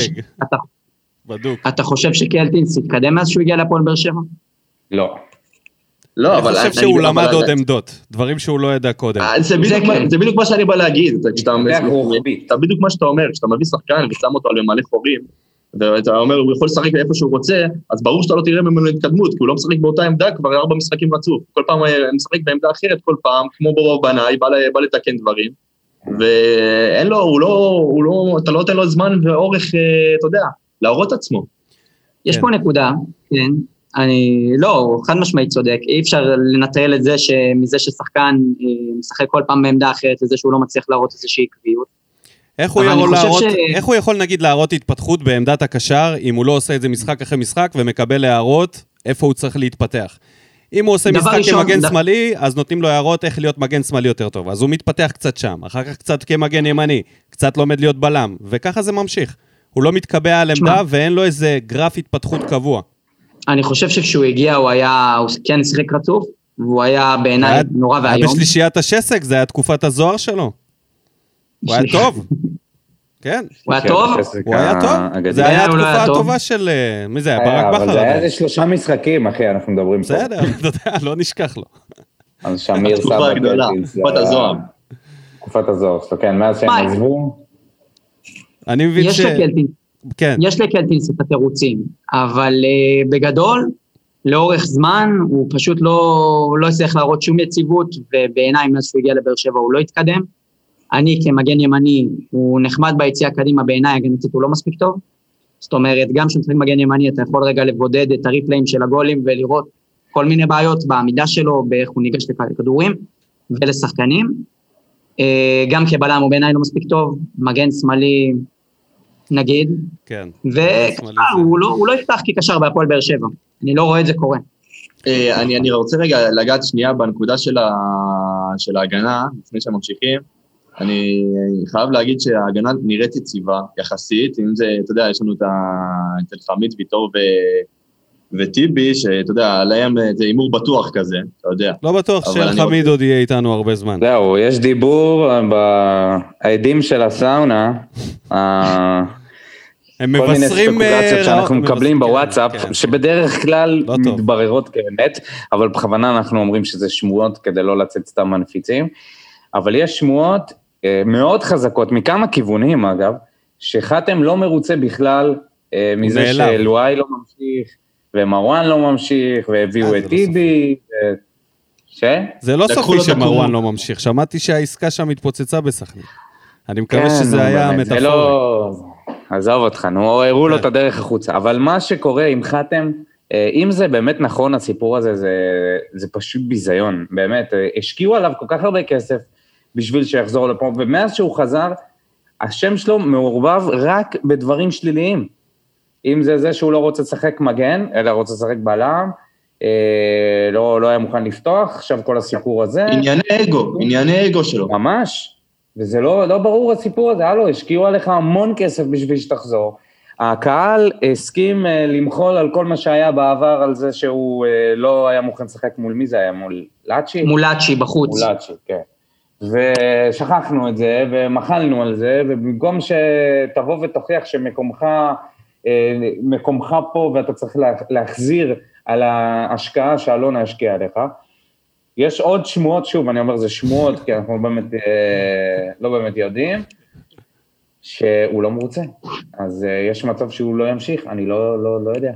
Speaker 4: אתה חושב שקלטינס התקדם מאז שהוא הגיע להפועל באר שבע?
Speaker 6: לא.
Speaker 5: לא,
Speaker 1: אבל... אני חושב שהוא למד עוד עמדות, דברים שהוא לא ידע קודם.
Speaker 5: זה בדיוק מה שאני בא להגיד. זה בדיוק מה שאתה אומר, כשאתה מביא שחקן ושם אותו על מלא חורים, ואתה אומר, הוא יכול לשחק איפה שהוא רוצה, אז ברור שאתה לא תראה ממנו התקדמות, כי הוא לא משחק באותה עמדה כבר ארבע משחקים רצוף. כל פעם הוא משחק בעמדה אחרת, כל פעם, כמו בורוב בנאי, בא לתקן דברים, ואין לו, הוא לא, הוא לא, אתה לא נותן לו זמן ואורך, אתה יודע, להראות עצמו.
Speaker 4: יש פה נקודה, כן, אני, לא, חד משמעית צודק, אי אפשר לנטרל את זה שמזה ששחקן משחק כל פעם בעמדה אחרת, לזה שהוא לא מצליח להראות איזושהי עקביות.
Speaker 1: איך הוא, יכול להראות, ש... איך הוא יכול נגיד להראות התפתחות בעמדת הקשר, אם הוא לא עושה את זה משחק אחרי משחק, ומקבל הערות איפה הוא צריך להתפתח. אם הוא עושה משחק ראשון, כמגן ד... שמאלי, אז נותנים לו הערות איך להיות מגן שמאלי יותר טוב. אז הוא מתפתח קצת שם, אחר כך קצת כמגן ימני, קצת לומד להיות בלם, וככה זה ממשיך. הוא לא מתקבע על עמדה, ואין לו איזה גרף התפתחות קבוע.
Speaker 4: אני חושב שכשהוא הגיע, הוא היה, הוא כן שיחק רצוף, והוא היה בעיניי נורא והיום.
Speaker 1: היה בשלישיית השסק, זה היה תקופת הזוהר שלו. הוא היה טוב. כן.
Speaker 4: הוא היה טוב?
Speaker 1: הוא היה טוב. זה היה התקופה הטובה של... מי זה היה? ברק בכר.
Speaker 6: אבל זה היה איזה שלושה משחקים, אחי, אנחנו מדברים פה.
Speaker 1: בסדר, אתה יודע, לא נשכח לו.
Speaker 6: אז שמיר סבא.
Speaker 5: תקופה גדולה, תקופת הזוהר.
Speaker 6: תקופת הזוהר, כן, מאז שהם עזבו.
Speaker 1: אני מבין ש...
Speaker 4: כן. יש לקלטינס את התירוצים, אבל uh, בגדול, לאורך זמן, הוא פשוט לא, לא הצליח להראות שום יציבות, ובעיניי מאז שהוא הגיע לבאר שבע הוא לא התקדם. אני כמגן ימני, הוא נחמד ביציאה קדימה, בעיניי הגנתית הוא לא מספיק טוב. זאת אומרת, גם כשמשחק מגן ימני, אתה יכול רגע לבודד את הריפליים של הגולים, ולראות כל מיני בעיות בעמידה שלו, באיך הוא ניגש לכדורים, ולשחקנים. Uh, גם כבלם הוא בעיניי לא מספיק טוב, מגן שמאלי, נגיד,
Speaker 1: כן.
Speaker 4: והוא לא, הוא לא יפתח כקשר בהפועל באר שבע. אני לא רואה את זה קורה.
Speaker 5: אני, אני רוצה רגע לגעת שנייה בנקודה של, ה, של ההגנה, לפני שממשיכים. אני חייב להגיד שההגנה נראית יציבה, יחסית, אם זה, אתה יודע, יש לנו את אלחמיד, ויטור ו... וטיבי, שאתה יודע, עליהם זה אימור בטוח כזה, אתה יודע.
Speaker 1: לא בטוח שאלחמיד עוד יהיה איתנו הרבה זמן.
Speaker 6: זהו, יש דיבור בעדים של הסאונה,
Speaker 1: הם מבשרים...
Speaker 6: כל מיני ספקולציות שאנחנו מקבלים בוואטסאפ, שבדרך כלל מתבררות כאמת, אבל בכוונה אנחנו אומרים שזה שמועות כדי לא לצאת סתם מנפיצים, אבל יש שמועות מאוד חזקות, מכמה כיוונים אגב, שחתם לא מרוצה בכלל מזה שלואי לא ממשיך, ומרואן לא ממשיך, והביאו את טיבי, ש?
Speaker 1: זה לא סופי שמרואן לא ממשיך, שמעתי שהעסקה שם התפוצצה בסכנין. אני מקווה שזה היה מטאפורי.
Speaker 6: עזוב אותך, נו, הראו לו את הדרך החוצה, אבל מה שקורה עם חתם, אם זה באמת נכון הסיפור הזה, זה פשוט ביזיון, באמת, השקיעו עליו כל כך הרבה כסף, בשביל שיחזור לפה, ומאז שהוא חזר, השם שלו מעורבב רק בדברים שליליים, אם זה זה שהוא לא רוצה לשחק מגן, אלא רוצה לשחק בלם, לא, לא היה מוכן לפתוח, עכשיו כל הסיפור הזה.
Speaker 5: ענייני אגו, ענייני אגו שלו.
Speaker 6: ממש, וזה לא, לא ברור הסיפור הזה, הלו, השקיעו עליך המון כסף בשביל שתחזור. הקהל הסכים למחול על כל מה שהיה בעבר, על זה שהוא לא היה מוכן לשחק מול מי זה היה, מול לאצ'י?
Speaker 4: מול לאצ'י בחוץ.
Speaker 6: מול לאצ'י, כן. ושכחנו את זה, ומחלנו על זה, ובמקום שתבוא ותוכיח שמקומך, מקומך פה, ואתה צריך להחזיר על ההשקעה שאלונה השקיע עליך, יש עוד שמועות, שוב, אני אומר, זה שמועות, כי אנחנו באמת, לא באמת יודעים, שהוא לא מרוצה. אז יש מצב שהוא לא ימשיך, אני לא, לא, לא יודע.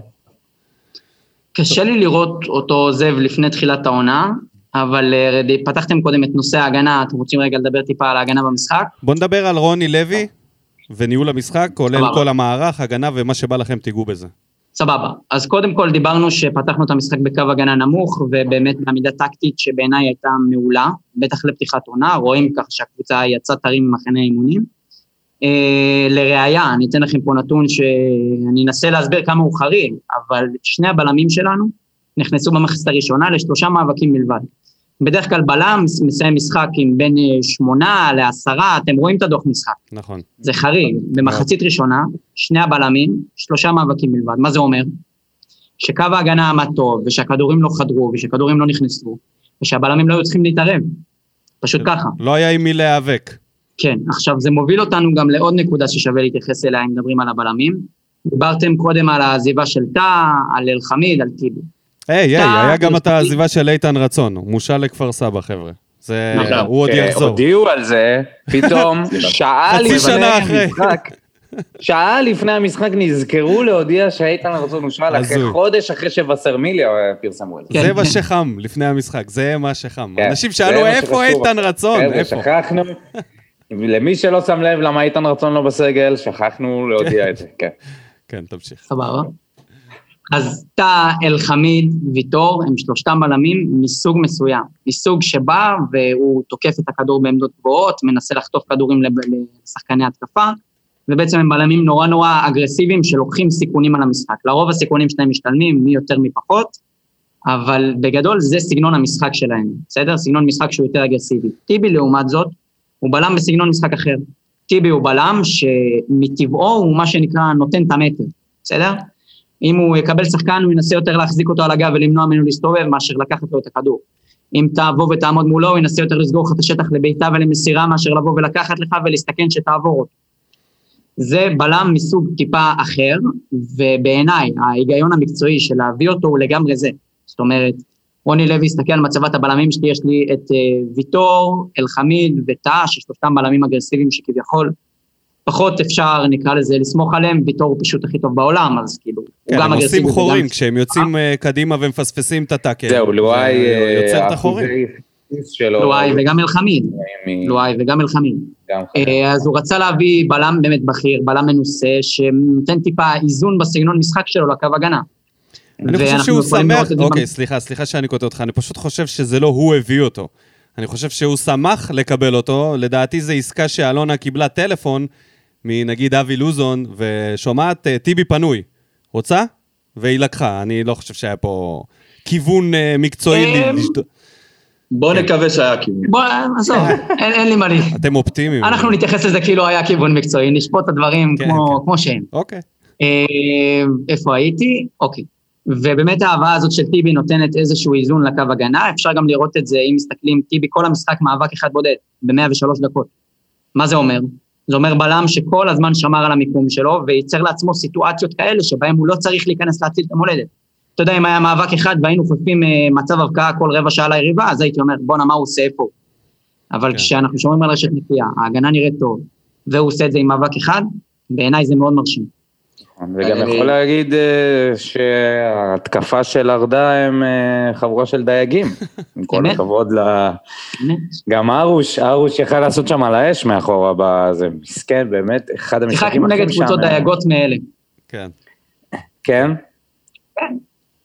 Speaker 4: קשה לי לראות אותו עוזב לפני תחילת העונה, אבל פתחתם קודם את נושא ההגנה, אתם רוצים רגע לדבר טיפה על ההגנה במשחק?
Speaker 1: בוא נדבר על רוני לוי וניהול המשחק, כולל כל המערך, הגנה ומה שבא לכם תיגעו בזה.
Speaker 4: סבבה, אז קודם כל דיברנו שפתחנו את המשחק בקו הגנה נמוך, ובאמת בעמידה טקטית שבעיניי הייתה מעולה, בטח לפתיחת עונה, רואים ככה שהקבוצה יצאה תרים ממחנה האימונים. אה, לראיה, אני אתן לכם פה נתון שאני אנסה להסביר כמה הוא חריג, אבל שני הבלמים שלנו נכנסו במחצית הראשונה לשלושה מאבקים מלבד. בדרך כלל בלם מסיים משחק עם בין שמונה לעשרה, אתם רואים את הדוח משחק.
Speaker 1: נכון.
Speaker 4: זה חריג. במחצית ראשונה, שני הבלמים, שלושה מאבקים מלבד. מה זה אומר? שקו ההגנה עמד טוב, ושהכדורים לא חדרו, ושהכדורים לא נכנסו, ושהבלמים לא היו צריכים להתערב. פשוט ככה.
Speaker 1: לא היה עם מי להיאבק.
Speaker 4: כן, עכשיו זה מוביל אותנו גם לעוד נקודה ששווה להתייחס אליה, אם מדברים על הבלמים. דיברתם קודם על העזיבה של תא, על אלחמיד, על טיבי.
Speaker 1: היי, היי, היה גם את העזיבה של איתן רצון, הוא מושל לכפר סבא, חבר'ה. זה, הוא עוד יחזור.
Speaker 6: הודיעו על זה, פתאום, שעה לפני המשחק, שעה לפני המשחק נזכרו להודיע שאיתן רצון מושל, אחרי חודש אחרי שבסרמיליה פרסמו את זה.
Speaker 1: זה מה שחם לפני המשחק, זה מה שחם. אנשים שאלו איפה איתן רצון, איפה?
Speaker 6: שכחנו, למי שלא שם לב למה איתן רצון לא בסגל, שכחנו להודיע את זה, כן.
Speaker 1: כן, תמשיך.
Speaker 4: סבבה. אז תא, אלחמיד, ויטור, הם שלושתם בלמים מסוג מסוים, מסוג שבא והוא תוקף את הכדור בעמדות גבוהות, מנסה לחטוף כדורים לשחקני התקפה, ובעצם הם בלמים נורא נורא אגרסיביים שלוקחים סיכונים על המשחק. לרוב הסיכונים שלהם משתלמים, מי יותר מפחות, אבל בגדול זה סגנון המשחק שלהם, בסדר? סגנון משחק שהוא יותר אגרסיבי. טיבי לעומת זאת, הוא בלם בסגנון משחק אחר. טיבי הוא בלם שמטבעו הוא מה שנקרא נותן את המטר, בסדר? אם הוא יקבל שחקן, הוא ינסה יותר להחזיק אותו על הגב ולמנוע ממנו להסתובב, מאשר לקחת לו את הכדור. אם תעבור ותעמוד מולו, הוא ינסה יותר לסגור לך את השטח לביתה ולמסירה, מאשר לבוא ולקחת לך ולהסתכן שתעבור אותו. זה בלם מסוג טיפה אחר, ובעיניי, ההיגיון המקצועי של להביא אותו הוא לגמרי זה. זאת אומרת, רוני לוי הסתכל על מצבת הבלמים שלי, יש לי את uh, ויטור, אלחמיד וטאה, ששלושתם בלמים אגרסיביים שכביכול, פחות אפשר, נקרא לזה, לסמוך עליהם, ויטור הוא פשוט הכי טוב בעולם, אז כאילו,
Speaker 1: כן,
Speaker 4: הוא גם אגרסיבי.
Speaker 1: הם עושים חורים, כשהם יוצאים uh, קדימה ומפספסים את הטאקל.
Speaker 6: זהו, לואי,
Speaker 1: יוצר את החורים.
Speaker 4: לואי וגם אלחמיד. לואי וגם אלחמיד. אז הוא רצה להביא בלם באמת בכיר, בלם מנוסה, שנותן טיפה איזון בסגנון משחק שלו לקו הגנה.
Speaker 1: אני חושב שהוא שמח, אוקיי, סליחה, סליחה שאני כותב אותך, אני פשוט חושב שזה לא הוא הביא אותו. אני חושב שהוא שמח לקבל אותו, לדעתי זה עסקה שאלונה קיבלה טלפון, מנגיד אבי לוזון, ושומעת טיבי פנוי. רוצה? והיא לקחה, אני לא חושב שהיה פה כיוון מקצועי.
Speaker 5: בוא נקווה שהיה כיוון.
Speaker 4: בוא, עזוב, אין לי מה לי.
Speaker 1: אתם אופטימיים.
Speaker 4: אנחנו נתייחס לזה כאילו היה כיוון מקצועי, נשפוט את הדברים כמו שהם.
Speaker 1: אוקיי.
Speaker 4: איפה הייתי? אוקיי. ובאמת האהבה הזאת של טיבי נותנת איזשהו איזון לקו הגנה, אפשר גם לראות את זה, אם מסתכלים, טיבי כל המשחק מאבק אחד בודד, ב-מאה ושלוש דקות. מה זה אומר? זה אומר בלם שכל הזמן שמר על המיקום שלו, וייצר לעצמו סיטואציות כאלה, שבהם הוא לא צריך להיכנס להציל את המולדת. אתה יודע, אם היה מאבק אחד, והיינו חושבים מצב הבקעה כל רבע שעה ליריבה, אז הייתי אומר, בוא נמה הוא עושה פה. אבל כן. כשאנחנו שומרים על רשת נקייה, ההגנה נראית טוב, והוא עושה את זה עם מאבק אחד, בעיניי זה מאוד מרשים.
Speaker 6: וגם אני... יכול להגיד שההתקפה של ארדה הם חבורה של דייגים, עם כל הכבוד ל... גם ארוש, ארוש יכל לעשות שם על האש מאחורה, זה מסכן, באמת, אחד המשחקים
Speaker 4: שיחקנו נגד קבוצות דייגות מאלה.
Speaker 1: כן.
Speaker 6: כן?
Speaker 4: כן.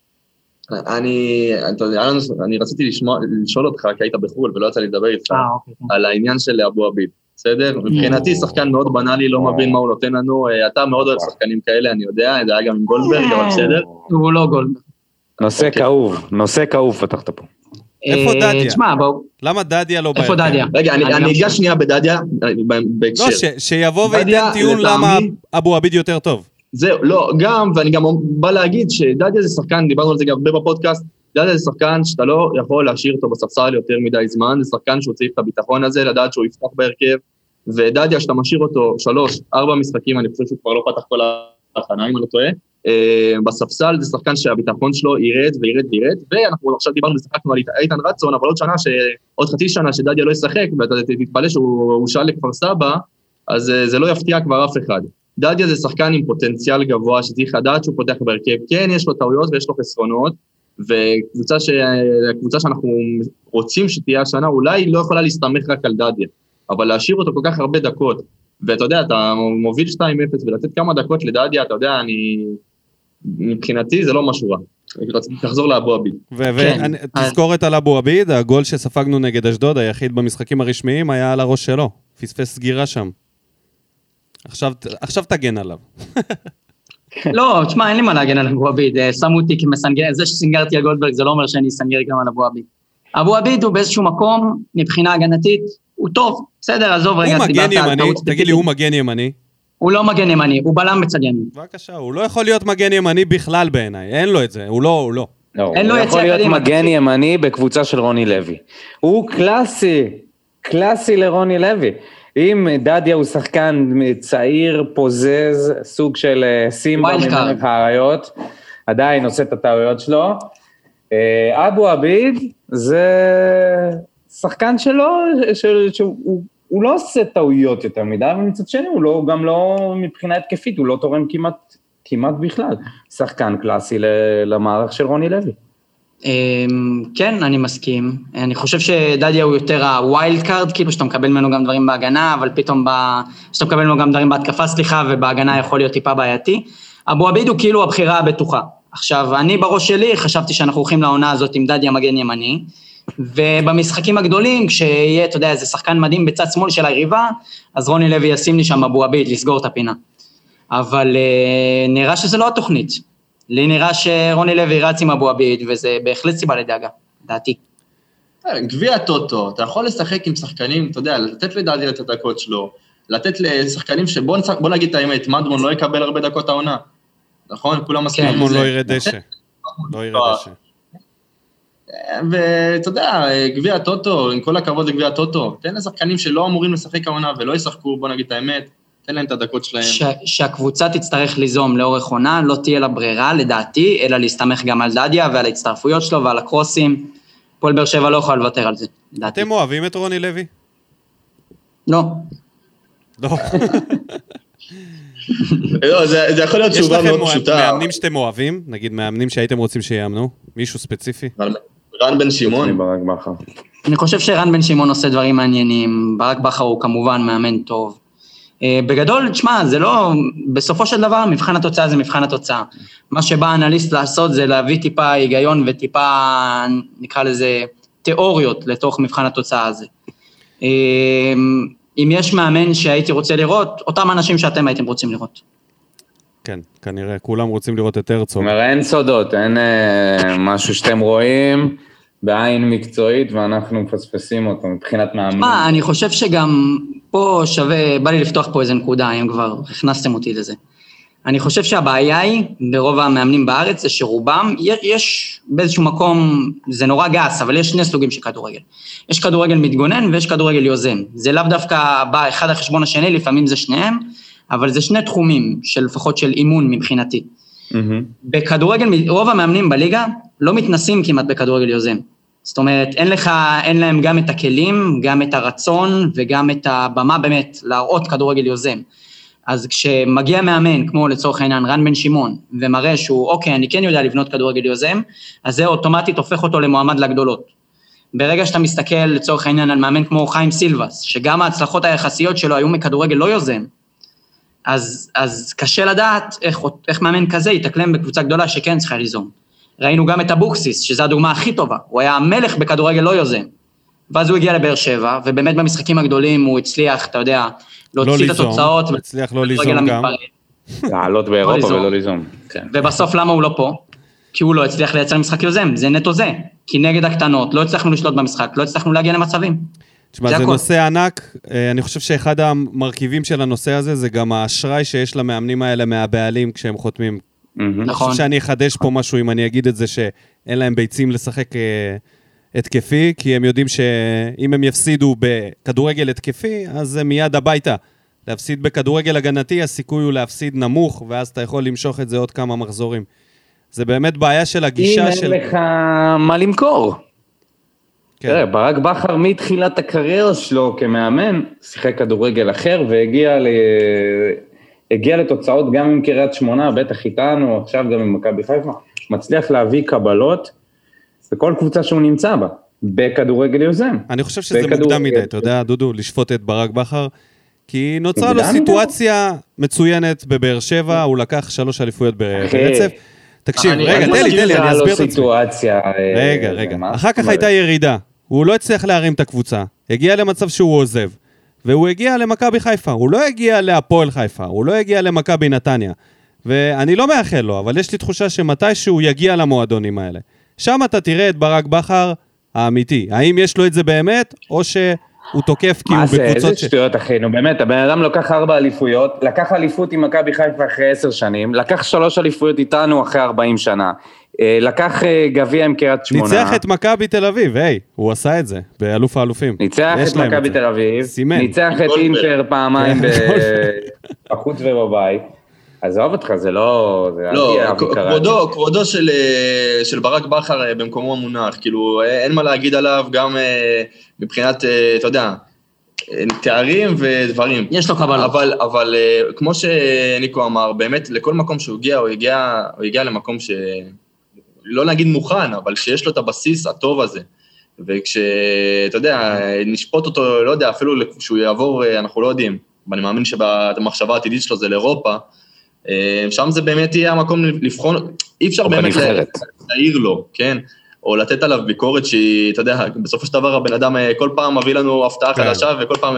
Speaker 5: אני, אני רציתי לשאול אותך, כי היית בחול ולא יצא לי לדבר איתך, על העניין של אבו עביד. בסדר? מבחינתי שחקן מאוד בנאלי, לא מבין מה הוא נותן לנו, אתה מאוד אוהב שחקנים כאלה, אני יודע, זה היה גם עם גולדברג, אבל בסדר?
Speaker 4: הוא לא גולדברג.
Speaker 6: נושא כאוב, נושא כאוב פתחת פה.
Speaker 1: איפה דדיה?
Speaker 4: תשמע, בואו.
Speaker 1: למה דדיה לא...
Speaker 4: איפה דדיה?
Speaker 5: רגע, אני אגע שנייה בדדיה, בהקשר.
Speaker 1: לא, שיבוא וייתן טיעון למה אבו עביד יותר טוב.
Speaker 5: זהו, לא, גם, ואני גם בא להגיד שדדיה זה שחקן, דיברנו על זה גם הרבה בפודקאסט, דדיה זה שחקן שאתה לא יכול להשאיר אותו בספסל יותר מדי זמן, זה שחקן שהוא צריך את הביטחון הזה, לדעת שהוא יפתח בהרכב, ודדיה שאתה משאיר אותו שלוש, ארבע משחקים, אני חושב שהוא כבר לא פתח כל ההכנה, אם אני לא טועה, בספסל זה שחקן שהביטחון שלו ירד וירד וירד, ואנחנו עכשיו דיברנו ושחקנו על איתן רצון, אבל עוד שנה, עוד חצי שנה שדדיה לא ישחק, ואתה תתפלא שהוא שאל לכפר סבא, אז זה לא יפתיע כבר אף אחד. דדיה זה שחקן עם פוטנציאל גבוה, שצריך לדעת שהוא פותח בהרכב, כן יש לו טעויות ויש לו חסרונות, וקבוצה ש... קבוצה שאנחנו רוצים שתהיה השנה, אולי לא יכולה להסתמך רק על דדיה, אבל להשאיר אותו כל כך הרבה דקות, ואתה יודע, אתה מוביל שתיים אפס, ולתת כמה דקות לדדיה, אתה יודע, אני... מבחינתי זה לא משהו רע. תחזור לאבו עביד.
Speaker 1: ותזכורת על אבו עביד, הגול שספגנו נגד אשדוד, היחיד במשחקים הרשמיים, היה על הראש שלו. פספס סגירה שם. עכשיו, עכשיו תגן עליו.
Speaker 4: לא, תשמע, אין לי מה להגן על אבו עביד. שמו אותי כמסנגר, זה שסינגרתי על גולדברג, זה לא אומר שאני אסנגר גם על אבו עביד. אבו עביד הוא באיזשהו מקום, מבחינה הגנתית, הוא טוב. בסדר, עזוב רגע.
Speaker 1: הוא מגן ימני, תגיד לי, הוא מגן ימני?
Speaker 4: הוא לא מגן ימני, הוא בלם בצד ימין.
Speaker 1: בבקשה, הוא לא יכול להיות מגן ימני בכלל בעיניי, אין לו את זה, הוא לא, הוא לא.
Speaker 6: לא, הוא יכול להיות מגן ימני בקבוצה של רוני לוי. הוא קלאסי, קלאסי לרוני לוי. אם דדיה הוא שחקן צעיר, פוזז, סוג של סימבה ממלך האריות, עדיין עושה את הטעויות שלו. אבו עביד זה שחקן שלו, שהוא הוא לא עושה טעויות יותר מדי, אבל מצד שני הוא לא, גם לא מבחינה התקפית, הוא לא תורם כמעט, כמעט בכלל. שחקן קלאסי למערך של רוני לוי.
Speaker 4: כן, אני מסכים. אני חושב שדדיה הוא יותר הווילד קארד, כאילו שאתה מקבל ממנו גם דברים בהגנה, אבל פתאום שאתה מקבל ממנו גם דברים בהתקפה, סליחה, ובהגנה יכול להיות טיפה בעייתי. אבו עביד הוא כאילו הבחירה הבטוחה. עכשיו, אני בראש שלי חשבתי שאנחנו הולכים לעונה הזאת עם דדיה מגן ימני, ובמשחקים הגדולים, כשיהיה, אתה יודע, איזה שחקן מדהים בצד שמאל של היריבה, אז רוני לוי ישים לי שם אבו עביד לסגור את הפינה. אבל נראה שזה לא התוכנית. לי נראה שרוני לוי רץ עם אבו עביד, וזה בהחלט סיבה לדאגה, דעתי.
Speaker 5: גביע טוטו, אתה יכול לשחק עם שחקנים, אתה יודע, לתת לדדיה את הדקות שלו, לתת לשחקנים שבוא בוא נגיד את האמת, מדמון לא יקבל הרבה דקות העונה, נכון? כולם מסכימים.
Speaker 1: מדמון לא ירד דשא. לא ירד דשא.
Speaker 5: ואתה יודע, גביע הטוטו, עם כל הכבוד לגביע הטוטו, תן לשחקנים שלא אמורים לשחק העונה ולא ישחקו, בוא נגיד את האמת, תן להם את הדקות שלהם.
Speaker 4: ש- שהקבוצה תצטרך ליזום לאורך עונה, לא תהיה לה ברירה לדעתי, אלא להסתמך גם על דדיה ועל ההצטרפויות שלו ועל הקרוסים. פועל באר שבע לא יכול לוותר על זה, לדעתי.
Speaker 1: אתם אוהבים את רוני לוי?
Speaker 5: לא.
Speaker 1: לא.
Speaker 5: לא, זה, זה יכול להיות תשובה מאוד פשוטה.
Speaker 1: יש לכם מאמנים שאתם אוהבים? נגיד מאמנים שהייתם רוצים שיאמנו? מישהו ספציפי?
Speaker 5: רן בן שמעון.
Speaker 6: ברק בכר.
Speaker 4: אני חושב שרן בן שמעון עושה דברים מעניינים, ברק בכר הוא כמובן מאמן טוב. בגדול, תשמע, זה לא, בסופו של דבר, מבחן התוצאה זה מבחן התוצאה. מה שבא אנליסט לעשות זה להביא טיפה היגיון וטיפה, נקרא לזה, תיאוריות לתוך מבחן התוצאה הזה. אם יש מאמן שהייתי רוצה לראות, אותם אנשים שאתם הייתם רוצים לראות.
Speaker 1: כן, כנראה, כולם רוצים לראות את הרצוג.
Speaker 6: זאת אומרת, אין סודות, אין אה, משהו שאתם רואים בעין מקצועית, ואנחנו מפספסים אותו מבחינת מאמנים.
Speaker 4: מה, אני חושב שגם פה שווה, בא לי לפתוח פה איזה נקודה, אם כבר הכנסתם אותי לזה. אני חושב שהבעיה היא, ברוב המאמנים בארץ, זה שרובם, יש באיזשהו מקום, זה נורא גס, אבל יש שני סוגים של כדורגל. יש כדורגל מתגונן ויש כדורגל יוזם. זה לאו דווקא בא אחד על חשבון השני, לפעמים זה שניהם, אבל זה שני תחומים, של לפחות של אימון מבחינתי. Mm-hmm. בכדורגל, רוב המאמנים בליגה לא מתנסים כמעט בכדורגל יוזם. זאת אומרת, אין לך, אין להם גם את הכלים, גם את הרצון, וגם את הבמה באמת, להראות כדורגל יוזם. אז כשמגיע מאמן, כמו לצורך העניין, רן בן שמעון, ומראה שהוא, אוקיי, אני כן יודע לבנות כדורגל יוזם, אז זה אוטומטית הופך אותו למועמד לגדולות. ברגע שאתה מסתכל לצורך העניין על מאמן כמו חיים סילבס, שגם ההצלחות היחסיות שלו היו מכדורגל לא יוזם, אז, אז קשה לדעת איך, איך מאמן כזה יתקלם בקבוצה גדולה שכן צריכה ליזום. ראינו גם את אבוקסיס, שזו הדוגמה הכי טובה, הוא היה המלך בכדורגל לא יוזם, ואז הוא הגיע לבאר שבע, ובאמת במשחקים הגדולים הוא הצליח, אתה יודע, להוציא את התוצאות.
Speaker 1: הוא הצליח לא ליזום גם.
Speaker 6: לעלות באירופה ולא ליזום.
Speaker 4: ובסוף למה הוא לא פה? כי הוא לא הצליח לייצר משחק יוזם, זה נטו זה. כי נגד הקטנות לא הצלחנו לשלוט במשחק, לא הצלחנו להגיע למצבים.
Speaker 1: תשמע, זה, זה נושא ענק, אני חושב שאחד המרכיבים של הנושא הזה, זה גם האשראי שיש למאמנים האלה מהבעלים כשהם חותמים. נכון. אני חושב שאני אחדש פה משהו אם אני אגיד את זה שאין להם ביצים לשחק התקפי, כי הם יודעים שאם הם יפסידו בכדורגל התקפי, אז זה מיד הביתה. להפסיד בכדורגל הגנתי, הסיכוי הוא להפסיד נמוך, ואז אתה יכול למשוך את זה עוד כמה מחזורים. זה באמת בעיה של הגישה
Speaker 6: אם
Speaker 1: של...
Speaker 6: אין לך מה למכור. כן. תראה, ברק בכר מתחילת הקריירה שלו כמאמן, שיחק כדורגל אחר, והגיע ל... הגיע לתוצאות גם עם קריית שמונה, בטח איתנו, עכשיו גם עם מכבי חיפה, מצליח להביא קבלות, בכל קבוצה שהוא נמצא בה, בכדורגל יוזם.
Speaker 1: אני חושב שזה מוקדם מדי, אתה יודע, דודו, לשפוט את ברק בכר, כי נוצרה לו סיטואציה מצוינת בבאר שבע, הוא לקח שלוש אליפויות ברצף. תקשיב, רגע, תן לי, תן לי, אני אסביר את עצמי. רגע, רגע, אחר כך הייתה ירידה, הוא לא הצליח להרים את הקבוצה, הגיע למצב שהוא עוזב, והוא הגיע למכבי חיפה, הוא לא הגיע להפועל חיפה, הוא לא הגיע למכבי נתניה, ואני לא מאחל לו, אבל יש לי תחושה שמתי שהוא יגיע למועדונים האלה. שם אתה תראה את ברק בכר האמיתי. האם יש לו את זה באמת, או שהוא תוקף כי הוא בקבוצות...
Speaker 6: מה זה, איזה שטויות אחי, נו באמת, הבן אדם לקח ארבע אליפויות, לקח אליפות עם מכבי חיפה אחרי עשר שנים, לקח שלוש אליפויות איתנו אחרי ארבעים שנה, לקח גביע עם קריית שמונה.
Speaker 1: ניצח את מכבי תל אביב, היי, הוא עשה את זה, באלוף האלופים.
Speaker 6: ניצח את מכבי תל אביב, ניצח את אינטר פעמיים בחוץ ובבית. עזוב אותך, זה לא...
Speaker 5: לא, כבודו, כבודו של, של ברק בכר במקומו המונח, כאילו אין מה להגיד עליו גם מבחינת, אתה יודע, תארים ודברים.
Speaker 4: יש לו קבלה.
Speaker 5: אבל, אבל כמו שניקו אמר, באמת לכל מקום שהוא הגיע, הוא הגיע, הוא הגיע למקום ש... לא נגיד מוכן, אבל שיש לו את הבסיס הטוב הזה. וכשאתה יודע, נשפוט אותו, לא יודע, אפילו שהוא יעבור, אנחנו לא יודעים, ואני מאמין שבמחשבה העתידית שלו זה לאירופה, שם זה באמת יהיה המקום לבחון, אי אפשר באמת להעיר לו, כן? או לתת עליו ביקורת שהיא, אתה יודע, בסופו של דבר הבן אדם כל פעם מביא לנו הפתעה חדשה, וכל פעם,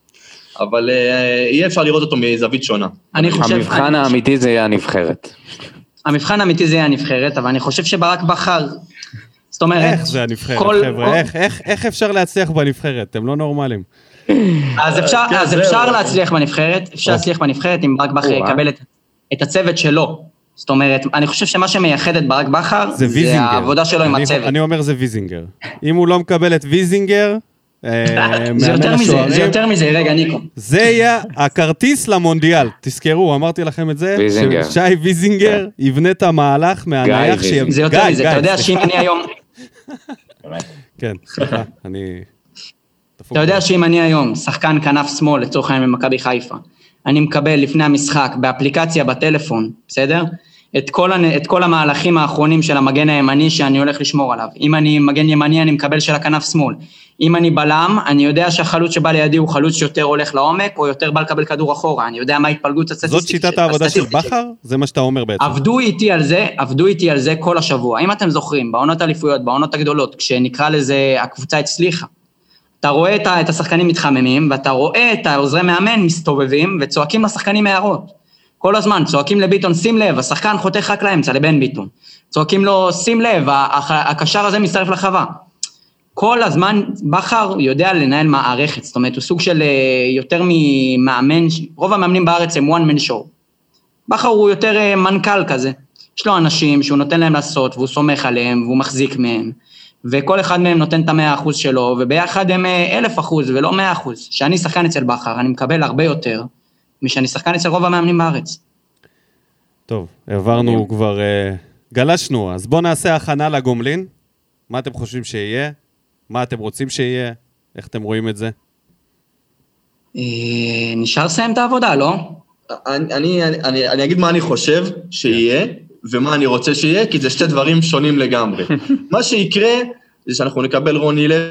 Speaker 5: אבל אי אפשר לראות אותו מזווית שונה.
Speaker 6: המבחן האמיתי זה יהיה הנבחרת.
Speaker 4: המבחן האמיתי זה יהיה הנבחרת, אבל אני חושב שברק בכר, זאת אומרת...
Speaker 1: איך זה הנבחרת, חבר'ה? איך אפשר להצליח בנבחרת? אתם לא נורמלים.
Speaker 4: אז אפשר, אז אפשר להצליח בנבחרת, אפשר להצליח בנבחרת אם ברק בכר יקבל את הצוות שלו. זאת אומרת, אני חושב שמה שמייחד את ברק בכר, זה העבודה שלו עם הצוות.
Speaker 1: אני אומר זה ויזינגר. אם הוא לא מקבל את ויזינגר,
Speaker 4: זה יותר מזה, זה יותר מזה, רגע, ניקו.
Speaker 1: זה יהיה הכרטיס למונדיאל, תזכרו, אמרתי לכם את זה, שי ויזינגר יבנה את המהלך מהנייח שיהיה...
Speaker 4: זה יותר מזה, אתה יודע שאם אני היום...
Speaker 1: כן, סליחה, אני...
Speaker 4: אתה יודע שאם אני היום, שחקן כנף שמאל, לצורך העניין במכבי חיפה, אני מקבל לפני המשחק, באפליקציה, בטלפון, בסדר? את כל, את כל המהלכים האחרונים של המגן הימני שאני הולך לשמור עליו. אם אני מגן ימני, אני מקבל של הכנף שמאל. אם אני בלם, אני יודע שהחלוץ שבא לידי הוא חלוץ שיותר הולך לעומק, או יותר בא לקבל כדור אחורה. אני יודע מה התפלגות הסטטיסטית.
Speaker 1: זאת שיטת העבודה של בכר? זה מה שאתה אומר בעצם.
Speaker 4: עבדו איתי על זה, עבדו איתי על זה כל השבוע. אם אתם זוכרים, בעונות האליפויות, בעונות הגדולות, כשנקרא לזה הקבוצה הצליחה, אתה רואה את השחקנים מתחממים, ואתה רואה את העוזרי מאמן מסתובבים, וצועקים לשחקנים הערות. כל הזמן, צועקים לביטון, שים לב, השחקן חותך רק לאמצע, לבן ביטון. צועקים לו, שים לב, הקשר הזה מצטרף לחווה. כל הזמן, בכר יודע לנהל מערכת, זאת אומרת, הוא סוג של יותר ממאמן, רוב המאמנים בארץ הם one man show. בכר הוא יותר מנכ"ל כזה. יש לו אנשים שהוא נותן להם לעשות, והוא סומך עליהם, והוא מחזיק מהם, וכל אחד מהם נותן את המאה אחוז שלו, וביחד הם אלף אחוז ולא מאה אחוז. שאני שחקן אצל בכר, אני מקבל הרבה יותר, משאני שחקן אצל רוב המאמנים בארץ.
Speaker 1: טוב, עברנו כבר, גלשנו, אז בואו נעשה הכנה לגומלין. מה אתם חושבים שיהיה? מה אתם רוצים שיהיה? איך אתם רואים את זה?
Speaker 4: נשאר לסיים את העבודה, לא?
Speaker 5: אני, אני, אני אגיד מה אני חושב שיהיה, ומה אני רוצה שיהיה, כי זה שתי דברים שונים לגמרי. מה שיקרה, זה שאנחנו נקבל רוני לוי,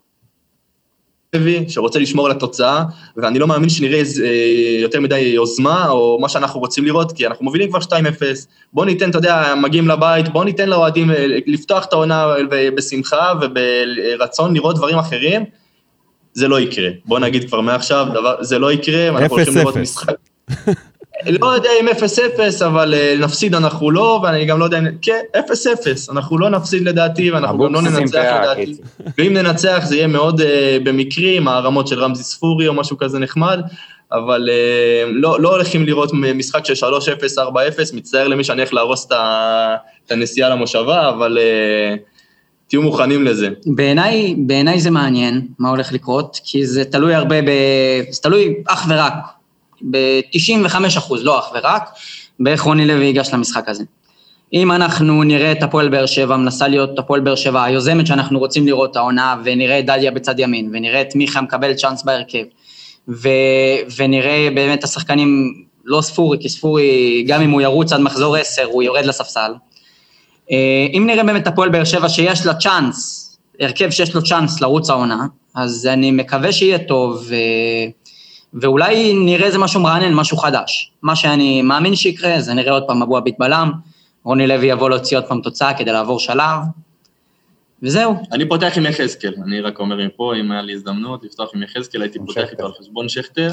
Speaker 5: שרוצה לשמור על התוצאה, ואני לא מאמין שנראה יותר מדי יוזמה, או מה שאנחנו רוצים לראות, כי אנחנו מובילים כבר שתיים אפס, בוא ניתן, אתה יודע, מגיעים לבית, בוא ניתן לאוהדים לפתוח את העונה בשמחה, וברצון לראות דברים אחרים, זה לא יקרה. בוא נגיד כבר מעכשיו, זה לא יקרה, אנחנו הולכים לראות משחק. לא יודע אם אפס אפס, אבל נפסיד אנחנו לא, ואני גם לא יודע אם... כן, אפס אפס, אנחנו לא נפסיד לדעתי, ואנחנו גם לא ננצח לדעתי. ואם ננצח זה יהיה מאוד במקרים, הרמות של רמזי ספורי או משהו כזה נחמד, אבל לא, לא הולכים לראות משחק של שלוש אפס, ארבע אפס, מצטער למי שאני הולך להרוס את הנסיעה למושבה, אבל תהיו מוכנים לזה.
Speaker 4: בעיניי, בעיניי זה מעניין מה הולך לקרות, כי זה תלוי הרבה ב... זה תלוי אך ורק. ב-תשעים וחמישה אחוז, לא אך ורק, באיך רוני לוי ייגש למשחק הזה. אם אנחנו נראה את הפועל באר שבע, מנסה להיות הפועל באר שבע, היוזמת שאנחנו רוצים לראות העונה, ונראה את דליה בצד ימין, ונראה את מיכה מקבל צ'אנס בהרכב, ו- ונראה באמת השחקנים, לא ספורי, כי ספורי, גם אם הוא ירוץ עד מחזור עשר, הוא יורד לספסל. אם נראה באמת הפועל באר שבע שיש לה צ'אנס, הרכב שיש לו צ'אנס לרוץ העונה, אז אני מקווה שיהיה טוב, ו... ואולי נראה איזה משהו מרענן, משהו חדש. מה שאני מאמין שיקרה, זה נראה עוד פעם מבוע בית בלם, רוני לוי יבוא להוציא עוד פעם תוצאה כדי לעבור שלב, וזהו.
Speaker 5: אני פותח עם יחזקאל, אני רק אומר מפה, אם היה לי הזדמנות לפתוח עם יחזקאל, הייתי פותח איתו על חשבון שכטר.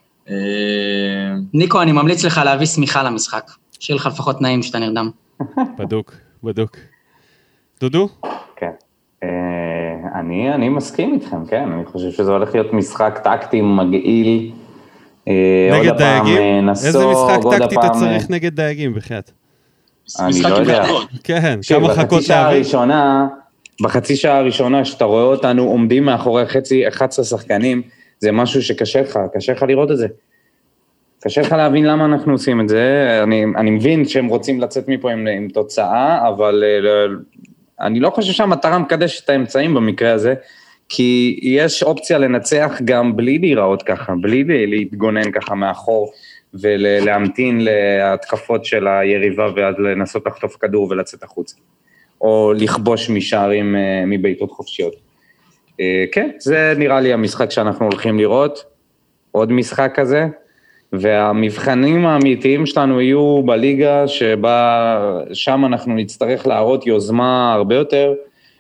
Speaker 4: ניקו, אני ממליץ לך להביא סמיכה למשחק, שיהיה לך לפחות נעים שאתה נרדם.
Speaker 1: בדוק, בדוק. דודו?
Speaker 6: כן. אני, אני מסכים איתכם, כן, אני חושב שזה הולך להיות משחק טקטי מגעיל.
Speaker 1: נגד דייגים? איזה משחק טקטי אתה צריך נגד דייגים, בחייאת?
Speaker 6: אני לא יודע.
Speaker 1: כן, כמה חכות להביא?
Speaker 6: בחצי שעה הראשונה, שאתה רואה אותנו עומדים מאחורי חצי, אחד עשר שחקנים, זה משהו שקשה לך, קשה לך לראות את זה. קשה לך להבין למה אנחנו עושים את זה, אני, אני מבין שהם רוצים לצאת מפה עם, עם תוצאה, אבל אני לא חושב שהמטרה מקדשת את האמצעים במקרה הזה, כי יש אופציה לנצח גם בלי להיראות ככה, בלי להתגונן ככה מאחור, ולהמתין להתקפות של היריבה, ואז לנסות לחטוף כדור ולצאת החוץ, או לכבוש משערים מבעיטות חופשיות. כן, זה נראה לי המשחק שאנחנו הולכים לראות, עוד משחק כזה, והמבחנים האמיתיים שלנו יהיו בליגה, שבה שם אנחנו נצטרך להראות יוזמה הרבה יותר,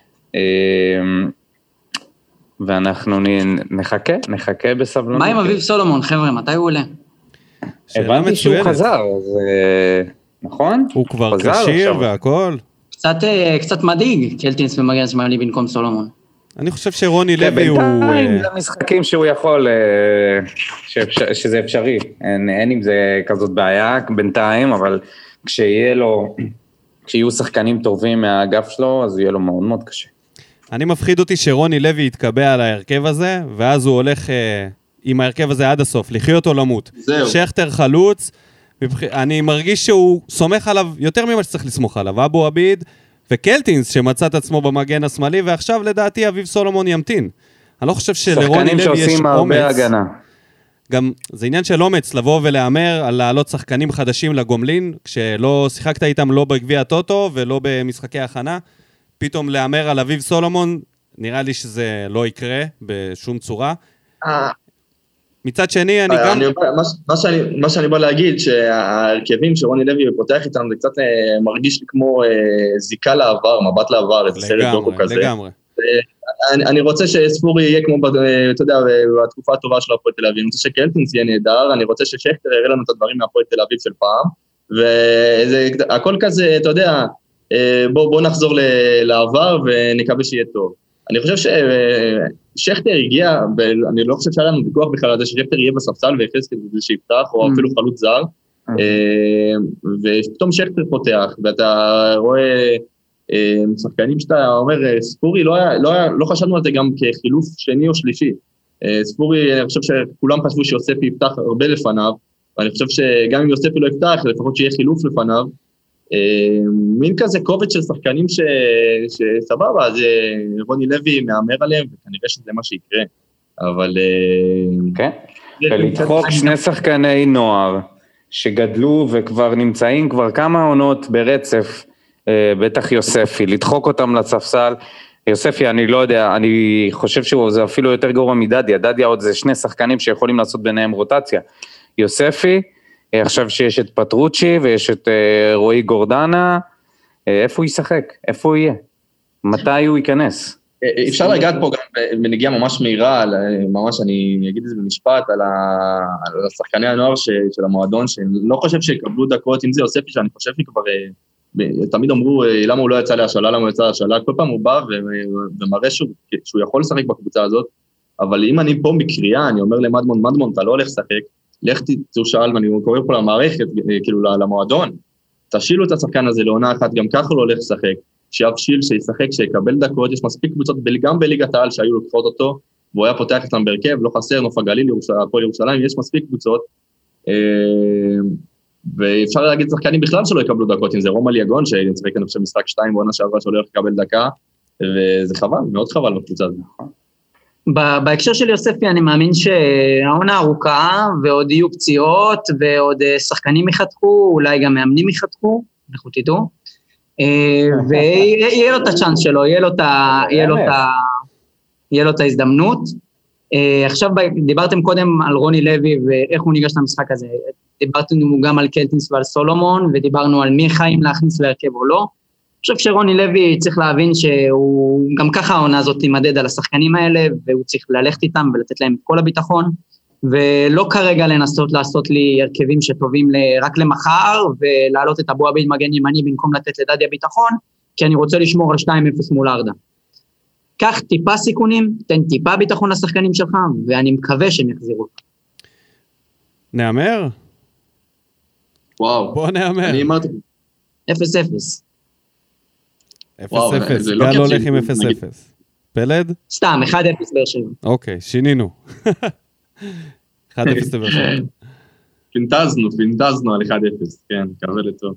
Speaker 6: ואנחנו נחכה, נחכה בסבלנות.
Speaker 4: מה עם אביב סולומון, חבר'ה, מתי הוא עולה?
Speaker 6: הבנתי שהוא חזר, אז נכון?
Speaker 1: הוא כבר כשיר והכל.
Speaker 4: קצת מדאיג, קלטינס ומגן שמאלי במקום סולומון.
Speaker 1: אני חושב שרוני לוי הוא...
Speaker 6: בינתיים זה משחקים שהוא יכול, שזה אפשרי, אין עם זה כזאת בעיה בינתיים, אבל כשיהיה לו, כשיהיו שחקנים טובים מהאגף שלו, אז יהיה לו מאוד מאוד קשה.
Speaker 1: אני מפחיד אותי שרוני לוי יתקבע על ההרכב הזה, ואז הוא הולך עם ההרכב הזה עד הסוף, לחיות או למות.
Speaker 5: זהו.
Speaker 1: שכטר חלוץ, אני מרגיש שהוא סומך עליו יותר ממה שצריך לסמוך עליו, אבו עביד וקלטינס שמצא את עצמו במגן השמאלי, ועכשיו לדעתי אביב סולומון ימתין. אני לא חושב שלרוני לוי יש אומץ. גם זה עניין של אומץ לבוא ולאמר על לעלות שחקנים חדשים לגומלין, כשלא שיחקת איתם לא בגביע הטוטו ולא במשחקי הכנה, פתאום לאמר על אביב סולומון, נראה לי שזה לא יקרה בשום צורה. מצד שני, אני גם...
Speaker 5: מה שאני בא להגיד, שההרכבים שרוני לוי פותח איתם, זה קצת מרגיש לי כמו זיקה לעבר, מבט לעבר, איזה סרט דוקו כזה.
Speaker 1: לגמרי.
Speaker 5: אני רוצה שספורי יהיה כמו, אתה יודע, בתקופה הטובה של הפועל תל אביב, אני רוצה שקלטינס יהיה נהדר, אני רוצה ששכטר יראה לנו את הדברים מהפועל תל אביב של פעם, והכל כזה, אתה יודע, בוא נחזור לעבר ונקווה שיהיה טוב. אני חושב ששכטר הגיע, ואני לא חושב שהיה לנו ויכוח בכלל על זה ששכטר יהיה בספסל ויחזקאל כזה שיפתח, או אפילו חלוץ זר, ופתאום שכטר פותח, ואתה רואה שחקנים שאתה אומר, ספורי, לא חשבנו על זה גם כחילוף שני או שלישי. ספורי, אני חושב שכולם חשבו שיוספי יפתח הרבה לפניו, ואני חושב שגם אם יוספי לא יפתח, לפחות שיהיה חילוף לפניו, מין כזה קובץ של שחקנים שסבבה, אז רוני לוי מאמר עליהם, וכנראה שזה מה שיקרה, אבל...
Speaker 6: כן, ולדחוק שני שחקני נוער, שגדלו וכבר נמצאים כבר כמה עונות ברצף, בטח יוספי, לדחוק אותם לספסל, יוספי, אני לא יודע, אני חושב שזה אפילו יותר גרוע מדדיה, דדיה עוד זה שני שחקנים שיכולים לעשות ביניהם רוטציה, יוספי, עכשיו שיש את פטרוצ'י ויש את רועי גורדנה, איפה הוא ישחק? איפה הוא יהיה? מתי הוא ייכנס?
Speaker 5: אפשר לגעת פה גם בנגיעה ממש מהירה, ממש אני אגיד את זה במשפט, על השחקני הנוער של המועדון, שאני לא חושב שיקבלו דקות, אם זה יוספי, שאני חושב שכבר, תמיד אמרו, למה הוא לא יצא להשאלה, למה הוא יצא להשאלה, כל פעם הוא בא ומראה שהוא יכול לשחק בקבוצה הזאת, אבל אם אני פה בקריאה, אני אומר למדמון, מדמון, אתה לא הולך לשחק, לך תשאל, ואני קורא פה למערכת, כאילו למועדון, תשאילו את השחקן הזה לעונה אחת, גם ככה לא הולך לשחק, שיפשיל, שישחק, שיקבל דקות, יש מספיק קבוצות, גם בליגת העל שהיו לוקחות אותו, והוא היה פותח אצלם בהרכב, לא חסר, נוף הגליל, הפועל ירושלים, יש מספיק קבוצות, ואפשר להגיד שחקנים בכלל שלא יקבלו דקות, אם זה רומא ליגון, שנצחק אני חושב משחק שתיים, בעונה שעברה שהולך לקבל דקה, וזה חבל, מאוד חבל בקבוצה הזאת.
Speaker 4: בהקשר של יוספי אני מאמין שהעונה ארוכה ועוד יהיו פציעות ועוד שחקנים יחתכו, אולי גם מאמנים יחתכו, אנחנו תדעו, ויהיה לו את הצ'אנס שלו, יהיה לו את ההזדמנות. עכשיו דיברתם קודם על רוני לוי ואיך הוא ניגש למשחק הזה, דיברנו גם על קלטינס ועל סולומון ודיברנו על מי חיים להכניס להרכב או לא, אני חושב שרוני לוי צריך להבין שהוא גם ככה העונה הזאת תימדד על השחקנים האלה, והוא צריך ללכת איתם ולתת להם את כל הביטחון, ולא כרגע לנסות לעשות לי הרכבים שטובים רק למחר, ולהעלות את אבו עביד מגן ימני במקום לתת לדדיה ביטחון, כי אני רוצה לשמור על שתיים אפס מול ארדה. קח טיפה סיכונים, תן טיפה ביטחון לשחקנים שלך, ואני מקווה שהם יחזירו.
Speaker 1: נאמר?
Speaker 5: וואו.
Speaker 1: בוא נאמר.
Speaker 5: אני אמרתי.
Speaker 4: אפס אפס.
Speaker 1: אפס אפס, גל הולך עם אפס אפס. פלד?
Speaker 4: סתם, אחד אפס באר שבע.
Speaker 1: אוקיי, שינינו. אחד אפס באר שבע.
Speaker 5: פינטזנו, פינטזנו על אחד אפס, כן, קבל לטוב.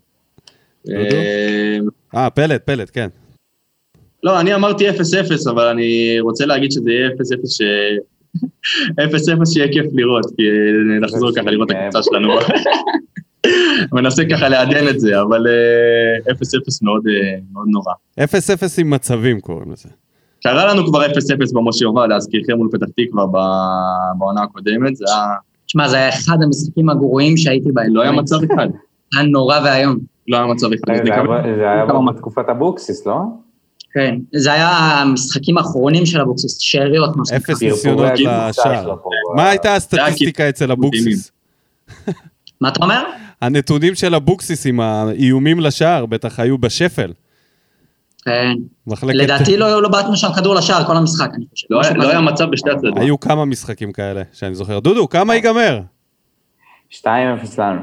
Speaker 1: אה, פלד, פלד, כן.
Speaker 5: לא, אני אמרתי אפס אפס, אבל אני רוצה להגיד שזה יהיה אפס אפס ש... אפס אפס שיהיה כיף לראות, כי נחזור ככה לראות את הקבוצה שלנו. מנסה ככה לעדן את זה, אבל אפס אפס מאוד נורא.
Speaker 1: אפס אפס עם מצבים קוראים לזה.
Speaker 5: קרה לנו כבר אפס אפס במשה יובל, להזכירכם מול פתח תקווה בעונה הקודמת, זה היה...
Speaker 4: תשמע, זה היה אחד המשחקים הגרועים שהייתי בהם.
Speaker 5: לא היה מצב אחד.
Speaker 4: היה נורא והיום.
Speaker 5: לא היה מצב אחד.
Speaker 6: זה היה בתקופת הבוקסיס, לא?
Speaker 4: כן, זה היה המשחקים האחרונים של הבוקסיס, שאריות.
Speaker 1: אפס ניסיונות לשער. מה הייתה הסטטיסטיקה אצל הבוקסיס?
Speaker 4: מה אתה אומר?
Speaker 1: הנתונים של הבוקסיס עם האיומים לשער, בטח היו בשפל.
Speaker 4: כן.
Speaker 1: מחלקת...
Speaker 4: לדעתי לא בעטנו שם כדור לשער כל המשחק, אני חושב.
Speaker 5: לא היה מצב בשתי הצדדים.
Speaker 1: היו כמה משחקים כאלה שאני זוכר. דודו, כמה ייגמר?
Speaker 6: שתיים אפס לנו.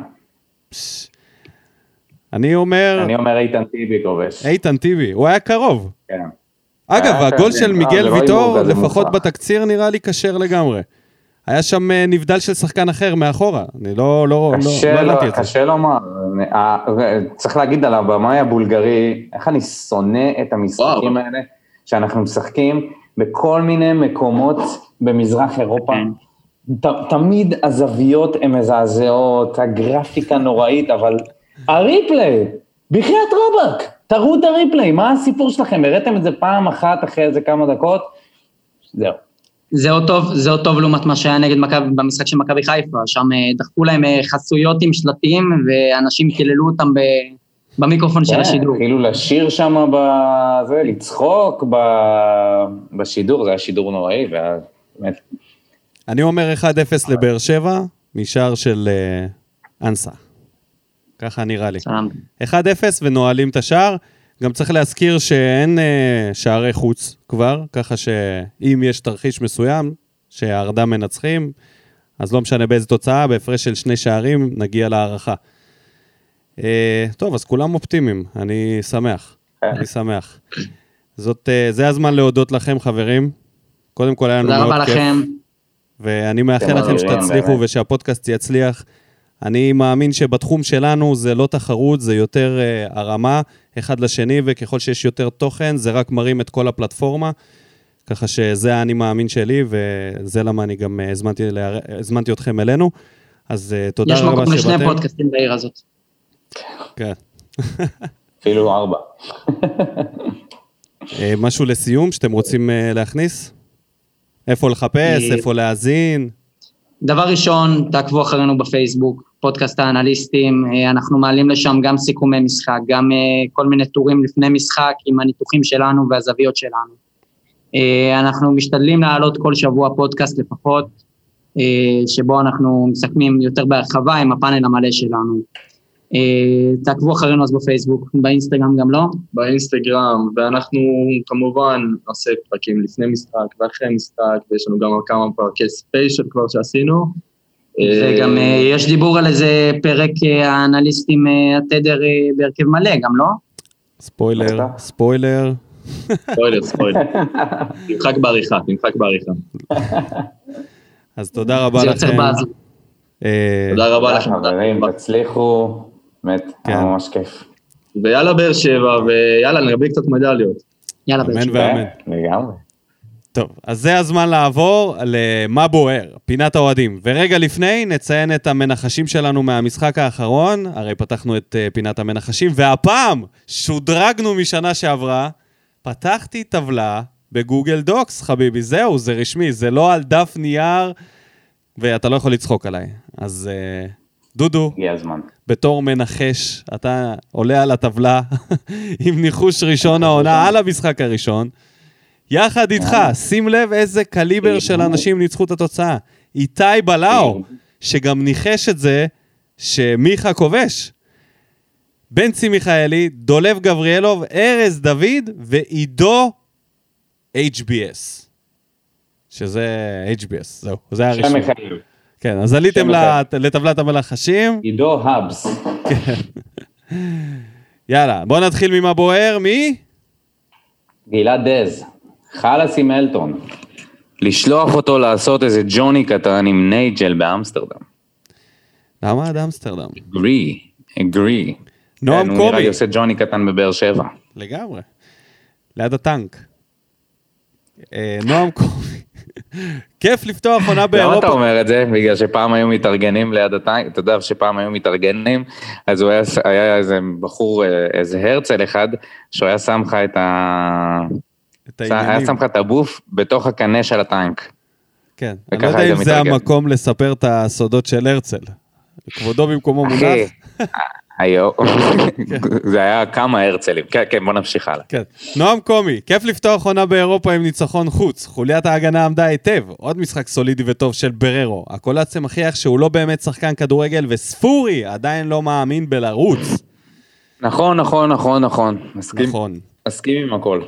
Speaker 1: אני אומר...
Speaker 6: אני אומר איתן טיבי כובש.
Speaker 1: איתן טיבי, הוא היה קרוב.
Speaker 6: כן.
Speaker 1: אגב, הגול של מיגל ויטור, לפחות בתקציר נראה לי קשר לגמרי. היה שם נבדל של שחקן אחר מאחורה. אני לא הבנתי את זה.
Speaker 6: קשה לומר. צריך להגיד על הבמאי הבולגרי, איך אני שונא את המשחקים האלה, שאנחנו משחקים בכל מיני מקומות במזרח אירופה. תמיד הזוויות הן מזעזעות, הגרפיקה נוראית, אבל הריפלי, בחייאת רבק, תראו את הריפלי, מה הסיפור שלכם? הראיתם את זה פעם אחת אחרי איזה כמה דקות? זהו.
Speaker 4: זהו טוב, זהו טוב לעומת מה שהיה נגד מכבי, במשחק של מכבי חיפה, שם דחפו להם חסויות עם שלטים, ואנשים קיללו אותם במיקרופון של השידור.
Speaker 6: התחילו לשיר שם בזה, לצחוק בשידור, זה היה שידור נוראי, ובאמת.
Speaker 1: אני אומר אחד אפס לבאר שבע, משער של אנסה. ככה נראה לי. אחד אפס ונועלים את השער, גם צריך להזכיר שאין אה, שערי חוץ כבר, ככה שאם יש תרחיש מסוים, שהארדם מנצחים, אז לא משנה באיזה תוצאה, בהפרש של שני שערים נגיע להערכה. אה, טוב, אז כולם אופטימיים, אני שמח, אני שמח. זאת, אה, זה הזמן להודות לכם, חברים. קודם כל היה לנו מאוד כיף. תודה רבה לכם. ואני מאחל לכם שתצליחו ושהפודקאסט יצליח. אני מאמין שבתחום שלנו זה לא תחרות, זה יותר uh, הרמה אחד לשני, וככל שיש יותר תוכן, זה רק מרים את כל הפלטפורמה, ככה שזה אני מאמין שלי, וזה למה אני גם uh, הזמנתי, הזמנתי אתכם אלינו, אז uh, תודה רבה שבאתם.
Speaker 4: יש מקום לשני פודקאסטים בעיר הזאת.
Speaker 1: כן.
Speaker 6: אפילו ארבע.
Speaker 1: uh, משהו לסיום שאתם רוצים uh, להכניס? איפה לחפש, איפה להאזין?
Speaker 4: דבר ראשון, תעקבו אחרינו בפייסבוק, פודקאסט האנליסטים, אנחנו מעלים לשם גם סיכומי משחק, גם כל מיני טורים לפני משחק עם הניתוחים שלנו והזוויות שלנו. אנחנו משתדלים להעלות כל שבוע פודקאסט לפחות, שבו אנחנו מסכמים יותר בהרחבה עם הפאנל המלא שלנו. תעקבו אחרינו אז בפייסבוק, באינסטגרם גם לא?
Speaker 5: באינסטגרם, ואנחנו כמובן נעשה פרקים לפני משחק ואחרי משחק, ויש לנו גם כמה פרקי ספיישל כבר שעשינו.
Speaker 4: וגם יש דיבור על איזה פרק האנליסטים התדר בהרכב מלא, גם לא?
Speaker 1: ספוילר, ספוילר.
Speaker 5: ספוילר, ספוילר. נמחק בעריכה, נמחק בעריכה.
Speaker 1: אז תודה רבה לכם.
Speaker 4: זה יוצר בעז.
Speaker 5: תודה רבה לכם.
Speaker 6: חברים, תצליחו, באמת, ממש כיף.
Speaker 5: ויאללה באר שבע, ויאללה, נרבה קצת מדליות.
Speaker 4: יאללה באר שבע.
Speaker 1: אמן ואמן.
Speaker 6: לגמרי.
Speaker 1: טוב, אז זה הזמן לעבור למה בוער, פינת האוהדים. ורגע לפני נציין את המנחשים שלנו מהמשחק האחרון, הרי פתחנו את פינת המנחשים, והפעם שודרגנו משנה שעברה, פתחתי טבלה בגוגל דוקס, חביבי, זהו, זה רשמי, זה לא על דף נייר, ואתה לא יכול לצחוק עליי. אז דודו, בתור מנחש, אתה עולה על הטבלה עם ניחוש ראשון העונה על המשחק הראשון, יחד איתך, שים לב איזה קליבר של אנשים ניצחו את התוצאה. איתי בלאו, שגם ניחש את זה, שמיכה כובש. בנצי מיכאלי, דולב גבריאלוב, ארז דוד ועידו אייץ' בי אס. שזה אייץ' בי אס, זהו, זה היה ראשון. כן, אז עליתם לטבלת המנחשים.
Speaker 6: עידו האבס.
Speaker 1: יאללה, בואו נתחיל ממה בוער, מי?
Speaker 6: גלעד דז. חלס עם אלטון.
Speaker 2: לשלוח אותו לעשות איזה ג'וני קטן עם נייג'ל באמסטרדם.
Speaker 1: למה עד אמסטרדם?
Speaker 2: אגרי, אגרי.
Speaker 1: נועם קומי.
Speaker 2: הוא נראה לי עושה ג'וני קטן בבאר שבע.
Speaker 1: לגמרי. ליד הטנק. נועם קומי. כיף לפתוח עונה באירופה.
Speaker 2: למה אתה אומר את זה? בגלל שפעם היו מתארגנים ליד הטנק, אתה יודע שפעם היו מתארגנים, אז הוא היה, היה איזה בחור, איזה הרצל אחד, שהוא היה שם לך את ה... היה שם לך את הבוף בתוך הקנה של הטנק.
Speaker 1: כן, אני לא יודע אם זה המקום לספר את הסודות של הרצל. כבודו במקומו מונח.
Speaker 2: היו, זה היה כמה הרצלים. כן, כן, בוא נמשיך הלאה.
Speaker 1: כן. נועם קומי, כיף לפתוח עונה באירופה עם ניצחון חוץ. חוליית ההגנה עמדה היטב. עוד משחק סולידי וטוב של בררו. הקולציה מכריח שהוא לא באמת שחקן כדורגל, וספורי עדיין לא מאמין בלרוץ.
Speaker 2: נכון, נכון, נכון, נכון. מסכים.
Speaker 1: נכון.
Speaker 6: מסכים עם הכל.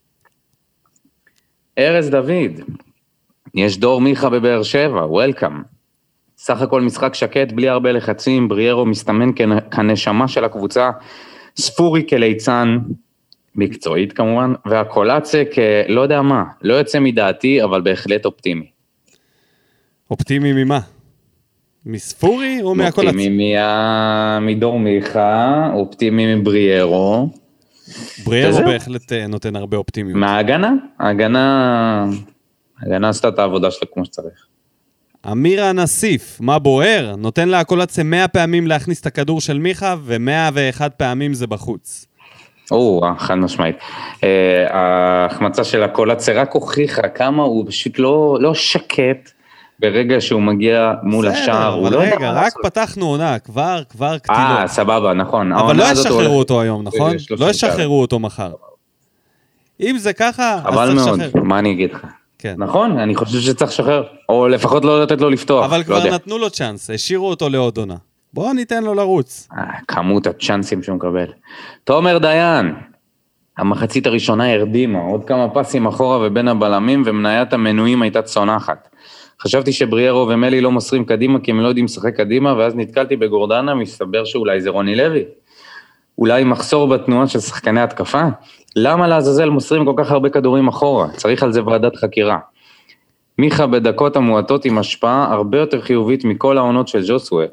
Speaker 6: ארז דוד, יש דור מיכה בבאר שבע, וולקאם. סך הכל משחק שקט, בלי הרבה לחצים, בריארו מסתמן כנשמה של הקבוצה, ספורי כליצן, מקצועית כמובן, והקולציה כלא יודע מה, לא יוצא מדעתי, אבל בהחלט אופטימי.
Speaker 1: אופטימי ממה? מספורי או מהקולציה?
Speaker 6: אופטימי מה... מדור מיכה, אופטימי מבריארו.
Speaker 1: בריארו בהחלט נותן הרבה אופטימיות.
Speaker 6: מההגנה? ההגנה... ההגנה עשתה את העבודה שלה כמו שצריך.
Speaker 1: אמיר הנסיף, מה בוער? נותן לה הקולציה מאה פעמים להכניס את הכדור של מיכה, ומאה ואחת פעמים זה בחוץ.
Speaker 6: או, חד משמעית. ההחמצה של הקולציה רק הוכיחה כמה הוא פשוט לא, לא שקט ברגע שהוא מגיע מול השער.
Speaker 1: בסדר, אבל רגע, רק פתחנו עונה, כבר, כבר קטילות.
Speaker 6: אה, סבבה, נכון.
Speaker 1: אבל לא ישחררו אותו היום, נכון? לא ישחררו אותו מחר. אם זה ככה, אז צריך לשחרר.
Speaker 6: אבל מאוד, מה אני אגיד לך?
Speaker 1: כן.
Speaker 6: נכון, אני חושב שצריך לשחרר, או לפחות לא לתת לו לפתוח.
Speaker 1: אבל כבר נתנו לו צ'אנס, השאירו אותו לעוד עונה. בואו ניתן לו לרוץ.
Speaker 6: כמות הצ'אנסים שהוא מקבל. תומר דיין, המחצית הראשונה הרדימה, עוד כמה פסים אחורה ובין הבלמים, ומניית המנויים הייתה צונחת. חשבתי שבריארו ומלי לא מוסרים קדימה, כי הם לא יודעים לשחק קדימה, ואז נתקלתי בגורדנה, מסתבר שאולי זה רוני לוי. אולי מחסור בתנועה של שחקני התקפה? למה לעזאזל מוסרים כל כך הרבה כדורים אחורה? צריך על זה ועדת חקירה. מיכה בדקות המועטות עם השפעה הרבה יותר חיובית מכל העונות של ג'וסווה.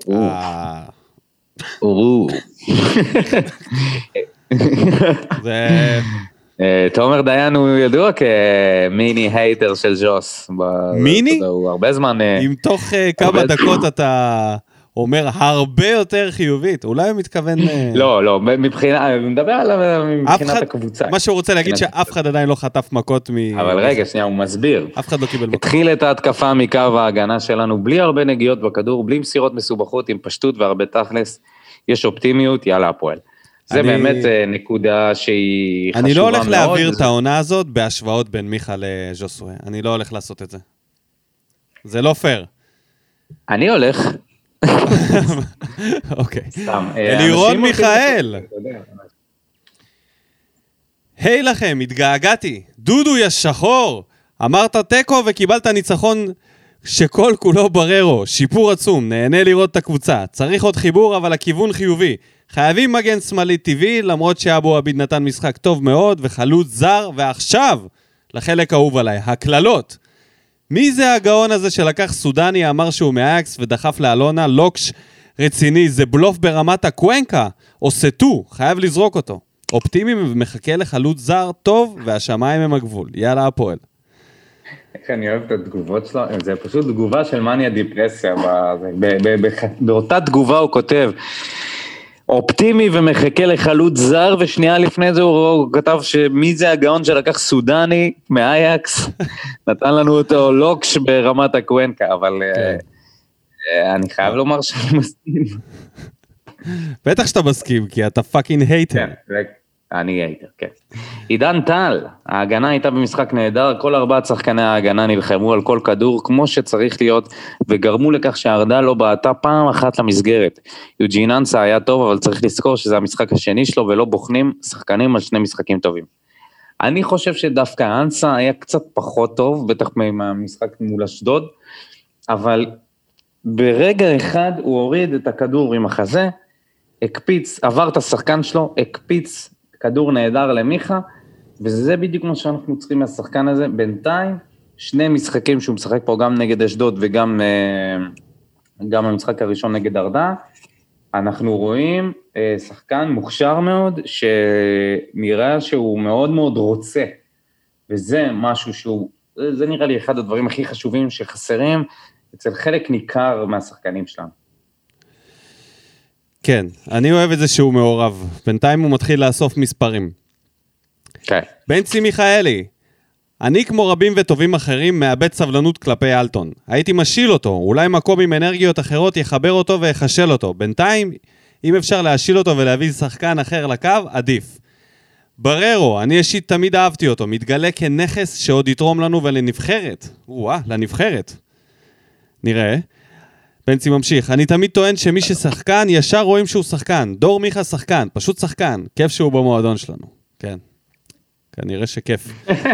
Speaker 6: אורו. תומר דיין הוא ידוע כמיני הייטר של ג'וס.
Speaker 1: מיני?
Speaker 6: הוא הרבה זמן...
Speaker 1: אם תוך כמה דקות אתה... אומר הרבה יותר חיובית, אולי הוא מתכוון...
Speaker 6: לא, לא, מבחינה, מדבר עליו מבחינת הקבוצה.
Speaker 1: מה שהוא רוצה להגיד שאף אחד עדיין לא חטף מכות מ...
Speaker 6: אבל רגע, שנייה, הוא מסביר.
Speaker 1: אף אחד לא קיבל מכות.
Speaker 6: התחיל את ההתקפה מקו ההגנה שלנו, בלי הרבה נגיעות בכדור, בלי מסירות מסובכות, עם פשטות והרבה תכלס, יש אופטימיות, יאללה הפועל. זה באמת נקודה שהיא חשובה מאוד.
Speaker 1: אני לא הולך להעביר את העונה הזאת בהשוואות בין מיכה לג'וסווה, אני לא הולך לעשות את זה. זה לא פייר.
Speaker 6: אני הולך...
Speaker 1: אוקיי. אלירון מיכאל. היי לכם, התגעגעתי. דודו יא שחור. אמרת טקו וקיבלת ניצחון שכל כולו בררו. שיפור עצום, נהנה לראות את הקבוצה. צריך עוד חיבור, אבל הכיוון חיובי. חייבים מגן שמאלי טבעי, למרות שאבו עביד נתן משחק טוב מאוד וחלוץ זר, ועכשיו לחלק האהוב עליי, הכללות. מי זה הגאון הזה שלקח סודני, אמר שהוא מאייקס ודחף לאלונה, לוקש רציני, זה בלוף ברמת הקוונקה, או סטו, חייב לזרוק אותו. אופטימי ומחכה לחלוץ זר טוב, והשמיים הם הגבול. יאללה הפועל.
Speaker 6: איך אני אוהב את התגובות שלו, זה פשוט תגובה של מניה דיפרסיה, באותה תגובה הוא כותב, אופטימי ומחכה לחלוץ זר, ושנייה לפני זה הוא כתב שמי זה הגאון שלקח סודני מאייקס, נתן לנו אותו לוקש ברמת הקוונקה, אבל אני חייב לומר שאני מסכים.
Speaker 1: בטח שאתה מסכים, כי אתה פאקינג הייטר.
Speaker 6: אני הייטר, כן. עידן טל, ההגנה הייתה במשחק נהדר, כל ארבעת שחקני ההגנה נלחמו על כל כדור כמו שצריך להיות, וגרמו לכך שהארדה לא בעטה פעם אחת למסגרת. יוג'ין אנסה היה טוב, אבל צריך לזכור שזה המשחק השני שלו, ולא בוחנים שחקנים על שני משחקים טובים. אני חושב שדווקא אנסה היה קצת פחות טוב, בטח מהמשחק מול אשדוד, אבל ברגע אחד הוא הוריד את הכדור עם החזה, הקפיץ, עבר את השחקן שלו, הקפיץ כדור נהדר למיכה, וזה בדיוק מה שאנחנו צריכים מהשחקן הזה. בינתיים, שני משחקים שהוא משחק פה גם נגד אשדוד וגם גם המשחק הראשון נגד ארדה, אנחנו רואים שחקן מוכשר מאוד, שנראה שהוא מאוד מאוד רוצה, וזה משהו שהוא, זה נראה לי אחד הדברים הכי חשובים שחסרים, אצל חלק ניכר מהשחקנים שלנו.
Speaker 1: כן, אני אוהב את זה שהוא מעורב. בינתיים הוא מתחיל לאסוף מספרים.
Speaker 6: כן.
Speaker 1: בנצי מיכאלי, אני כמו רבים וטובים אחרים מאבד סבלנות כלפי אלטון. הייתי משיל אותו, אולי מקום עם אנרגיות אחרות יחבר אותו ויחשל אותו. בינתיים, אם אפשר להשיל אותו ולהביא שחקן אחר לקו, עדיף. בררו, אני אישית תמיד אהבתי אותו, מתגלה כנכס שעוד יתרום לנו ולנבחרת. וואה, לנבחרת. נראה. בנצי ממשיך, אני תמיד טוען שמי ששחקן, ישר רואים שהוא שחקן. דור מיכה שחקן, פשוט שחקן. כיף שהוא במועדון שלנו. כן. כנראה שכיף.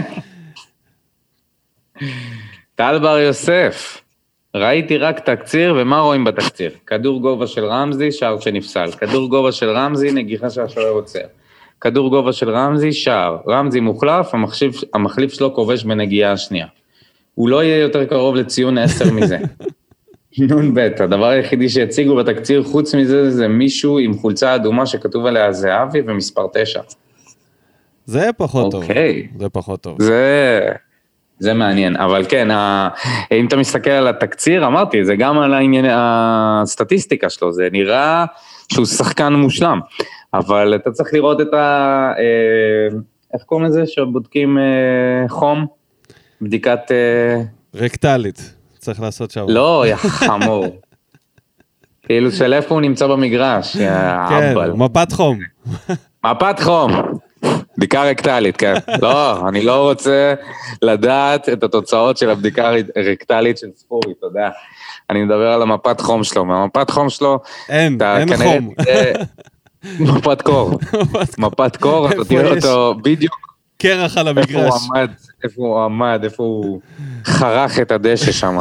Speaker 6: טל בר יוסף, ראיתי רק תקציר, ומה רואים בתקציר? כדור גובה של רמזי, שער שנפסל. כדור גובה של רמזי, נגיחה שהשוער עוצר. כדור גובה של רמזי, שער. רמזי מוחלף, המחליף, המחליף שלו כובש בנגיעה השנייה. הוא לא יהיה יותר קרוב לציון עשר מזה. נון בית, הדבר היחידי שהציגו בתקציר, חוץ מזה, זה מישהו עם חולצה אדומה שכתוב עליה זהבי ומספר תשע.
Speaker 1: זה פחות טוב.
Speaker 6: אוקיי.
Speaker 1: זה פחות טוב.
Speaker 6: זה... זה מעניין, אבל כן, ה... אם אתה מסתכל על התקציר, אמרתי, זה גם על העניין, הסטטיסטיקה שלו, זה נראה שהוא שחקן מושלם, אבל אתה צריך לראות את ה... איך קוראים לזה? שבודקים חום? בדיקת...
Speaker 1: רקטלית, צריך לעשות שם.
Speaker 6: לא, יא חמור. כאילו של איפה הוא נמצא במגרש,
Speaker 1: כן, מפת חום.
Speaker 6: מפת חום. בדיקה רקטלית, כן. לא, אני לא רוצה לדעת את התוצאות של הבדיקה הרקטלית של ספורי, אתה יודע. אני מדבר על המפת חום שלו. מהמפת חום שלו...
Speaker 1: אין, אין חום.
Speaker 6: מפת קור. מפת קור, אתה תראה אותו בדיוק.
Speaker 1: קרח על המגרש.
Speaker 6: איפה הוא עמד, איפה הוא עמד, איפה הוא חרך את הדשא שם.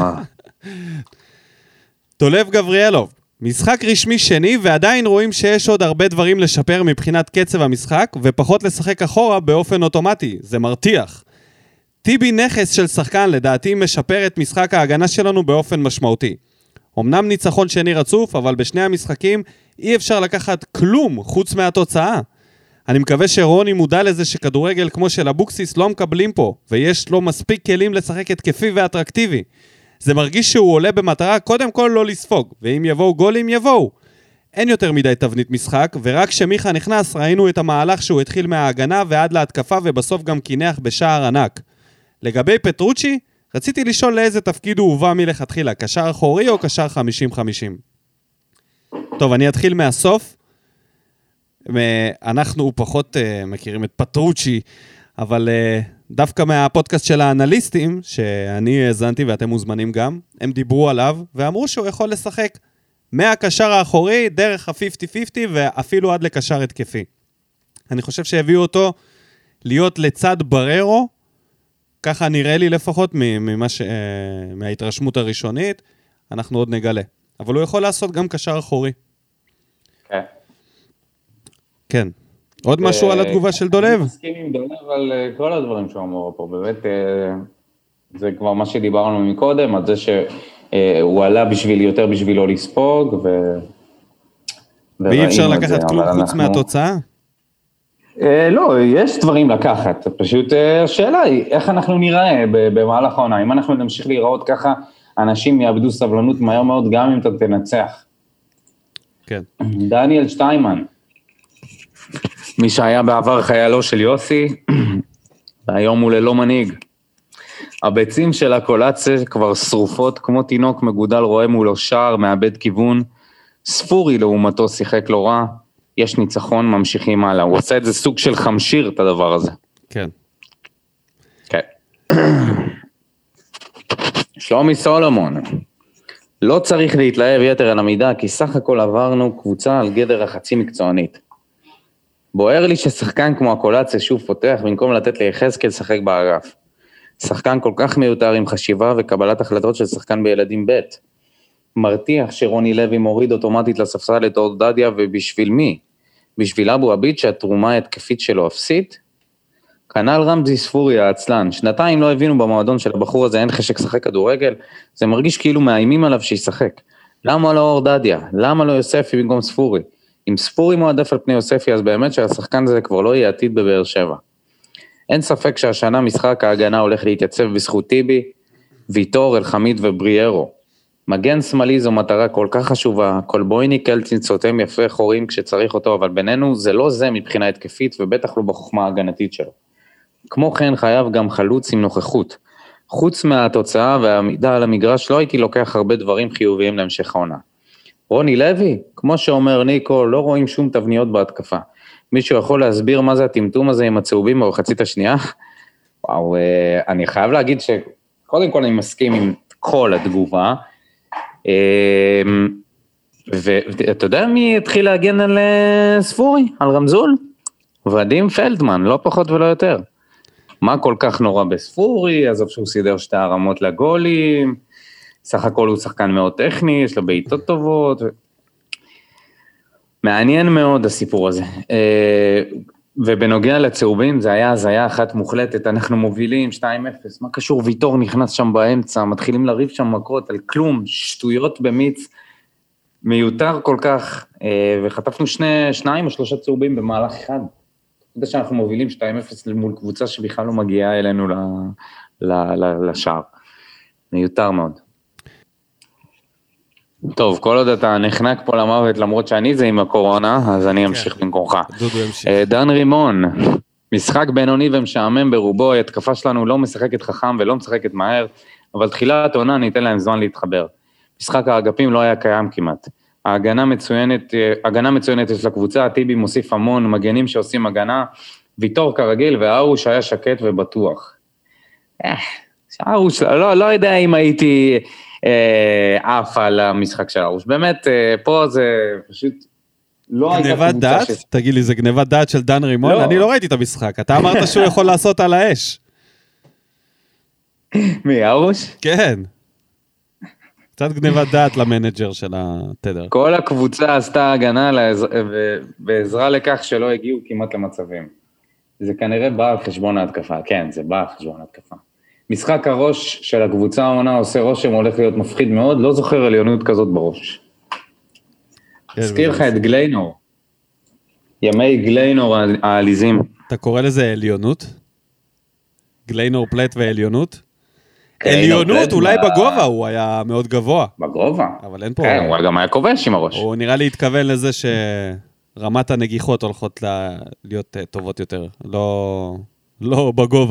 Speaker 1: דולב גבריאלוב. משחק רשמי שני, ועדיין רואים שיש עוד הרבה דברים לשפר מבחינת קצב המשחק, ופחות לשחק אחורה באופן אוטומטי. זה מרתיח. טיבי נכס של שחקן לדעתי משפר את משחק ההגנה שלנו באופן משמעותי. אמנם ניצחון שני רצוף, אבל בשני המשחקים אי אפשר לקחת כלום חוץ מהתוצאה. אני מקווה שרוני מודע לזה שכדורגל כמו של אבוקסיס לא מקבלים פה, ויש לו מספיק כלים לשחק התקפי ואטרקטיבי. זה מרגיש שהוא עולה במטרה קודם כל לא לספוג, ואם יבואו גולים יבואו. אין יותר מדי תבנית משחק, ורק כשמיכה נכנס ראינו את המהלך שהוא התחיל מההגנה ועד להתקפה, ובסוף גם קינח בשער ענק. לגבי פטרוצ'י, רציתי לשאול לאיזה תפקיד הוא הובא מלכתחילה, קשר אחורי או קשר חמישים חמישים? טוב, אני אתחיל מהסוף. אנחנו פחות uh, מכירים את פטרוצ'י, אבל uh, דווקא מהפודקאסט של האנליסטים, שאני האזנתי ואתם מוזמנים גם, הם דיברו עליו ואמרו שהוא יכול לשחק מהקשר האחורי, דרך ה-חמישים חמישים ואפילו עד לקשר התקפי. אני חושב שהביאו אותו להיות לצד בררו, ככה נראה לי לפחות ממה ש... מההתרשמות הראשונית, אנחנו עוד נגלה. אבל הוא יכול לעשות גם קשר אחורי.
Speaker 6: כן.
Speaker 1: כן. עוד משהו על התגובה של דולב?
Speaker 6: אני מסכים עם דולב על כל הדברים שהוא אמר פה, באמת, זה כבר מה שדיברנו מקודם, על זה שהוא עלה בשביל יותר בשביל לא לספוג, ו...
Speaker 1: ואי אפשר לקחת כלום חוץ מהתוצאה?
Speaker 6: לא, יש דברים לקחת, פשוט השאלה היא, איך אנחנו נראה במהלך העונה, אם אנחנו נמשיך להיראות ככה, אנשים יאבדו סבלנות מהר מאוד, גם אם אתה תנצח.
Speaker 1: כן.
Speaker 6: דניאל שטיימן. מי שהיה בעבר חיילו של יוסי, והיום הוא ללא מנהיג. הביצים של הקולציה כבר שרופות, כמו תינוק מגודל רואה מולו שער, מאבד כיוון, ספורי לעומתו שיחק לא רע, יש ניצחון, ממשיכים הלאה. הוא עושה את זה סוג של חמשיר, את הדבר הזה.
Speaker 1: כן.
Speaker 6: כן. שלומי סולומון. לא צריך להתלהב יתר על המידה, כי סך הכל עברנו קבוצה על גדר החצי מקצוענית. בוער לי ששחקן כמו הקולציה שוב פותח, במקום לתת ליחזקאל לשחק באגף. שחקן כל כך מיותר עם חשיבה וקבלת החלטות של שחקן בילדים ב'. מרתיח שרוני לוי מוריד אוטומטית לספסל את אור דדיה, ובשביל מי? בשביל אבו עביד שהתרומה ההתקפית שלו אפסית? כנ"ל רמזי ספורי העצלן, שנתיים לא הבינו במועדון של הבחור הזה אין חשק שחק כדורגל, זה מרגיש כאילו מאיימים עליו שישחק. למה לא אור דדיה? למה לא יוספי במקום ספורי? אם ספורי מועדף על פני יוספי, אז באמת שהשחקן הזה כבר לא יהיה עתיד בבאר שבע. אין ספק שהשנה משחק ההגנה הולך להתייצב בזכות טיבי, ויטור, אלחמיד ובריארו. מגן שמאלי זו מטרה כל כך חשובה, קולבויני קלצין סותם יפה חורים כשצריך אותו, אבל בינינו זה לא זה מבחינה התקפית, ובטח לא בחוכמה ההגנתית שלו. כמו כן חייב גם חלוץ עם נוכחות. חוץ מהתוצאה והעמידה על המגרש, לא הייתי לוקח הרבה דברים חיוביים להמשך העונה. רוני לוי, כמו שאומר ניקו, לא רואים שום תבניות בהתקפה. מישהו יכול להסביר מה זה הטמטום הזה עם הצהובים במחצית השנייה? וואו, אני חייב להגיד שקודם כל אני מסכים עם כל התגובה, ואתה יודע מי התחיל להגן על ספורי, על רמזול? ודים פלדמן, לא פחות ולא יותר. מה כל כך נורא בספורי, עזוב שהוא סידר שתי הרמות לגולים, סך הכל הוא שחקן מאוד טכני, יש לו בעיטות טובות, מעניין מאוד הסיפור הזה. ובנוגע לצהובים, זה היה הזיה אחת מוחלטת, אנחנו מובילים שתיים אפס, מה קשור? ויטור נכנס שם באמצע, מתחילים לריב שם מכות על כלום, שטויות במיץ, מיותר כל כך, וחטפנו שני, שניים או שלושה צהובים במהלך אחד. אתה יודע שאנחנו מובילים שתיים אפס מול קבוצה שבכלל לא מגיעה אלינו ל, ל, ל, לשער. מיותר מאוד. טוב, כל עוד אתה נחנק פה למוות, למרות שאני זה עם הקורונה, אז אני אמשיך במקומך. דן רימון, משחק בינוני ומשעמם ברובו, התקפה שלנו לא משחקת חכם ולא משחקת מהר, אבל תחילת העונה ניתן להם זמן להתחבר. משחק האגפים לא היה קיים כמעט. ההגנה מצוינת, הגנה מצוינת יש לקבוצה, טיבי מוסיף המון, מגנים שעושים הגנה, ויטור כרגיל, והארוש היה שקט ובטוח. הארוש, לא, לא יודע אם הייתי עף על המשחק של הארוש. באמת, פה זה פשוט לא הייתה קבוצה.
Speaker 1: גנבת דעת? ש... תגיד לי, זה גנבת דעת של דן רימון? לא. אני לא ראיתי את המשחק. אתה אמרת שהוא יכול לעשות על האש.
Speaker 6: מי, הארוש?
Speaker 1: כן. קצת גנבת דעת למנג'ר של התדר.
Speaker 6: כל הקבוצה עשתה הגנה בעזרה לכך שלא הגיעו כמעט למצבים. זה כנראה בא על חשבון ההתקפה. כן, זה בא על חשבון ההתקפה. משחק הראש של הקבוצה העונה עושה רושם, הולך להיות מפחיד מאוד, לא זוכר עליונות כזאת בראש. אזכיר לך את גליינור. ימי גליינור העליזים.
Speaker 1: אתה קורא לזה עליונות? גליינור פלט ועליונות? עליונות, אולי בגובה, הוא היה מאוד גבוה.
Speaker 6: בגובה?
Speaker 1: אבל אין פה...
Speaker 6: כן, הוא גם היה כובש עם הראש.
Speaker 1: הוא נראה לי התכוון לזה שרמת הנגיחות הולכות להיות טובות יותר, לא בגובה.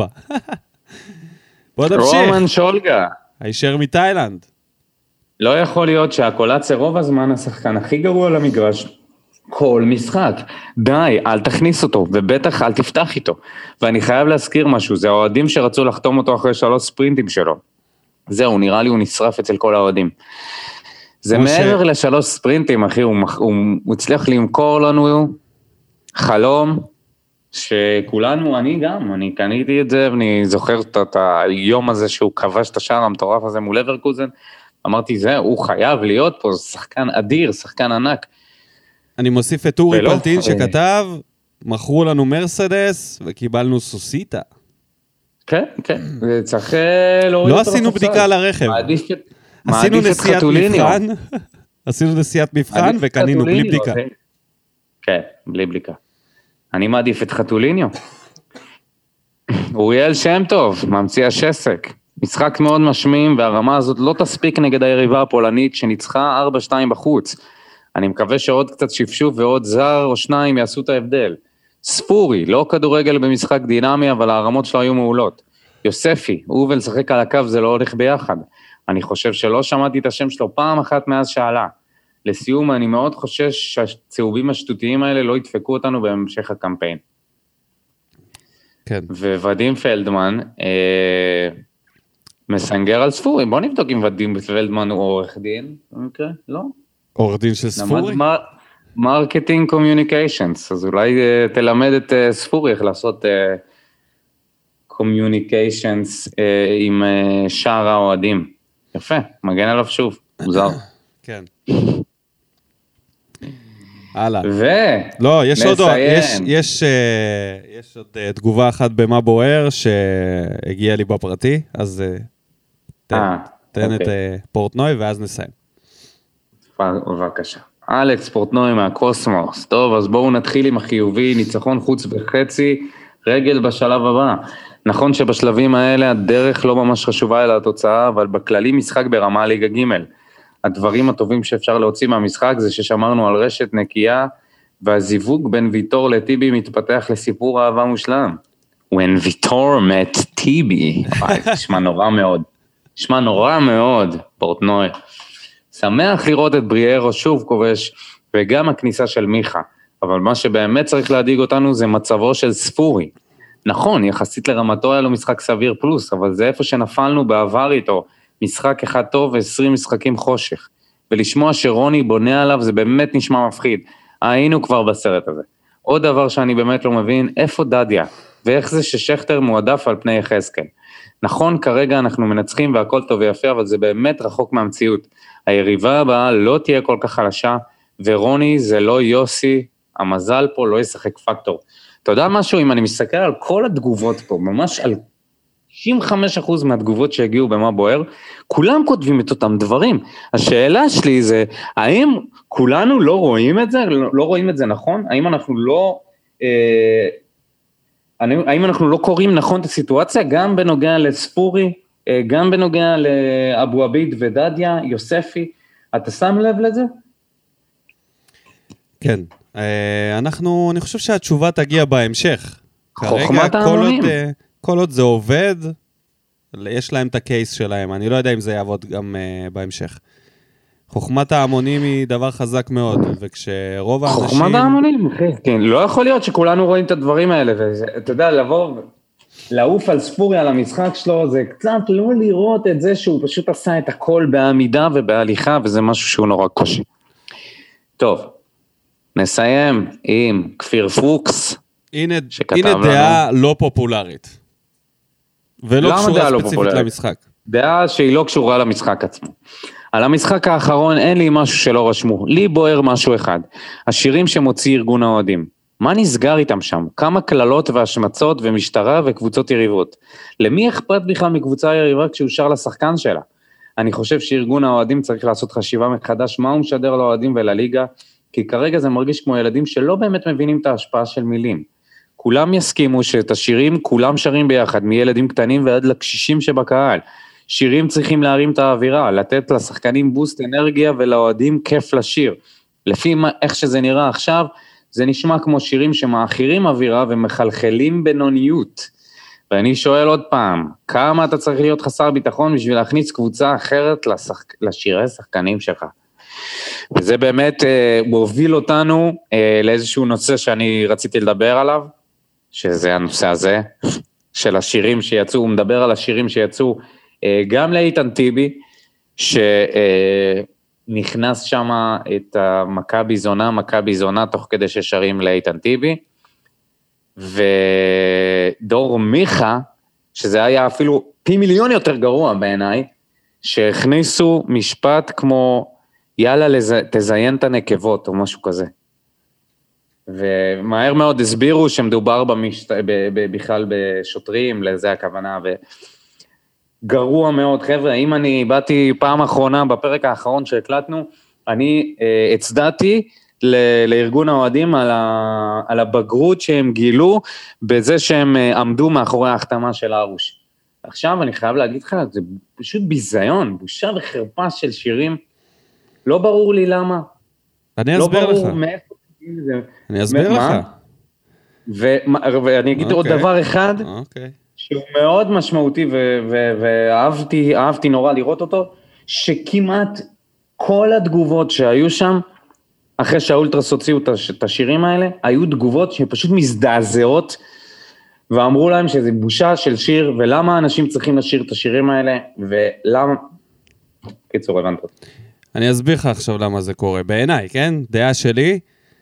Speaker 1: בוא נמשיך.
Speaker 6: רומן שולגה.
Speaker 1: הישר מתאילנד.
Speaker 6: לא יכול להיות שהקולציה רוב הזמן השחקן הכי גרוע למגרש, כל משחק. די, אל תכניס אותו, ובטח אל תפתח איתו. ואני חייב להזכיר משהו, זה האוהדים שרצו לחתום אותו אחרי שלוש ספרינטים שלו. זהו, נראה לי הוא נשרף אצל כל האוהדים. זה מעבר ש... לשלוש ספרינטים, אחי, הוא, הוא, הוא הצליח למכור לנו חלום, שכולנו, אני גם, אני קניתי את זה, ואני זוכר את היום הזה שהוא כבש את השער המטורף הזה מול אברקוזן, אמרתי, זה, הוא חייב להיות פה, שחקן אדיר, שחקן ענק. אני
Speaker 1: מוסיף את אורי פלטין שכתב, מכרו לנו מרסדס וקיבלנו סוסיטה.
Speaker 6: כן, כן, צריך להוריד
Speaker 1: לא עשינו בדיקה על הרכב. עשינו נסיעת מבחן, עשינו נסיעת מבחן וקנינו בלי בדיקה.
Speaker 6: כן, בלי בדיקה. אני מעדיף את חתוליניו. אוריאל שם טוב, ממציא השסק. משחק מאוד משמים, והרמה הזאת לא תספיק נגד היריבה הפולנית שניצחה ארבע שתיים בחוץ. אני מקווה שעוד קצת שפשוף ועוד זר או שניים יעשו את ההבדל. ספורי, לא כדורגל במשחק דינמי, אבל הרמות שלו היו מעולות. יוספי, הוא ולשחק על הקו זה לא הולך ביחד. אני חושב שלא שמעתי את השם שלו פעם אחת מאז שעלה. לסיום, אני מאוד חושש שהצהובים השטותיים האלה לא ידפקו אותנו בהמשך הקמפיין.
Speaker 1: כן.
Speaker 6: ווודים פלדמן, אה, מסנגר על ספורי. בוא נבדוק אם ודים פלדמן הוא עורך דין, במקרה? לא?
Speaker 1: עורך דין של ספורי?
Speaker 6: מרקטינג קומיוניקיישנס, אז אולי uh, תלמד את uh, ספורי איך לעשות קומיוניקיישנס uh, uh, עם uh, שאר האוהדים. יפה, מגן עליו שוב, מוזר.
Speaker 1: כן. הלאה.
Speaker 6: ו...
Speaker 1: לא, יש עוד, יש, יש, uh, יש עוד uh, תגובה אחת במה בוער שהגיעה לי בפרטי, אז uh, תן, 아, תן אוקיי. את uh, פורטנוי ואז נסיים.
Speaker 6: בבקשה. אלכס פורטנוי מהקוסמוס. טוב, אז בואו נתחיל עם החיובי, ניצחון חוץ וחצי, רגל בשלב הבא. נכון שבשלבים האלה הדרך לא ממש חשובה אלא התוצאה, אבל בכללי משחק ברמה ליגה ג'. הדברים הטובים שאפשר להוציא מהמשחק זה ששמרנו על רשת נקייה, והזיווג בין ויטור לטיבי מתפתח לסיפור אהבה מושלם. When ויטור met טיבי, נשמע נורא מאוד. נשמע נורא מאוד, פורטנוי. שמח לראות את בריארו שוב כובש, וגם הכניסה של מיכה, אבל מה שבאמת צריך להדיג אותנו זה מצבו של ספורי. נכון, יחסית לרמתו היה לו משחק סביר פלוס, אבל זה איפה שנפלנו בעבר איתו, משחק אחד טוב ועשרים משחקים חושך, ולשמוע שרוני בונה עליו זה באמת נשמע מפחיד, היינו כבר בסרט הזה. עוד דבר שאני באמת לא מבין, איפה דדיה? ואיך זה ששכטר מועדף על פני יחזקאל. נכון, כרגע אנחנו מנצחים והכל טוב ויפה, אבל זה באמת רחוק מהמציאות. היריבה הבאה לא תהיה כל כך חלשה, ורוני זה לא יוסי, המזל פה לא ישחק פקטור. אתה יודע משהו, אם אני מסתכל על כל התגובות פה, ממש על תשעים וחמישה אחוז מהתגובות שהגיעו במה בוער, כולם כותבים את אותם דברים. השאלה שלי זה, האם כולנו לא רואים את זה? לא, לא רואים את זה נכון? האם אנחנו לא... אה, האם אנחנו לא קוראים נכון את הסיטואציה, גם בנוגע לספורי, גם בנוגע לאבו עביד ודדיה, יוספי, אתה שם לב לזה?
Speaker 1: כן, אנחנו, אני חושב שהתשובה תגיע בהמשך.
Speaker 6: חוכמת ההמונים.
Speaker 1: כל עוד, כל עוד זה עובד, יש להם את הקייס שלהם, אני לא יודע אם זה יעבוד גם בהמשך. חוכמת ההמונים היא דבר חזק מאוד, וכשרוב האנשים...
Speaker 6: חוכמת ההמונים, כן, לא יכול להיות שכולנו רואים את הדברים האלה, ואתה יודע, לבוא, לעוף על ספורי על המשחק שלו, זה קצת לא לראות את זה שהוא פשוט עשה את הכל בעמידה ובהליכה, וזה משהו שהוא נורא קושי. טוב, נסיים עם כפיר פוקס,
Speaker 1: הנה, הנה דעה לא פופולרית, ולא קשורה לא ספציפית למשחק.
Speaker 6: דעה שהיא לא קשורה למשחק עצמו. על המשחק האחרון אין לי משהו שלא רשמו, לי בוער משהו אחד, השירים שמוציא ארגון האוהדים, מה נסגר איתם שם? כמה כללות והשמצות ומשטרה וקבוצות יריבות? למי אכפת בכלל מקבוצה יריבה כשהוא שר לשחקן שלה? אני חושב שארגון האוהדים צריך לעשות חשיבה מחדש, מה הוא משדר לאוהדים ולליגה, כי כרגע זה מרגיש כמו ילדים שלא באמת מבינים את ההשפעה של מילים. כולם יסכימו שאת השירים כולם שרים ביחד, מילדים קטנים ועד לקשישים שבקהל. שירים צריכים להרים את האווירה, לתת לשחקנים בוסט אנרגיה ולאוהדים כיף לשיר. לפי מה, איך שזה נראה עכשיו, זה נשמע כמו שירים שמאחירים אווירה ומחלחלים בינוניות. ואני שואל עוד פעם, כמה אתה צריך להיות חסר ביטחון בשביל להכניס קבוצה אחרת לשחק, לשירי שחקנים שלך? וזה באמת אה, מוביל אותנו אה, לאיזשהו נושא שאני רציתי לדבר עליו, שזה הנושא הזה, של השירים שיצאו, הוא מדבר על השירים שיצאו, גם לאיתן טיבי, שנכנס שם את המכבי זונה, מכבי זונה, תוך כדי ששרים לאיתן טיבי, ודור מיכה, שזה היה אפילו פי מיליון יותר גרוע בעיניי, שהכניסו משפט כמו, יאללה תזיין את הנקבות, או משהו כזה. ומהר מאוד הסבירו שמדובר במשת... בכלל בשוטרים, לזה הכוונה, ו... גרוע מאוד, חבר'ה, אם אני באתי פעם האחרונה, בפרק האחרון שהקלטנו, אני אה, הצדעתי ל- לארגון האוהדים על, ה- על הבגרות שהם גילו, בזה שהם אה, עמדו מאחורי ההחתמה של ארוש. עכשיו אני חייב להגיד לך, זה פשוט ביזיון, בושה וחרפה של שירים, לא ברור לי למה.
Speaker 1: אני אסביר לך.
Speaker 6: לא ברור מאיפה זה.
Speaker 1: אני אסביר לך.
Speaker 6: ו- ואני אגיד עוד דבר אחד,
Speaker 1: אוקיי.
Speaker 6: שהוא מאוד משמעותי, ואהבתי, אהבתי נורא לראות אותו, שכמעט כל התגובות שהיו שם, אחרי שהאולטרס הוציאו את השירים האלה, היו תגובות שפשוט מזדעזעות, ואמרו להם שזה בושה של שיר, ולמה אנשים צריכים לשיר את השירים האלה, ולמה... קיצור, הבנת.
Speaker 1: אני אסביר לך עכשיו למה זה קורה. בעיניי, כן? דעה שלי,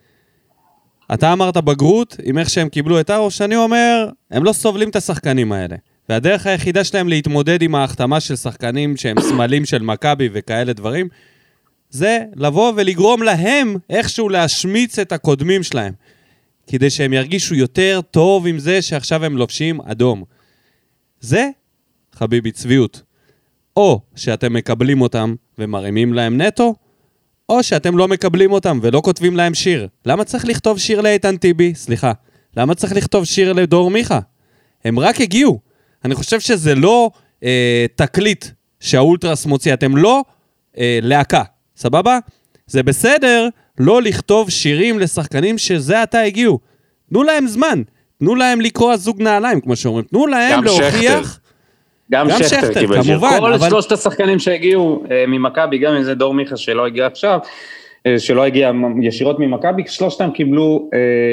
Speaker 1: אתה אמרת בגרות, עם איך שהם קיבלו את הראש, אני אומר, הם לא סובלים את השחקנים האלה. והדרך היחידה שלהם להתמודד עם ההחתמה של שחקנים שהם סמלים של מכבי וכאלה דברים, זה לבוא ולגרום להם איכשהו להשמיץ את הקודמים שלהם. כדי שהם ירגישו יותר טוב עם זה שעכשיו הם לובשים אדום. זה, חביבי, צביעות. או שאתם מקבלים אותם ומרימים להם נטו, או שאתם לא מקבלים אותם ולא כותבים להם שיר. למה צריך לכתוב שיר לאיתן טיבי? סליחה. למה צריך לכתוב שיר לדור מיכה? הם רק הגיעו. אני חושב שזה לא אה, תקליט שהאולטרס מוציא. אתם לא אה, להקה. סבבה? זה בסדר לא לכתוב שירים לשחקנים שזה עתה הגיעו. תנו להם זמן. תנו להם לקרוא זוג נעליים, כמו שאומרים. תנו להם להוכיח...
Speaker 6: גם שכטר קיבל שיר. כל שלושת השחקנים שהגיעו ממכבי, גם אם זה דור מיכה שלא הגיע עכשיו, שלא הגיע ישירות ממכבי, שלושתם קיבלו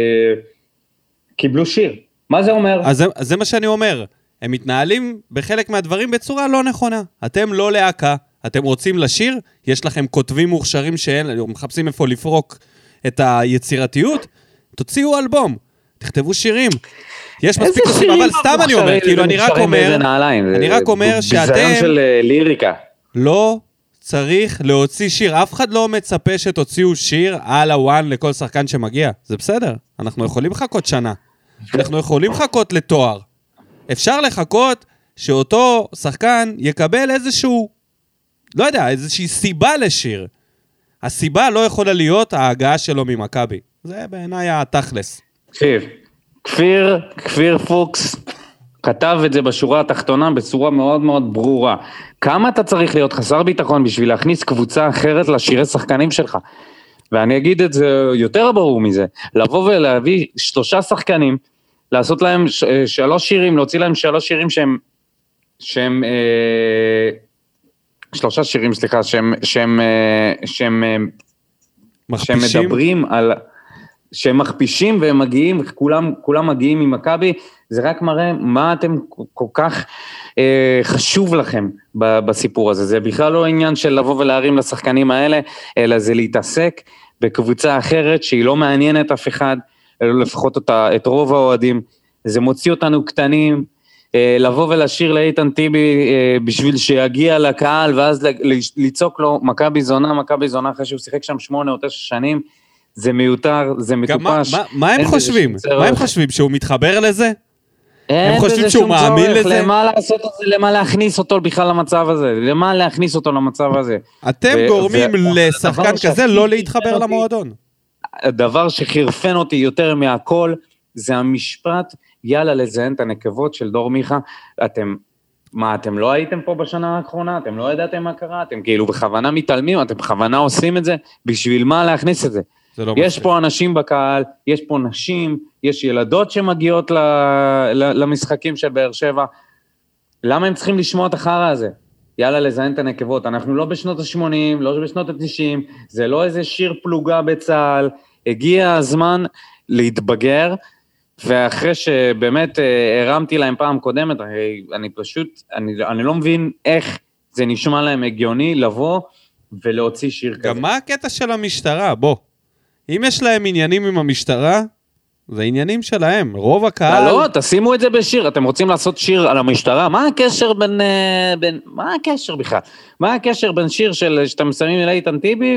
Speaker 6: קיבלו שיר. מה זה אומר?
Speaker 1: אז זה מה שאני אומר. הם מתנהלים בחלק מהדברים בצורה לא נכונה. אתם לא להקה, אתם רוצים לשיר, יש לכם כותבים מוכשרים שמחפשים איפה לפרוק את היצירתיות, תוציאו אלבום, תכתבו שירים. יש מספיק עושים, אבל סתם אני אומר, כאילו אני רק אומר, אני רק אומר שאתם...
Speaker 2: ביזיון של ליריקה.
Speaker 1: לא צריך להוציא שיר, אף אחד לא מצפה שתוציאו שיר על הוואן לכל שחקן שמגיע, זה בסדר, אנחנו יכולים לחכות שנה, אנחנו יכולים לחכות לתואר, אפשר לחכות שאותו שחקן יקבל איזשהו, לא יודע, איזושהי סיבה לשיר, הסיבה לא יכולה להיות ההגעה שלו ממכבי, זה בעיניי התכלס.
Speaker 2: תקשיב, כפיר, כפיר פוקס, כתב את זה בשורה התחתונה בצורה מאוד מאוד ברורה. כמה אתה צריך להיות חסר ביטחון בשביל להכניס קבוצה אחרת לשירי שחקנים שלך? ואני אגיד את זה יותר ברור מזה. לבוא ולהביא שלושה שחקנים, לעשות להם ש- שלוש שירים, להוציא להם שלוש שירים שהם, שהם, אה, שלושה שירים, סליחה, שהם, שהם, אה, שהם, אה, שהם מדברים על... שהם מכפישים והם מגיעים, כולם, כולם מגיעים ממכבי, זה רק מראה מה אתם כל כך אה, חשוב לכם ב, בסיפור הזה. זה בכלל לא עניין של לבוא ולהרים לשחקנים האלה, אלא זה להתעסק בקבוצה אחרת שהיא לא מעניינת אף אחד, לפחות אותה, את רוב האוהדים. זה מוציא אותנו קטנים, אה, לבוא ולשיר לאיתן טיבי אה, בשביל שיגיע לקהל, ואז לצעוק לו מכבי זונה, מכבי זונה אחרי שהוא שיחק שם שמונה או תשע שנים, זה מיותר, זה מטופש.
Speaker 1: מה, מה הם חושבים? מה הם חושבים? שהוא מתחבר לזה? הם חושבים שהוא מאמין לזה?
Speaker 2: למה לעשות את זה? למה להכניס אותו בכלל למצב הזה? למה להכניס אותו למצב הזה?
Speaker 1: אתם גורמים לשחקן כזה לא להתחבר למועדון.
Speaker 2: הדבר שחירפן אותי יותר מהכל, זה המשפט, יאללה לזיין את הנקבות של דור מיכה, אתם... מה, אתם לא הייתם פה בשנה האחרונה? אתם לא ידעתם מה קרה? אתם כאילו בכוונה מתעלמים, אתם בכוונה עושים את זה? בשביל מה להכניס את זה? לא יש מספיק. פה אנשים בקהל, יש פה נשים, יש ילדות שמגיעות ל, ל, למשחקים של באר שבע. למה הם צריכים לשמוע את החרא הזה? יאללה, לזיין את הנקבות. אנחנו לא בשנות ה-שמונים, לא בשנות ה-תשעים, זה לא איזה שיר פלוגה בצהל. הגיע הזמן להתבגר, ואחרי שבאמת הרמתי להם פעם קודמת, אני פשוט, אני, אני לא מבין איך זה נשמע להם הגיוני לבוא ולהוציא שיר כזה.
Speaker 1: גם מה הקטע של המשטרה? בוא. אם יש להם עניינים עם המשטרה, זה עניינים שלהם. רוב הקהל...
Speaker 2: לא, תשימו את זה בשיר. אתם רוצים לעשות שיר על המשטרה? מה הקשר בין... בין מה הקשר בכלל? מה הקשר בין שיר של שאתם מסיימים אל איתן טיבי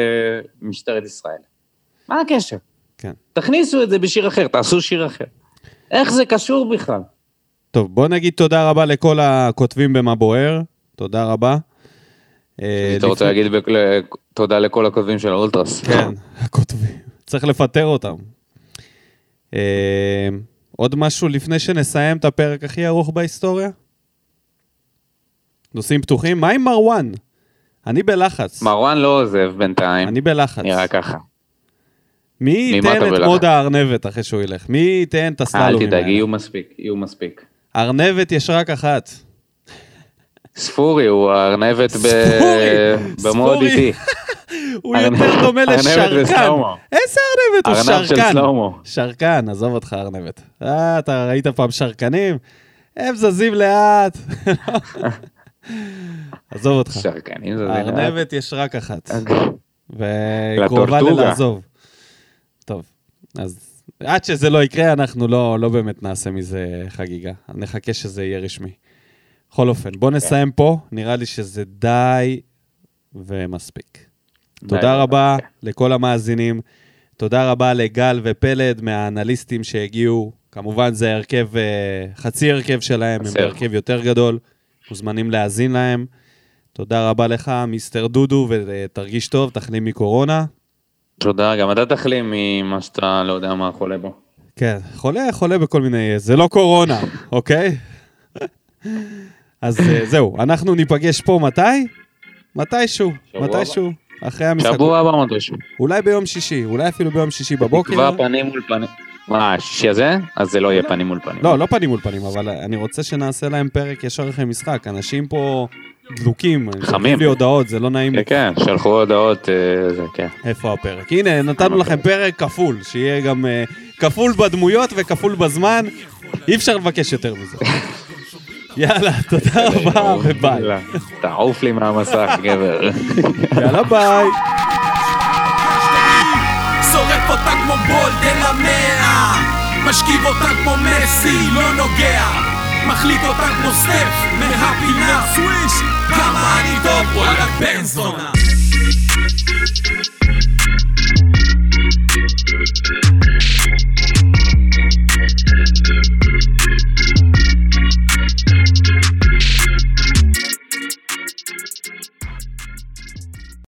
Speaker 2: ומשטרת ישראל? מה הקשר?
Speaker 1: כן.
Speaker 2: תכניסו את זה בשיר אחר, תעשו שיר אחר. איך זה קשור בכלל?
Speaker 1: טוב, בוא נגיד תודה רבה לכל הכותבים במה בוער. תודה רבה.
Speaker 2: אתה רוצה להגיד תודה לכל הכותבים של האולטרס.
Speaker 1: כן, הכותבים. צריך לפטר אותם. עוד משהו לפני שנסיים את הפרק הכי ארוך בהיסטוריה? נושאים פתוחים? מה עם מרואן? אני בלחץ.
Speaker 2: מרואן לא עוזב בינתיים.
Speaker 1: אני בלחץ.
Speaker 2: נראה ככה.
Speaker 1: מי ייתן את מוד הארנבת אחרי שהוא ילך? מי ייתן את הסללומים?
Speaker 2: אל תדאג, יהיו מספיק, יהיו מספיק.
Speaker 1: ארנבת יש רק אחת.
Speaker 2: ספורי, הוא הארנבת במוד איתי.
Speaker 1: הוא יותר דומה לשרקן. איזה ארנבת? הוא שרקן.
Speaker 2: ארנב של סלומו.
Speaker 1: שרקן, עזוב אותך ארנבת. אה, אתה ראית פעם שרקנים? הם זזים לאט. עזוב אותך.
Speaker 2: שרקנים זזים לאט.
Speaker 1: הארנבת יש רק אחת. והיא קרובה ללעזוב. טוב, אז עד שזה לא יקרה, אנחנו לא, לא באמת נעשה מזה חגיגה. נחכה שזה יהיה רשמי. בכל אופן, בוא נסיים פה, נראה לי שזה די ומספיק. תודה רבה לכל המאזינים, תודה רבה לגל ופלד מהאנליסטים שהגיעו, כמובן זה הרכב, חצי הרכב שלהם, הם הרכב יותר גדול, מוזמנים להאזין להם. תודה רבה לך, מיסטר דודו, ותרגיש טוב, תחלים מקורונה.
Speaker 2: תודה, גם אתה תחלים ממה שאתה לא יודע מה חולה בו.
Speaker 1: כן, חולה, חולה בכל מיני, זה לא קורונה, אוקיי? אז זהו, אנחנו ניפגש פה מתי? מתישהו, מתישהו, אחרי המשחק.
Speaker 2: שבוע הבא מתישהו.
Speaker 1: אולי ביום שישי, אולי אפילו ביום שישי בבוקר.
Speaker 2: תקווה פנים מול פנים. מה, השישי הזה? אז זה לא יהיה פנים מול פנים.
Speaker 1: לא, לא פנים מול פנים, אבל אני רוצה שנעשה להם פרק ישר אחרי משחק. אנשים פה דלוקים.
Speaker 2: חמים.
Speaker 1: לי הודעות, זה לא נעים.
Speaker 2: כן, כן, שלחו הודעות, זה כן.
Speaker 1: איפה הפרק? הנה, נתנו לכם פרק כפול, שיהיה גם כפול בדמויות וכפול בזמן. אי אפשר לבקש יותר מזה. יאללה, תודה רבה וביי.
Speaker 2: תעוף לי מהמסך, גבר.
Speaker 1: יאללה, ביי.
Speaker 7: שורף אותה כמו בולד אל המאה, משכיב אותן כמו מסי, לא נוגע, מחליט אותן כמו סטף מהפינה, סוויש, כמה אני טוב, וואלה בן זונה.